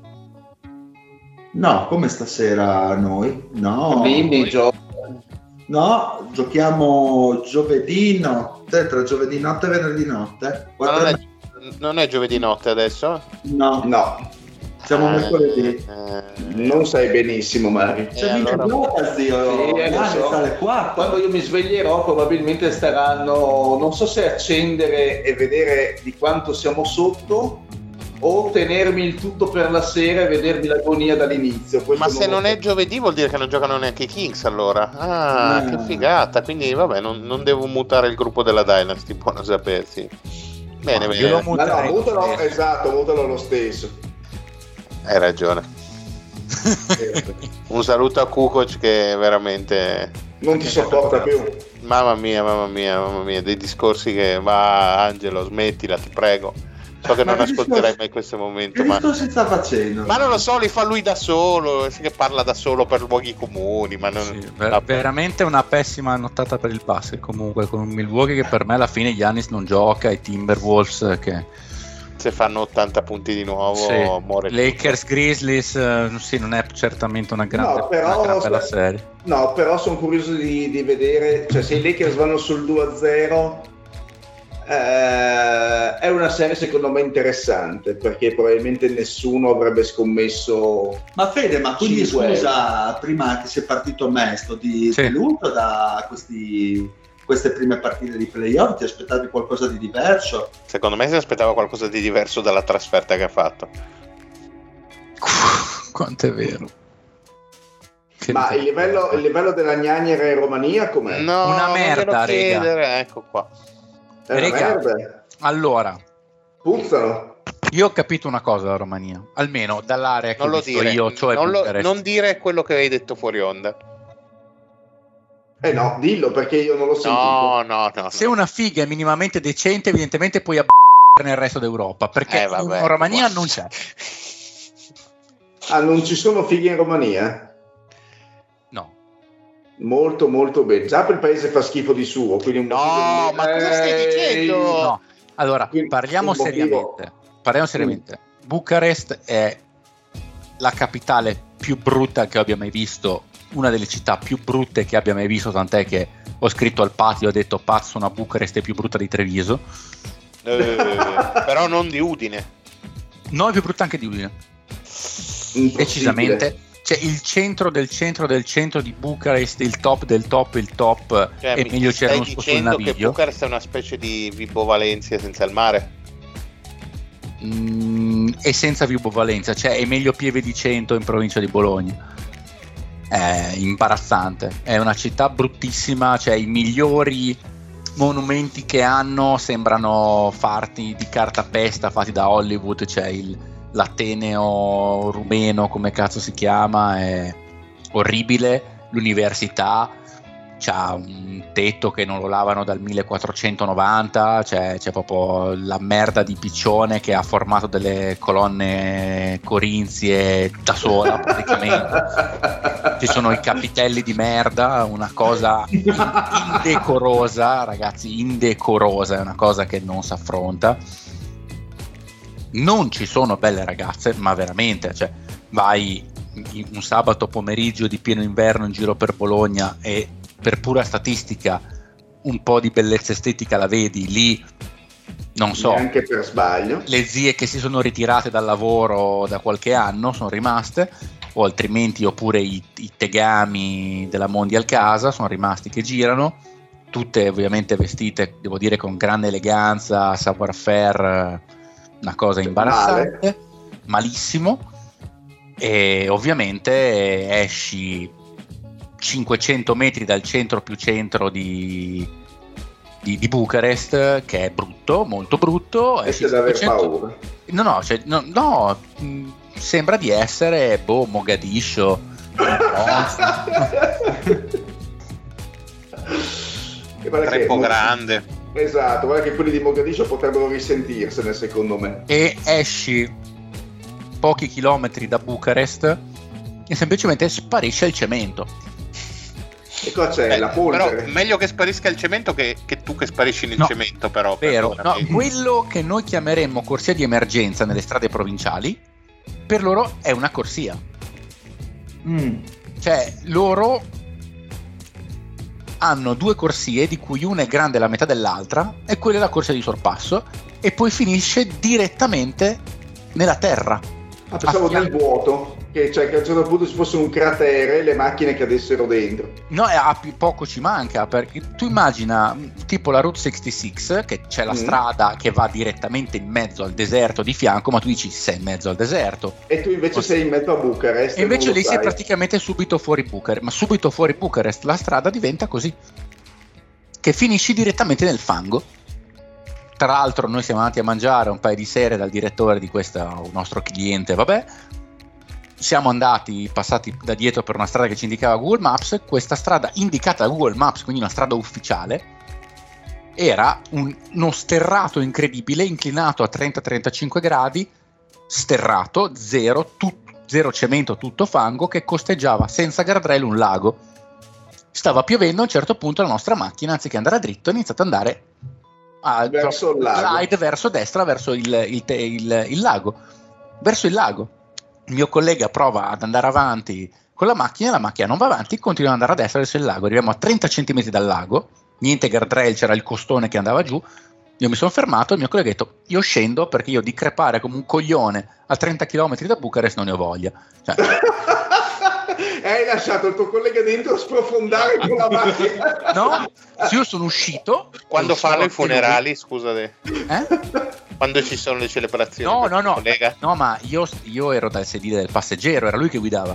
No, come stasera noi? No. Quindi gio- no, giochiamo giovedì notte, tra giovedì notte e venerdì notte. Non è, non è giovedì notte adesso? No. No. Siamo eh, mercoledì. Eh, non sai benissimo, Mario. C'è eh, allora... blocca, zio. Sì, eh, lo so. Alle quattro. Quando io mi sveglierò probabilmente staranno, non so se accendere e vedere di quanto siamo sotto o tenermi il tutto per la sera e vedermi l'agonia dall'inizio. Questo ma se non, non è giovedì vuol dire che non giocano neanche i Kings allora. Ah, ah. Che figata. Quindi vabbè, non, non devo mutare il gruppo della Dynasty, buono sapersi. Bene, no, bene. Lo ma no, mutalo, esatto, mutalo lo stesso. Hai ragione. Un saluto a Kukoc che veramente non ti sopporta più. Mamma mia, mamma mia, mamma mia, dei discorsi che va Angelo, smettila, ti prego. So che ma non ascolterai discorsi, mai questo momento, che ma discorsi sta facendo? ma non lo so, li fa lui da solo, che parla da solo per luoghi comuni, ma non... Sì, ver- veramente una pessima nottata per il basket comunque, con un Milwaukee che per me alla fine Giannis non gioca, i Timberwolves che se fanno ottanta punti di nuovo, sì. muore Lakers, tutto. Grizzlies, eh, sì, non è certamente una grande, No, però, una gran bella aspetta, serie. No, però sono curioso di, di vedere, cioè se i Lakers vanno sul due a zero eh, è una serie secondo me interessante, perché probabilmente nessuno avrebbe scommesso. Ma Fede, ma quindi cinque. scusa, prima che sei partito mesto, ti Sì. deluso da questi, queste prime partite di playoff? Ti aspettavi qualcosa di diverso? Secondo me si aspettava qualcosa di diverso dalla trasferta che ha fatto. Quanto è vero. Che Ma il livello, il livello della gnagnera in Romania com'è? No, Una non merda, glielo rega. chiedere, ecco qua. È una Rega. merda. Allora, Puzzano. io ho capito una cosa dalla Romania, almeno dall'area che Non ho lo visto dire, io, cioè non, lo- Bucarest. non dire quello che avevi detto fuori onda. Eh no, dillo perché io non l'ho sentito. No, no, no. Se no. una figa è minimamente decente, evidentemente puoi ab- nel resto d'Europa, perché Eh, vabbè, in Romania guarda. non c'è. Ah, non ci sono fighe in Romania? No. Molto molto bene. Già per il paese fa schifo di suo, quindi un No, motivo- ma cosa stai Ehi, dicendo? No. Allora, Quindi, parliamo un motivo- seriamente. Parliamo seriamente. Bucarest è la capitale più brutta che abbia mai visto, una delle città più brutte che abbia mai visto, tant'è che ho scritto al patio, ho detto pazzo, una Bucarest è più brutta di Treviso. Eh, però non di Udine. No, è più brutta anche di Udine. Impossibile. Decisamente. C'è il centro del centro del centro di Bucarest, il top del top, il top, Cioè, e mi meglio stai c'era uno sul dicendo che naviglio. Bucarest è una specie di Vibo Valencia senza il mare? Mm, e senza Vibo Valenza, cioè è meglio Pieve di Cento in provincia di Bologna. È imbarazzante, è una città bruttissima, cioè i migliori monumenti che hanno sembrano farti di cartapesta, fatti da Hollywood, cioè il, l'Ateneo rumeno, come cazzo si chiama, è orribile. L'università c'ha un tetto che non lo lavano dal millequattrocentonovanta, cioè c'è proprio la merda di piccione che ha formato delle colonne corinzie da sola praticamente. Ci sono i capitelli di merda, una cosa indecorosa, ragazzi, indecorosa, è una cosa che non si affronta. Non ci sono belle ragazze, ma veramente, cioè vai un sabato pomeriggio di pieno inverno in giro per Bologna e per pura statistica un po' di bellezza estetica la vedi lì, non so, Anche per sbaglio. le zie che si sono ritirate dal lavoro da qualche anno sono rimaste, o altrimenti oppure i, i tegami della Mondial Casa sono rimasti che girano, tutte ovviamente vestite, devo dire, con grande eleganza, savoir faire, una cosa imbarazzante, Male. malissimo. E ovviamente esci cinquecento metri dal centro più centro di, di, di Bucarest, che è brutto, molto brutto. E esci c'è da aver cinquecento paura. No, no, cioè, no, no, mh, sembra di essere boh, Mogadiscio. E guarda che- Troppo grande. Esatto, guarda che quelli di Mogadiscio potrebbero risentirsene secondo me. E esci pochi chilometri da Bucarest e semplicemente sparisce il cemento. E qua c'è Beh, la polvere. però meglio che sparisca il cemento che, che tu che sparisci nel No, cemento, però. Vero, no, perdonami. quello che noi chiameremmo corsia di emergenza nelle strade provinciali, per loro è una corsia. Mm. Cioè, loro hanno due corsie, di cui una è grande la metà dell'altra, e quella è la corsia di sorpasso, e poi finisce direttamente nella terra. Ah, pensavo A fianco- nel vuoto, che, cioè, che a un certo punto ci fosse un cratere e le macchine cadessero dentro. No, e a pi- poco ci manca, perché tu immagina mh, tipo la Route sessantasei, che c'è la Mm. strada che va direttamente in mezzo al deserto di fianco, ma tu dici sei in mezzo al deserto. E tu invece Forse- sei in mezzo a Bucarest. E invece non lo lì sei sai. praticamente subito fuori Bucarest, ma subito fuori Bucarest la strada diventa così, che finisci direttamente nel fango. Tra l'altro noi siamo andati a mangiare un paio di sere dal direttore di questo nostro cliente, vabbè, siamo andati, passati da dietro per una strada che ci indicava Google Maps. Questa strada indicata da Google Maps, quindi una strada ufficiale, era un, uno sterrato incredibile, inclinato a trenta trentacinque gradi, sterrato, zero, tut, zero cemento, tutto fango, che costeggiava senza guardrail un lago. Stava piovendo, a un certo punto la nostra macchina, anziché andare a dritto, ha iniziato ad andare a, verso il lago, slide verso destra, verso il, il, il, il lago, verso il lago. Il mio collega prova ad andare avanti con la macchina, la macchina non va avanti, continua ad andare a destra verso il lago. Arriviamo a trenta centimetri dal lago, niente guardrail, c'era il costone che andava giù. Io mi sono fermato, il mio collega ha detto: io scendo, perché io di crepare come un coglione a trenta chilometri da Bucarest non ne ho voglia. Cioè, e hai lasciato il tuo collega dentro a sprofondare con la macchina. No, se io sono uscito. Quando fanno i funerali, lui... scusate. Eh? Quando ci sono le celebrazioni. No, no, no. Collega? No, ma io, io ero dal sedile del passeggero, era lui che guidava.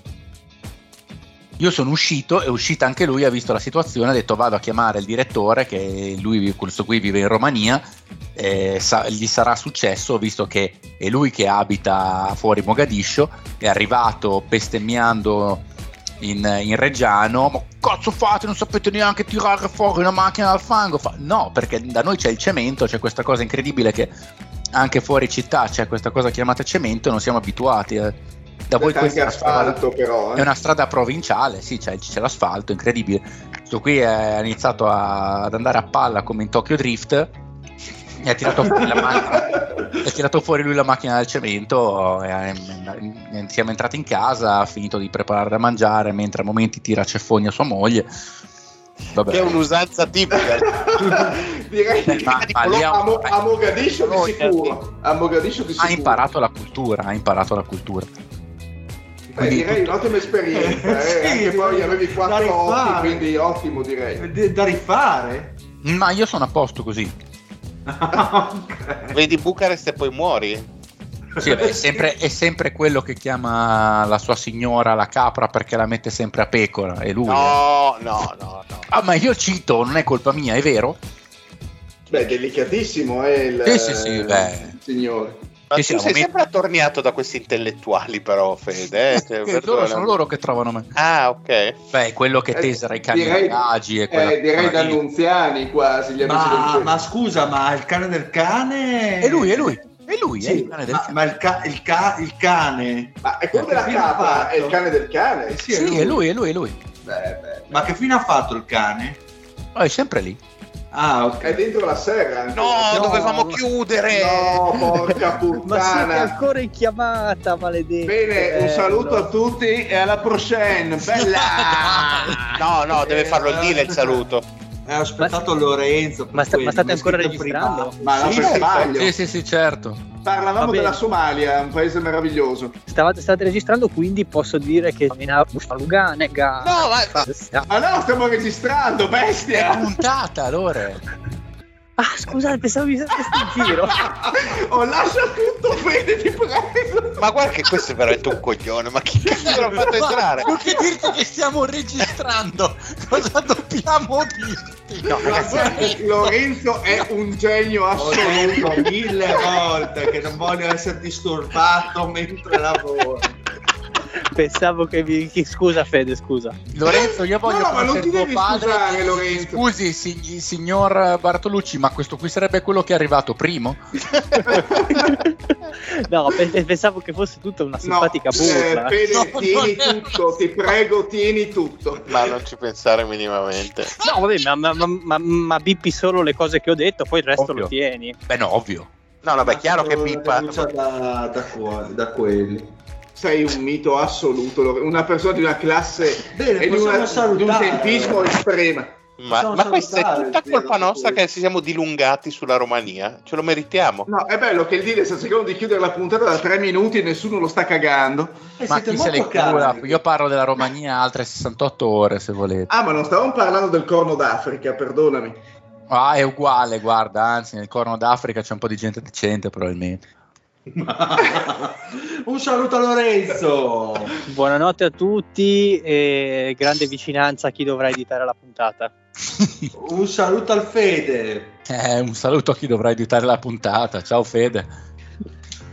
Io sono uscito, è uscita anche lui, ha visto la situazione, ha detto: vado a chiamare il direttore, che lui, questo qui vive in Romania, eh, sa, gli sarà successo, visto che è lui che abita fuori Mogadiscio, è arrivato bestemmiando in, in reggiano: ma cazzo fate, non sapete neanche tirare fuori una macchina dal fango? Fa, no, perché da noi c'è il cemento, c'è questa cosa incredibile che anche fuori città c'è questa cosa chiamata cemento, non siamo abituati a... Da voi questa è una, strada, però, eh. è una strada provinciale, sì, c'è, c'è l'asfalto, incredibile. Questo qui è iniziato a, ad andare a palla come in Tokyo Drift, e ha tirato fuori la macchina, ha tirato fuori lui la macchina del cemento, e, e, e siamo entrati in casa, ha finito di preparare da mangiare, mentre a momenti tira ceffoni a sua moglie. Vabbè. Che è un'usanza tipica. Direi eh, ma, ma lì a, Mo- a Mogadiscio di sicuro. A Mogadiscio di ha sicuro. imparato la cultura, ha imparato la cultura. Beh, direi tutto... un'ottima esperienza, eh. Sì, anche poi avevi quattro occhi, quindi ottimo, direi. Da rifare? Ma io sono a posto così. Okay. Vedi Bucarest e poi muori. Sì, beh, è, sempre, è sempre quello che chiama la sua signora la capra, perché la mette sempre a pecora, è lui. No, eh. no, no, no. Ah, ma io cito, non è colpa mia, è vero? Beh, delicatissimo è il sì, sì, sì, beh. signore. Ma sì, tu sì, sei momenti... sempre attorniato da questi intellettuali, però, Fede. Eh? Cioè, loro, sono loro che trovano me. Ah, ok. Beh, quello che tesera eh, i cani ragagi e eh, direi da Annunziani quasi. Gli ma, ma scusa, ma il cane del cane? È lui, è lui. È lui, sì, è il cane del ma, cane. Ma il, ca- il, ca- il cane. Ma è quello della capra, è il cane del cane? Eh sì, sì, è lui, è lui, è lui. È lui. Beh, beh, ma che fine ha fatto il cane? Oh, è sempre lì. Ah, ok. È dentro la serra. No, no, dovevamo chiudere. No, porca puttana. Ma siete ancora in chiamata, maledetto. Bene, un saluto a tutti e alla prochaine. Bella. No, no, deve farlo il Dile il saluto. Eh, ho aspettato ma, Lorenzo. Ma, sta, ma state ancora registrando? Prima. Ma sì, non per sbaglio. Sì, sì, sì, certo. Parlavamo della Somalia, un paese meraviglioso. Stavate, state registrando, quindi posso dire che Lugane, ga... No, ma... ma no, stiamo registrando, bestia! È puntata, allora. Ah, scusate, pensavo mi stesse in giro. Oh, lascia tutto, Fede, ti prego. Ma guarda che questo è veramente un coglione, ma chi cazzo l'ha fatto entrare? Non che dirti che stiamo registrando, cosa dobbiamo dirti? No, ragazzi, Lorenzo è un genio assoluto. Ho detto mille volte che non voglio essere disturbato mentre lavoro. Pensavo che vi... Scusa Fede, scusa. Lorenzo, io voglio no, ma non ti tuo devi padre. Scusare, Lorenzo. Scusi, si, signor Bartolucci, ma questo qui sarebbe quello che è arrivato primo? No, pensavo che fosse tutta una simpatica no, burla. Eh, Fede, no, tieni tutto, ti prego, tieni tutto. Ma non ci pensare minimamente. No, vabbè, ma, ma, ma, ma, ma bippi solo le cose che ho detto, poi il resto ovvio. Lo tieni. Beh, no, ovvio. No, vabbè, chiaro che bippa. Da, da, qua, da quelli. Sei un mito assoluto, una persona di una classe Bene, e di, una, di un tempismo estremo. Ma, ma questa è tutta colpa nostra che ci siamo dilungati sulla Romania, ce lo meritiamo. No, è bello che il Dile sta cercando di chiudere la puntata da tre minuti e nessuno lo sta cagando. Eh, ma chi se le cura? Io parlo della Romania altre sessantotto ore, se volete. Ah, ma non stavamo parlando del Corno d'Africa, perdonami. Ah, è uguale, guarda, anzi nel Corno d'Africa c'è un po' di gente decente probabilmente. Un saluto a Lorenzo. Buonanotte a tutti e grande vicinanza a chi dovrà editare la puntata. Un saluto al Fede. Eh, un saluto a chi dovrà editare la puntata. Ciao Fede.